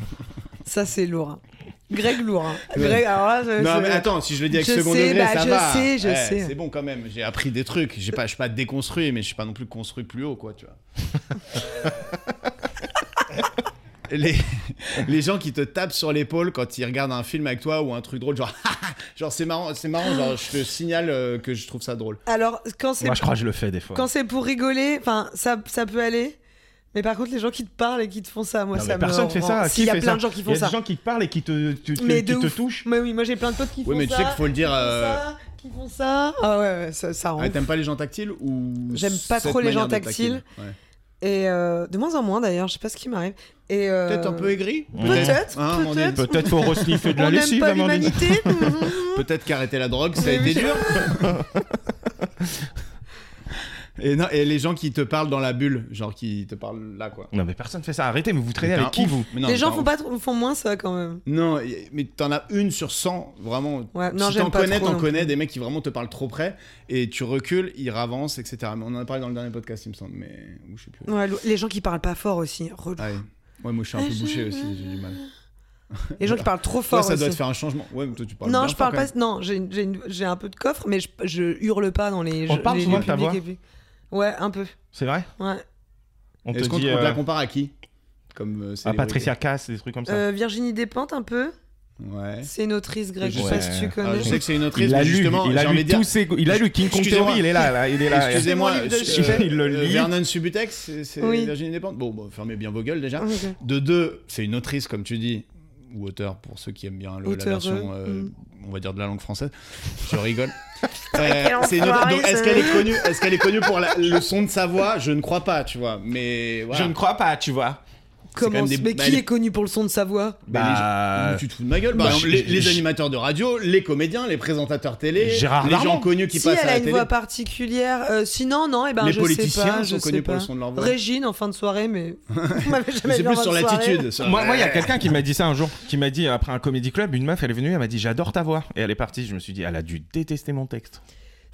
Ça c'est lourd. hein. Greg lourd. hein. Greg, alors là, je- Non je- mais attends, si je le dis avec Je second sais, degré, bah, ça je va. sais, je Eh, sais. C'est bon quand même. J'ai appris des trucs. J'ai pas, je suis pas déconstruit, mais je suis pas non plus construit plus haut, quoi, tu vois. les, les gens qui te tapent sur l'épaule quand ils regardent un film avec toi ou un truc drôle, genre, genre c'est marrant, c'est marrant. Genre, je te signale euh, que je trouve ça drôle. Alors quand c'est Moi, je crois que je le fais des fois. quand c'est pour rigoler, enfin ça ça peut aller. Mais par contre les gens qui te parlent et qui te font ça, moi Non, ça mais me personne fait rend- ça. Si, Qui il y a fait plein ça de gens qui Il font y a ça. des gens qui te parlent et qui te, tu- tu- Mais qui de te ouf. touchent. Mais oui, moi j'ai plein de potes qui font Oui, mais tu ça. sais qu'il faut le dire, Qui font euh, ça, qui font ça. Ah ouais, ouais, ça, ça rend. Ah, ouf. t'aimes pas les gens tactiles ou J'aime pas cette trop les gens manière d'être tactiles. tactile Ouais. Et euh, de moins en moins d'ailleurs, je sais pas ce qui m'arrive. Et euh, Peut-être un peu aigri. Peut-être, Hein, Amandine peut-être. Peut-être faut resniffer de la On n'aime lessive, pas Amandine. l'humanité. Peut-être qu'arrêter la drogue, ça a Mais été oui. dur. Et, non, et les gens qui te parlent dans la bulle, genre qui te parlent là, quoi. Non mais personne fait ça. Arrêtez, mais vous traînez Mais t'es avec un qui ouf. vous Mais non, Les mais gens t'es un font ouf. pas trop- font moins ça quand même. Non, y- mais t'en as une sur cent, vraiment. Ouais, non, si j'aime t'en pas connais, trop t'en non connais plus. des mecs qui vraiment te parlent trop près et tu recules, ils ravancent, et cetera. Mais on en a parlé dans le dernier podcast, il me semble, mais où je sais plus. Ouais, les gens qui parlent pas fort aussi. relou. Ah, ouais. Ouais, moi je suis un peu bouché aussi, j'ai du mal. Les gens qui parlent trop Toi, fort ça aussi. doit te faire un changement. Ouais, mais toi tu parles Non, bien je fort, parle quand pas. Non, j'ai une- j'ai une- j'ai un peu de coffre, mais je, je hurle pas dans les. On je- parle les- souvent les de ta publics voix et puis- Ouais, un peu. C'est vrai? Ouais. On te Est-ce qu'on dit on te la euh, compare à qui Comme euh, à célébrité Patricia Cass, des trucs comme ça. Euh, Virginie Despentes un peu. Ouais. C'est une autrice grecque. Je sais Ouais. pas si tu Alors, connais. je sais que c'est une autrice, Il a mais lu, justement, il a j'ai envie lu de dire. tous ses, il a lu King Kong Excusez-moi. Theory, il est là, là, il est là. Excusez-moi, C'est mon livre de euh, chevet. Il le lit. Vernon Subutex, c'est c'est Oui. Virginie Despentes. Bon, bon, fermez bien vos gueules déjà. Ok. De deux, c'est une autrice, comme tu dis, ou auteur pour ceux qui aiment bien le- la Auteur, version, euh, euh, mm. on va dire de la langue française. Je rigole. Euh, quel c'est une auteure- enfoiré, donc, est-ce ce- qu'elle est connue Est-ce qu'elle est connue pour la- le son de sa voix Je ne crois pas, tu vois. Mais voilà. Je ne crois pas, tu vois. quand Comment même des- Mais bah, qui les- est connu pour le son de sa voix Bah, Bah, les gens- mais tu te fous de ma gueule. bah, Par exemple, les, je- les je- animateurs de radio, les comédiens, les présentateurs télé, Gérard les Darmon. gens connus qui Si passent elle à a la une télé. voix particulière. Euh, sinon, non, et ben Les je politiciens sais pas. sont je connus sais pour le pas. son de leur voix. Régine en fin de soirée, mais vous m'avez jamais Mais c'est vu en plus fin sur de soirée. l'attitude. ça. Moi, moi, il y a quelqu'un qui m'a dit ça un jour, qui m'a dit après un comédie club, une meuf, elle est venue, elle m'a dit j'adore ta voix, et elle est partie. Je me suis dit, elle a dû détester mon texte.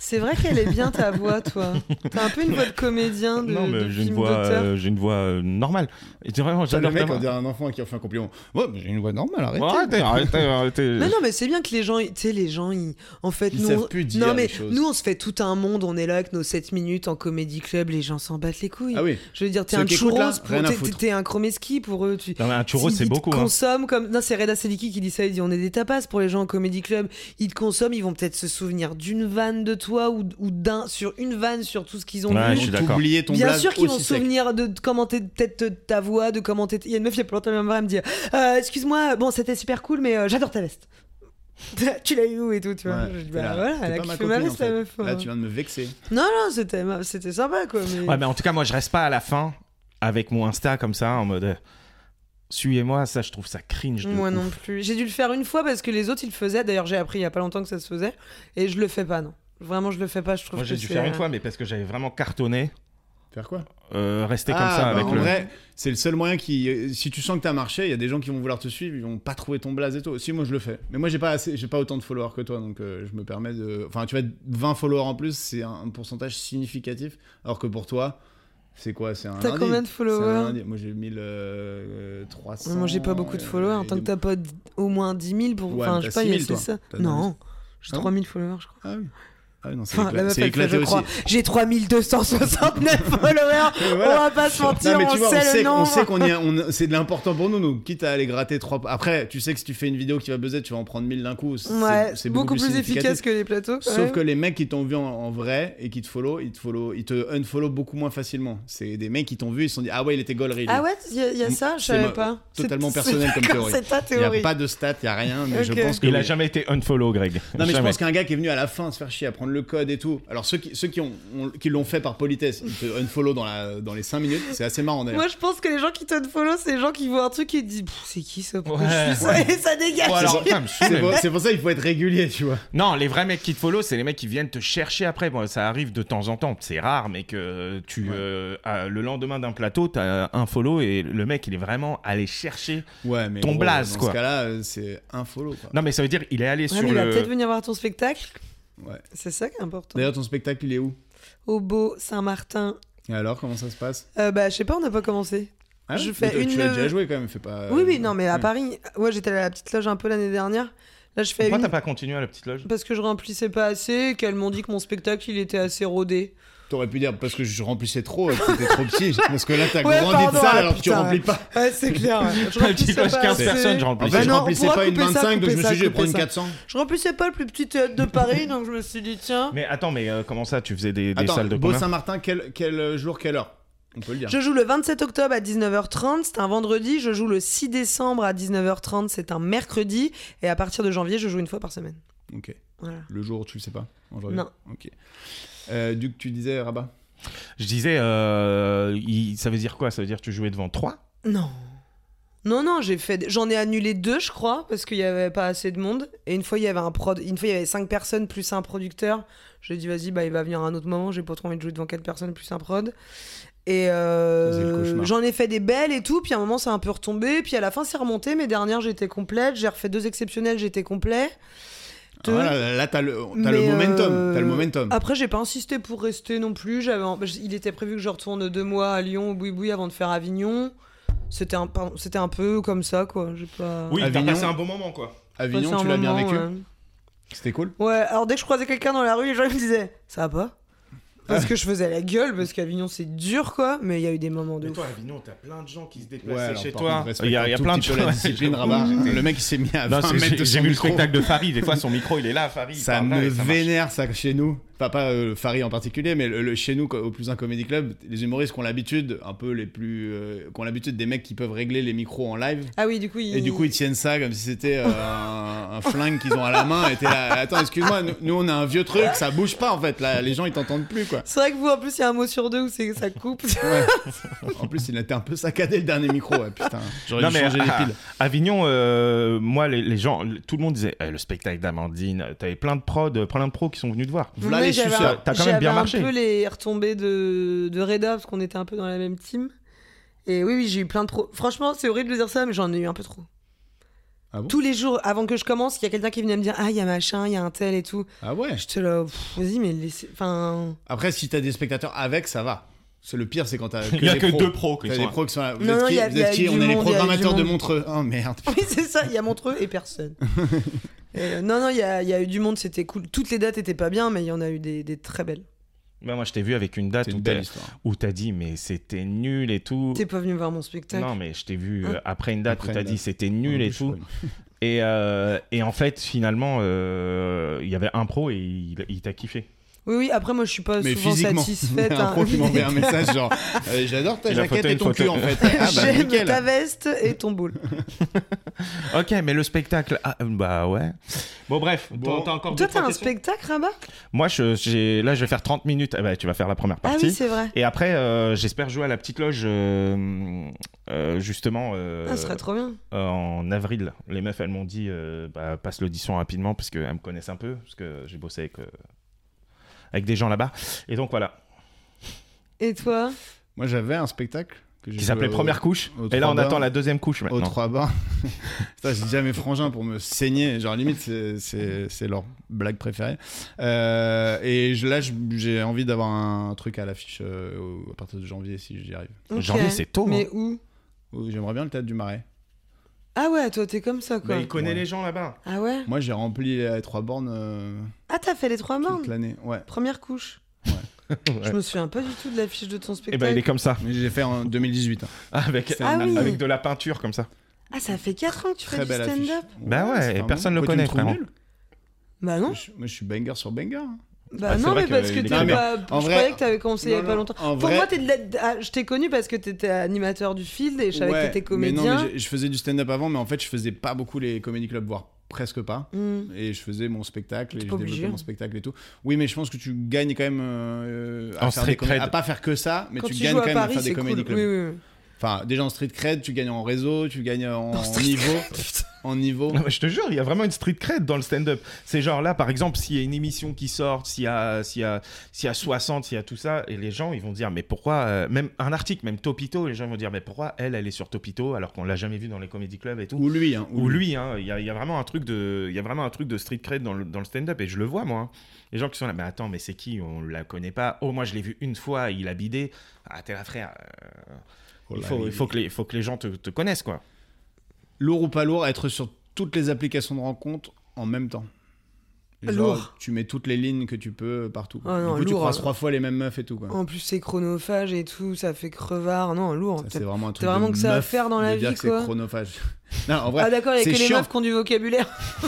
C'est vrai qu'elle est bien ta voix, toi. T'as un peu une voix de comédien de, Non, mais de j'ai une film voix, d'auteur. euh, j'ai une voix euh, normale. Et c'est vraiment, T'as le j'adore mec, ta on voix. dirait un enfant qui en fait un compliment. Ouais, mais j'ai une voix normale, arrêtez. Arrêtez, arrêtez, arrêtez. Mais non, mais c'est bien que les gens, tu sais, les gens, ils, en fait, Ils nous, savent on- plus dire non mais les choses. nous, on se fait tout un monde. On est là avec nos sept minutes en comédie club. Les gens s'en battent les couilles. Ah oui. Je veux dire, t'es Ceux un qui écoutent, churros, là, pour- rien à t'es- foutre. t'es un chromeski pour eux. Tu, Non, mais un churro, ils- c'est ils te beaucoup. Hein. consomment comme. Non, c'est Reda Seliki qui dit ça. Il dit on est des tapas pour les gens en comédie club. Ils te consomment, ils vont peut-être se souvenir d'une vanne de toi ou, ou d'un sur une vanne sur tout ce qu'ils ont Ouais, vu. je suis Ils d'accord. ont oublié ton Bien blaze sûr qu'ils vont aussi se sec. souvenir de, de commenter peut-être ta voix, de commenter. Il y a une meuf il y a pas longtemps, elle me dit euh, excuse-moi, bon c'était super cool, mais euh, j'adore ta veste. Tu l'as eu où et tout, tu vois. Ouais, Je dis, t'es bah là, voilà, t'es elle a pas ma kiffé ma copine, veste en la fait. meuf. Là, hein. tu viens de me vexer. Non, non, c'était, c'était sympa quoi. Mais... Ouais, mais en tout cas, moi, je reste pas à la fin avec mon Insta comme ça, en mode. euh, Suivez-moi, ça, je trouve ça cringe. De Moi ouf. non plus. J'ai dû le faire une fois parce que les autres ils le faisaient. D'ailleurs, j'ai appris il y a pas longtemps que ça se faisait. Et je le fais pas, non. Vraiment, je le fais pas. Je trouve Moi, j'ai que dû c'est, faire une euh, fois, mais parce que j'avais vraiment cartonné. Faire quoi? Euh, rester comme Ah, ça bah, avec en le. vrai, c'est le seul moyen qui. euh, Si tu sens que t'as marché, il y a des gens qui vont vouloir te suivre, ils vont pas trouver ton blaze et tout. Si, moi je le fais. Mais moi j'ai pas assez, j'ai pas autant de followers que toi, donc euh, je me permets de. Enfin, tu vois, vingt followers en plus, c'est un, un pourcentage significatif. Alors que pour toi, c'est quoi? C'est un. T'as lundi. combien de C'est un followers? lundi. Moi j'ai mille trois cents. Moi j'ai pas beaucoup de followers. euh, Tant et que des- t'as pas d- au moins dix mille pour. Ouais, Enfin, mais je sais t'as pas, six il y a- mille, c'est toi. ça. T'as dans Non, j'ai Ah trois mille followers, je crois. Ah oui. Ah oui, non, c'est Enfin, écla- la meuf, c'est elle fait, éclaté je crois. aussi. J'ai trois mille deux cent soixante-neuf followers. Et voilà. On va pas se mentir, Non, mais tu on vois, on sait sait, le nom. on sait qu'on y a- on- c'est de l'important pour nous, nous. Quitte à aller gratter trois. Après, tu sais que si tu fais une vidéo qui va buzzer, tu vas en prendre mille d'un coup. C'est, Ouais, c'est beaucoup, plus significatif. efficace que les plateaux. quand Sauf même. que les mecs qui t'ont vu en, en vrai et qui te follow, ils te follow, ils te unfollow beaucoup moins facilement. C'est des mecs qui t'ont vu, ils se sont dit ah ouais, il était gaulerie. lui. Ah ouais, il y, a- y a ça, je C'est savais mo- pas. totalement C'est- personnel c'est- comme d'accord, théorie. C'est ta Il n'y a théorie. pas de stats, il n'y a rien, mais je Ok. pense que. Il a oui. jamais été unfollow, Greg. Non, mais je Jamais. pense qu'un gars qui est venu à la fin se faire chier à prendre le code et tout. Alors, ceux qui, ceux qui, ont, ont- qui l'ont fait par politesse, ils te unfollow dans, la, dans les cinq minutes. C'est assez marrant d'ailleurs. Moi, je pense que les gens qui te follow, c'est les gens qui voient un truc et disent Pff, c'est qui ça Pourquoi Ouais. je suis ça Et ça dégage. Oh, alors, putain, me saoule, C'est mais- pour, c'est pour ça qu'il faut être régulier, tu vois. Non, les vrais mecs qui te follow, c'est les mecs qui viennent te chercher après. Bon, ça arrive de temps en temps, c'est rare, mais que tu, Ouais. euh, ah, le lendemain d'un plateau, t'as un follow et le mec, il est vraiment allé chercher. Ouais, mais Ton gros, blaze, dans quoi. ce cas-là, euh, c'est un follow, quoi. Non, mais ça veut dire, il est allé Ouais, sur mais il va le. peut-être venir voir ton spectacle. Ouais. C'est ça qui est important. D'ailleurs, ton spectacle, il est où? Au Beau, Saint-Martin. Et alors, comment ça se passe? Euh, bah, je sais pas, on n'a pas commencé. Ah, Je mais fais toi, une- Tu as déjà joué quand même, fais pas. oui, oui, non, mais à oui. Paris, ouais, j'étais allée à la petite loge un peu l'année dernière. Là, je fais Pourquoi une t'as pas continué à la petite loge? parce que je remplissais pas assez, qu'elles m'ont dit que mon spectacle il était assez rodé. T'aurais pu dire parce que je remplissais trop, que t'étais trop petit. Parce que là, t'as Ouais, grandi de pardon, salle ah, alors que tu putain, remplis ouais. pas. Ouais, c'est clair. Ouais. Je La petite remplissais loge, pas quinze assez. personnes, je En remplissais. fait, Bah je non, on remplissais pourra pas une couper ça, vingt-cinq, donc je me couper suis dit, je ça, vais prendre une couper ça. quatre cents. Je remplissais pas le plus petit théâtre de Paris, donc je me suis dit tiens. Mais attends, mais euh, comment ça, tu faisais des, des Attends, salles de Beau combien? Saint-Martin, quel, quel jour, quelle heure? On peut le dire. Je joue le vingt-sept octobre à dix-neuf heures trente, c'est un vendredi. Je joue le six décembre à dix-neuf heures trente, c'est un mercredi. Et à partir de janvier, je joue une fois par semaine. Ok. Voilà. Le jour, tu le sais pas en janvier. Non. Ok. Euh, Duc, tu disais Rabat. Je disais, euh, il- ça veut dire quoi? Ça veut dire que tu jouais devant trois? Non. Non, non, j'ai fait. J'en ai annulé deux, je crois, parce qu'il y avait pas assez de monde. Et une fois, il y avait un prod. Une fois, il y avait cinq personnes plus un producteur. J'ai dit, vas-y, bah, il va venir à un autre moment. J'ai pas trop envie de jouer devant quatre personnes plus un prod. Et euh, C'est le cauchemar. j'en ai fait des belles et tout. Puis à un moment, ça a un peu retombé. Puis à la fin, c'est remonté. Mes dernières, j'étais complète. J'ai refait deux exceptionnels, j'étais complet. Deux. Ah, là, là, t'as le, t'as Mais, le momentum. euh, T'as le momentum. Après, j'ai pas insisté pour rester non plus. J'avais, en- il était prévu que je retourne deux mois à Lyon au Boui-Boui avant de faire Avignon. C'était un, pardon, c'était un peu comme ça, quoi. J'ai pas. Oui, t'as Avignon. passé un bon moment, quoi. Avignon, passé tu un l'as bien moment, vécu. ouais. C'était cool. Ouais, alors dès que je croisais quelqu'un dans la rue, les gens ils me disaient ça va pas parce que je faisais la gueule, parce qu'Avignon c'est dur quoi, mais il y a eu des moments de Mais ouf. toi, Avignon, t'as plein de gens qui se Ouais, déplaçaient alors, chez par toi. contre, respecte Il y a, un il y a tout plein de petit peu la choses. discipline, Rabat. Le mec, il s'est mis à Non, vingt c'est- mètres de j'ai son j'ai vu le micro. spectacle de Farid. Des fois, son micro, il est là, Farid. il Ça parle là me et ça marche. vénère ça chez nous. Enfin, pas euh, Farid en particulier, mais le, le- chez nous, au Plus un Comedy Club, les humoristes qui ont l'habitude, un peu les plus. Euh, qui ont l'habitude des mecs qui peuvent régler les micros en live. Ah oui, du coup, il... Et du coup, ils tiennent ça comme si c'était euh, un, un flingue qu'ils ont à la main. Et t'es là, attends, excuse-moi, nous, nous, on a un vieux truc, ça bouge pas en fait. Là, les gens ils t'entendent plus quoi. c'est vrai que vous en plus il y a un mot sur deux où c'est ça coupe. Ouais. En plus, il était un peu saccadé le dernier micro. Ouais, putain, j'aurais Non, dû mais changer les à- piles. Avignon, euh, moi, les, les gens, tout le monde disait eh, le spectacle d'Amandine. T'avais plein de prods, plein de pros qui sont venus te voir. Voilà Mais les j'avais suceurs. un- T'as quand même bien j'avais marché. un peu les retombées de, de Reda parce qu'on était un peu dans la même team. Et oui, oui, j'ai eu plein de pros. Franchement, c'est horrible de dire ça, mais j'en ai eu un peu trop. Ah bon Tous les jours, avant que je commence, il y a quelqu'un qui venait me dire ah il y a machin, il y a un tel et tout. Ah ouais. J'étais là, pff, vas-y mais laissez, enfin. Après, si t'as des spectateurs avec, ça va. C'est le pire, c'est quand t'as que Il y a des que pros. deux pros qui T'as sont des là. pros qui sont là. Vous Non, êtes non, qui, il y a- vous il y a êtes qui du On est les monde, il y a du programmateurs de monde. Montreux. Oh merde. Oui c'est ça, il y a Montreux et personne. Et, euh, non non, il y a, il y a eu du monde, c'était cool. Toutes les dates étaient pas bien, mais il y en a eu des, des très belles. Bah, moi, je t'ai vu avec une date C'est où une t'as, belle histoire. où t'as dit, mais c'était nul et tout. T'es pas venu voir mon spectacle. Non, mais je t'ai vu Hein euh, après une date Après où t'as une dit date. c'était nul En et plus, je tout. suis pas Et, euh, et en fait, finalement, euh, il y avait un pro et il, il t'a kiffé. Oui oui, après moi je suis pas Mais souvent physiquement, satisfaite. il y a un hein. pro qui m'envoie un message genre euh, j'adore ta Il a jaquette photo et une ton photo. cul en fait. Ah bah J'aime nickel. ta veste et ton boule. Ok, mais le spectacle, ah, bah ouais. Bon, bref, Bon. t'as- t'as encore Toi deux, trois t'as un questions spectacle Rabat? Moi, je, j'ai, là, je vais faire trente minutes. Ah bah, tu vas faire la première Ah partie. oui c'est vrai. Et après, euh, j'espère jouer à la petite loge, euh, euh, justement, euh, Ah, ce serait trop bien. euh, en avril. Les meufs, elles m'ont dit, euh, bah, passe l'audition rapidement parce qu'elles me connaissent un peu, parce que j'ai bossé avec, euh, avec des gens là-bas. Et donc, voilà. Et toi? Moi, j'avais un spectacle que j'ai Qui joué s'appelait au- Première couche. au Et là, on trois attend bars. la deuxième couche Aux maintenant. trois bars. Putain, j'ai dit à mes frangins pour me saigner. Genre, limite, c'est, c'est, c'est leur blague préférée. Euh, et je, là, je- j'ai envie d'avoir un truc à l'affiche euh, au- à partir de janvier si j'y arrive. Ok. Janvier, c'est tôt. Mais hein. où? Oh, J'aimerais bien le théâtre du Marais. Ah ouais, toi t'es comme ça quoi. Mais il connaît Ouais. les gens là-bas. Ah ouais? Moi, j'ai rempli les trois bornes euh, Ah t'as fait les trois toute bornes? l'année. Ouais. Première couche. Ouais. Je me souviens pas du tout de l'affiche de ton Et spectacle. ben, il est comme ça. Mais j'ai fait en deux mille dix-huit. hein. Avec, Ah oui. avec de la peinture comme ça. Ah ça fait quatre ans que tu Très fais du belle affiche. stand-up? Bah ouais, c'est et pas personne mal. le Quoi, tu connaît, me trouves frérot. nul Bah non. Moi, je, moi, je suis banger sur banger. hein. Bah Ah, c'est non vrai mais parce que que il est t'es Non, mais pas... en je vrai- croyais que t'avais commencé il y Non, avait pas non, longtemps. en Pour vrai- moi t'es de la... ah, je t'ai connu parce que t'étais animateur du Field et je savais Ouais, que t'étais mais non, comédien. mais je, je faisais du stand-up avant, mais en fait, je faisais pas beaucoup les comedy clubs, voire presque pas. Hmm. Et je faisais mon spectacle et T'es je pas développais obligé. mon spectacle et tout. Oui, mais je pense que tu gagnes quand même euh, En à, faire des street comé- cred. à pas faire que ça, mais Quand tu tu gagnes joues quand à même à Paris faire des c'est comedy cool. clubs. Oui, oui, oui. Enfin, déjà en street cred, tu gagnes en réseau, tu gagnes en, en niveau. en niveau. Non, mais je te jure, il y a vraiment une street cred dans le stand-up. C'est genre là, par exemple, s'il y a une émission qui sort, s'il y a, s'il y a, s'il y a soixante, s'il y a tout ça, et les gens, ils vont dire, mais pourquoi, euh, même un article, même Topito, les gens vont dire, mais pourquoi elle, elle est sur Topito alors qu'on l'a jamais vu dans les comedy clubs et tout. Ou lui, hein. Ou lui, hein, il y, a, il y a vraiment un truc de, il y a vraiment un truc de street cred dans le, dans le stand-up et je le vois moi. hein. Les gens qui sont là, mais attends, mais c'est qui? On la connaît pas. Oh, moi je l'ai vu une fois, il a bidé. Ah, t'es là, frère. euh, Oh il là, faut, il- il faut que les, faut que les gens te, te connaissent quoi. Lourd ou pas lourd, être sur toutes les applications de rencontre en même temps. Genre, Lourd. tu mets toutes les lignes que tu peux partout. Ah du non, coup, tu lourd, croises hein. trois fois les mêmes meufs et tout. Quoi. En plus c'est chronophage et tout, ça fait crevard. Non, lourd. Ça, c'est vraiment un truc T'as vraiment de que ça à meuf faire dans la de dire vie, que c'est quoi. chronophage. Non, en vrai, Ah d'accord, il y a c'est que les chiant. meufs qui ont du vocabulaire.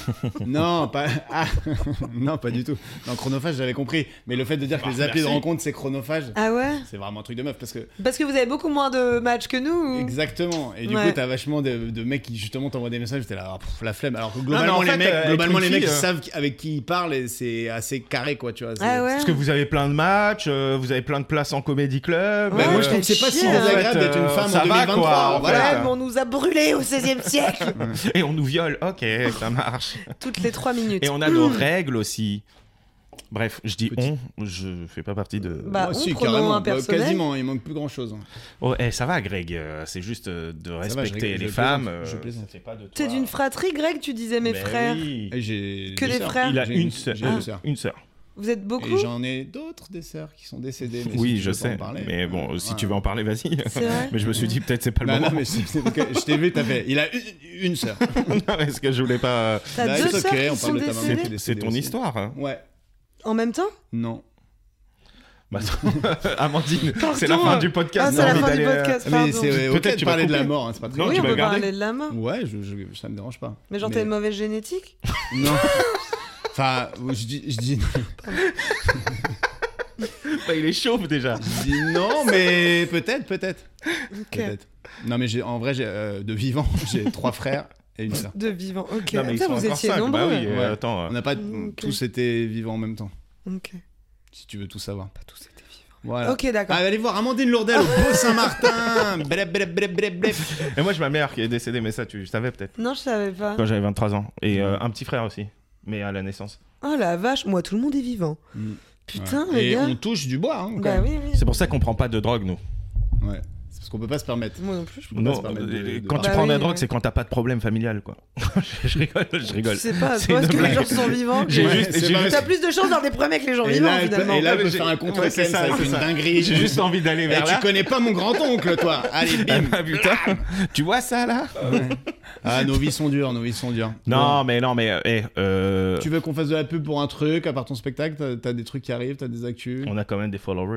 Non, pas... Ah, non, pas du tout. Non, chronophage, j'avais compris. Mais le fait de dire que Ah, les applis de merci. rencontre, c'est chronophage, Ah ouais? c'est vraiment un truc de meuf. Parce que... Parce que vous avez beaucoup moins de matchs que nous ou... Exactement. Et du Ouais. coup, t'as vachement de, de mecs qui justement t'envoient des messages, t'es là, ah, pff, la flemme. Alors que globalement, en les fait, mecs, euh, globalement, avec les une mecs fille, euh, savent qui- avec qui ils parlent et c'est assez carré, quoi, tu vois. c'est- Ah ouais? Parce que vous avez plein de matchs, euh, vous avez plein de places en comédie club. Ouais, Bah, moi, euh, je trouve que c'est pas si chier, hein. désagréable En fait, d'être une euh, femme ça en va, deux mille vingt-trois. quoi, en voilà. fait. Ouais, mais on nous a brûlés au seizième siècle. Et on nous viole, ok, ça marche. Toutes les trois minutes. Et on a nos règles aussi. Bref, je dis Petit. on, je fais pas partie de. Bah, Moi on, aussi, prenons carrément. un Bah, personnel. quasiment, il manque plus grand chose. Oh, eh, ça va, Greg. euh, C'est juste euh, de va, je respecter rigole, les je femmes. plaisante, je euh, plaisante. ça fait pas de toi. T'es d'une fratrie, Greg, tu disais mes Mais frères. oui. Et j'ai Que deux des sœurs. frères. Il a J'ai une une- sœur. j'ai deux sœurs. Une sœur. Vous êtes beaucoup? Et j'en ai d'autres des sœurs qui sont décédées. Mais Oui, si tu je veux pas sais. en parler, Mais euh, bon, si voilà. tu veux en parler, vas-y. C'est vrai? Mais je me suis dit, peut-être c'est pas le Bah moment. non, mais c'est- c'est parce que je t'ai vu, t'as fait. Il a une, une sœur. Non, est-ce que je voulais pas. T'as Bah, deux c'est sœurs ok, qui on sont parle de ta maman qui est décédées? décédée C'est ton aussi. histoire. hein. Ouais. En même temps? Non. Bah, Amandine, c'est la Pardon. fin du podcast. Ah, c'est t'as la envie fin du d'aller, euh, podcast, Mais pardon. c'est euh, Peut-être ok tu de vas parler de la couper. mort, hein, c'est pas très Non, Oui, tu on vas peut garder parler de la mort. Ouais, je, je- ça me dérange pas. Mais genre, Mais- t'as une mauvaise génétique? Non. Enfin, je dis, je dis, Bah, il est chauve déjà. je dis non, mais peut-être, peut-être. Ok. Peut-être. Non, mais j'ai, en vrai, j'ai, euh, de vivant, j'ai trois frères et une sœur. De vivant, ok. Non, mais ils Putain, sont vous encore étiez cinq. nombreux. Bah oui, euh, Ouais. attends. On euh, n'a pas Ok. tous été vivants en même temps, Ok. si tu veux tout savoir. Pas tous étaient vivants. Voilà. Ok, d'accord. Ah, allez voir Amandine Lourdel au Beau Saint-Martin. Blep, blep, blep, blep, blep. Et moi, j'ai ma mère qui est décédée, mais ça, tu savais peut-être. Non, je savais pas. Quand j'avais vingt-trois ans. Et euh, un petit frère aussi, mais à la naissance. Oh la vache, moi tout le monde est vivant. Mm. Putain, Ouais. les Et gars. on touche du bois, hein, quand Bah même. oui, oui. C'est pour ça qu'on prend pas de drogue, nous. Ouais. C'est parce qu'on peut pas se permettre. Moi non plus, je peux Non, se permettre de- euh, de- quand Bah tu prends de la oui, drogue, ouais. c'est quand t'as pas de problème familial, quoi. je, je rigole, je rigole. Je sais pas, C'est toi, est-ce une que les blague. gens sont vivants J'ai Ouais, juste, c'est j'ai pas- juste- T'as plus de chances d'avoir des problèmes avec les gens Et vivants, là, elle peut- finalement. et là, elle peut j'ai- faire un ouais, contre c'est ça, avec c'est une ça. dinguerie. J'ai juste envie d'aller Eh, vers tu là. connais pas mon grand-oncle, toi. Allez, bim. Ah, putain, tu vois ça là? Ah, nos vies sont dures, nos vies sont dures. Non, Bon. mais non, mais eh, euh, Tu veux qu'on fasse de la pub pour un truc, à part ton spectacle? T'as, t'as des trucs qui arrivent, t'as des actus? on a quand même des followers.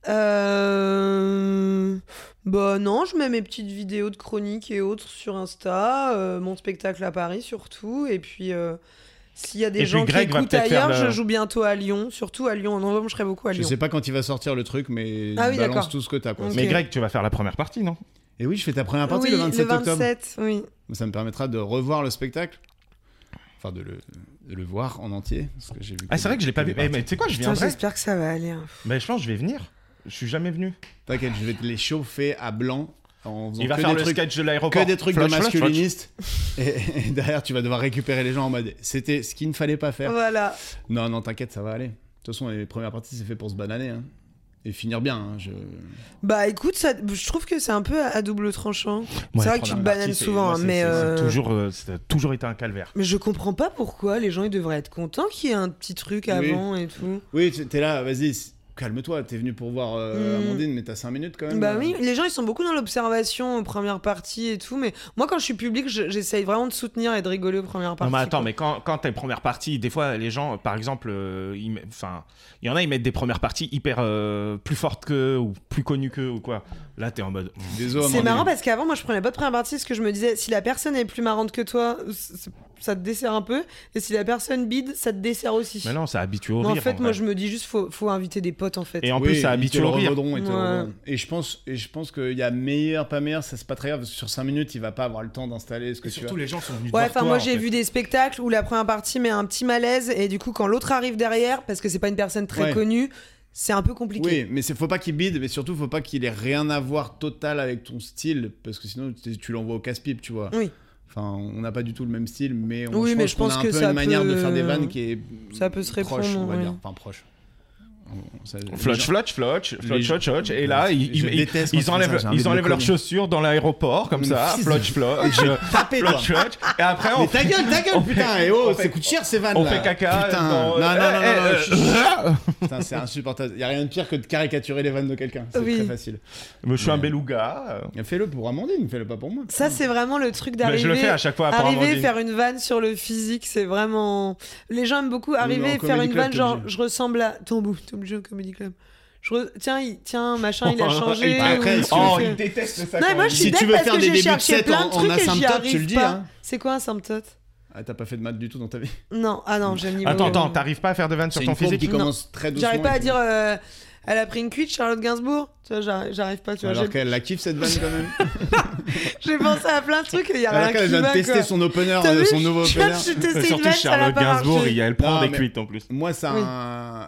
Euh... Bah non, je mets mes petites vidéos de chroniques et autres sur Insta, euh, mon spectacle à Paris surtout, et puis euh, s'il y a des Et gens puis Greg qui va écoutent peut-être faire ailleurs, le- je joue bientôt à Lyon, surtout à Lyon. En novembre, je serai beaucoup à Je Lyon. sais pas quand il va sortir le truc, mais Ah oui, balance d'accord. tout ce que t'as, quoi. Ok. Mais Greg, tu vas faire la première partie, non? Et oui, je fais ta première partie oui, le vingt-sept octobre. vingt-sept, oui. Ça me permettra de revoir le spectacle. Enfin, de le, de le voir en entier. Parce que j'ai vu Ah, c'est vrai que je l'ai pas vu. des Eh, parties. mais tu sais quoi, je Putain, viendrai. j'espère que ça va aller. hein. Mais je pense que je vais venir. Je suis jamais venu. T'inquiète, je vais te les chauffer à blanc. En faisant Il va que faire des le trucs, sketch de l'aéroport. que des trucs Flotch, de flotch, flotch. masculinistes. Et, et derrière, tu vas devoir récupérer les gens en mode c'était ce qu'il ne fallait pas faire. Voilà. Non, non, t'inquiète, ça va aller. De toute façon, les premières parties, c'est fait pour se bananer. Hein. Et finir bien. Hein, je... Bah écoute, ça, je trouve que c'est un peu à double tranchant. Ouais, c'est vrai que tu te première bananes partie, c'est- souvent, moi, hein, c'est- mais... c'est- euh, c'est toujours, euh, ça a toujours été un calvaire. Mais je comprends pas pourquoi les gens ils devraient être contents qu'il y ait un petit truc Oui. avant et tout. Oui, tu- t'es là, vas-y, c- calme-toi. T'es venu pour voir euh, Mm. Amandine, mais t'as cinq minutes quand même. Bah euh. oui, les gens ils sont beaucoup dans l'observation aux premières parties et tout, mais moi quand je suis public, je- j'essaye vraiment de soutenir et de rigoler aux premières parties. Non mais attends, quoi. mais quand, quand t'as une première partie, des fois les gens, par exemple, euh, ils met- enfin, il y en a, ils mettent des premières parties hyper euh, plus fortes que ou plus connues que ou quoi. Là, t'es en mode. Désolé, C'est marrant parce qu'avant moi je prenais pas de première partie parce que je me disais si la personne est plus marrante que toi, c- ça te dessert un peu, et si la personne bide, ça te dessert aussi. Mais non, ça habitue au Mais rire. en fait, en moi vrai. je me dis juste faut, faut inviter des potes en fait. Et en Oui, plus, ça ils habitue te le au rire. revaudront, ils te le Ouais. revaudront. Et je pense, et je pense qu'il y a meilleur, pas meilleur, ça c'est pas très grave parce que sur cinq minutes, il va pas avoir le temps d'installer ce que Et tu surtout, as. les gens sont venus. Ouais, voir enfin toi, moi en j'ai fait. vu des spectacles où la première partie met un petit malaise et du coup quand l'autre arrive derrière parce que c'est pas une personne très Ouais. connue, c'est un peu compliqué. Oui, mais c'est faut pas qu'il bide, mais surtout faut pas qu'il ait rien à voir total avec ton style parce que sinon tu, tu l'envoies au casse-pipe, tu vois. Oui. Enfin, on n'a pas du tout le même style, mais on, Oui, je mais pense je qu'on pense a un que peu ça une manière de peut- faire des vannes qui est Ça peut se proche, répondre, on va oui. dire, enfin proche. On- ça- les Flotch, gens- flotch, flotch, les flotch, gens- flotch, flotch, et là, Je ils, ils, déteste quand ils tu fais enlèvent, ça, j'ai envie ils de enlèvent le leurs cogner. chaussures dans l'aéroport, comme ça, Fils de- flotch, flotch, euh, Taper toi. flotch, flotch, et après on Mais ta gueule, ta gueule, on putain, fait- et oh, on ça fait- coûte cher ces vannes on là. fait caca. Putain, dans- non, non, non, non, Eh, non, eh, chut, chut. Putain, c'est insupportable. Y a rien de pire que de caricaturer les vannes de quelqu'un. C'est Oui. très facile. Je suis un beluga. Fais-le pour Amandine, fais-le pas pour moi. Ça c'est vraiment le truc Mais d'arriver. je le fais à chaque fois pour Arriver, Amandine. faire une vanne sur le physique, c'est vraiment. Les gens aiment beaucoup mais arriver, en et faire Comedy une Club, vanne, t'es genre obligé. je ressemble à Tombo, Tombo Comedy Club. Je re- Tiens, il... Tiens, machin, il a Oh, changé. bah, après, ou- si tu veux Oh, faire- il déteste ça. Non, mais quand moi on je dit. suis Si tu dead veux parce faire que des j'ai débuts de cherché set plein en- de en trucs et j'y asymptote, arrive tu le dis, pas. hein. C'est quoi un symptote? Ah, t'as pas fait de maths du tout dans ta vie. Non, ah non, j'ai le niveau. Attends, attends, t'arrives pas à faire de vannes sur C'est ton une courbe physique qui commence très doucement. J'arrive pas et à tu- dire. euh, Elle a pris une cuite, Charlotte Gainsbourg. Tu vois, j'arrive j'arrive pas, tu vois. Alors J'ai qu'elle la kiffe cette vanne quand même. j'ai pensé à plein de trucs et il y a Alors rien qu'elle qui vient de va, tester quoi. son opener, T'as euh, vu, son nouveau je viens opener. de chuter une Surtout vanne, ça va Charlotte pas Gainsbourg, marcher. il- elle prend Non, des mais- cuites en plus. Moi, c'est Oui. un.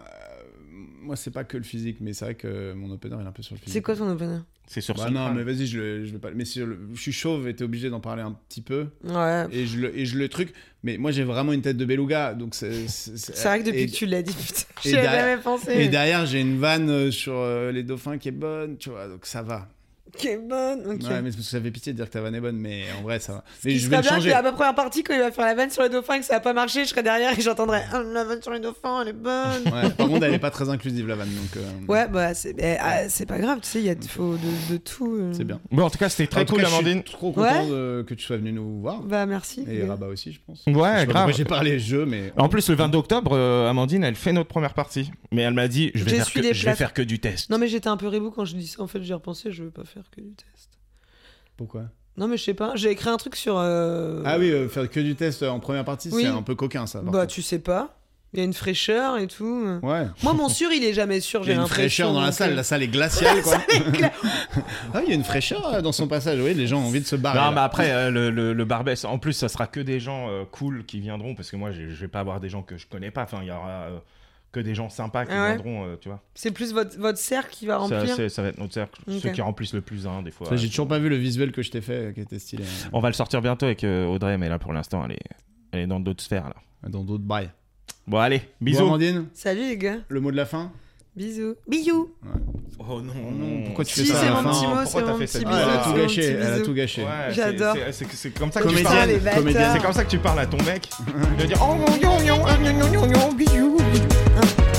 Moi, c'est pas que le physique, mais c'est vrai que mon opener il est un peu sur le physique. C'est quoi ton opener? C'est sur Bah son non, crâne. mais vas-y, je le, je le pas. Mais sur le- je suis chauve et t'es obligé d'en parler un petit peu. Ouais. Et je le, et je le truc. Mais moi, j'ai vraiment une tête de beluga, donc c'est. C'est C'est vrai que depuis et- que tu l'as dit, putain, et j'y avais derrière- jamais pensé. Et derrière, j'ai une vanne euh, sur euh, les dauphins qui est bonne, tu vois, donc ça va. Quelle bonne, ok. Ouais, mais c'est parce que ça fait pitié de dire que ta vanne est bonne, mais en vrai, ça va. Ce Mais qui je serait vais le bien changer. qu'à ma première partie, quand il va faire la vanne sur les dauphins et que ça va pas marcher, je serais derrière et j'entendrais ah, la vanne sur les dauphins, elle est bonne. Ouais, par contre, elle est pas très inclusive, la vanne, donc. euh, Ouais, bah c'est eh, ah, c'est pas grave, tu sais, il y a de, faut de, de tout. euh. C'est bien. Bon, en tout cas, c'était très En tout cool, cas, Amandine. Je suis trop content Ouais. de- que tu sois venu nous voir. Bah merci. Et Ouais. Rabat aussi, je pense. Ouais, Je sais pas grave. pourquoi j'ai parlé jeu, mais. En plus, le vingt-deux octobre, euh, Amandine, elle fait notre première partie. Mais elle m'a dit, je vais, J'ai faire su que, les je vais places. faire que du test. Non mais j'étais un peu rebou quand je dis ça, en fait j'ai repensé, je veux pas faire que du test. Pourquoi Non mais je sais pas, j'ai écrit un truc sur... euh, Ah oui, euh, faire que du test en première partie, Oui. c'est un peu coquin, ça. par Bah contre. tu sais pas, il y a une fraîcheur et tout. Ouais. Moi mon sûr il est jamais sûr, Il y j'ai a une l'impression. fraîcheur dans la donc, salle, euh, la salle est glaciale, quoi. clair. Ah, il y a une fraîcheur euh, dans son passage, oui, les gens ont envie de se barrer. Non, là. mais après, euh, le, le, le Barbès, en plus, ça sera que des gens euh, cool qui viendront, parce que moi, j'ai- je vais pas avoir des gens que je connais pas. Enfin, il y aura euh, que des gens sympas qui Ah ouais. viendront, euh, tu vois. C'est plus votre, votre cercle qui va Ça, remplir. c'est- ça va être notre cercle. Ok. Ceux qui remplissent le plus, hein, des fois. Ça, j'ai toujours pas vu le visuel que je t'ai fait, euh, qui était stylé. hein. On va le sortir bientôt avec euh, Audrey, mais là, pour l'instant, elle est, elle est dans d'autres sphères, là. Dans d'autres bails. Bon, allez, Bon, bisous. Amandine, Salut les gars, le mot de la fin bisous. Bisous. Ouais. Oh non, Oh non, pourquoi tu Si, fais ça c'est à la mon fin petit mot, Pourquoi c'est t'as mon fait petit cette Ah, elle a bisou, tout c'est mon gâché, petit elle a bisou. tout gâché. Ouais, c'est- J'adore. c'est- C'est c'est comme ça que tu Comédienne, parles. les bâtards. comédienne. C'est comme ça que tu parles à ton mec. Il va dire oh non non non non non non bisous. Hein.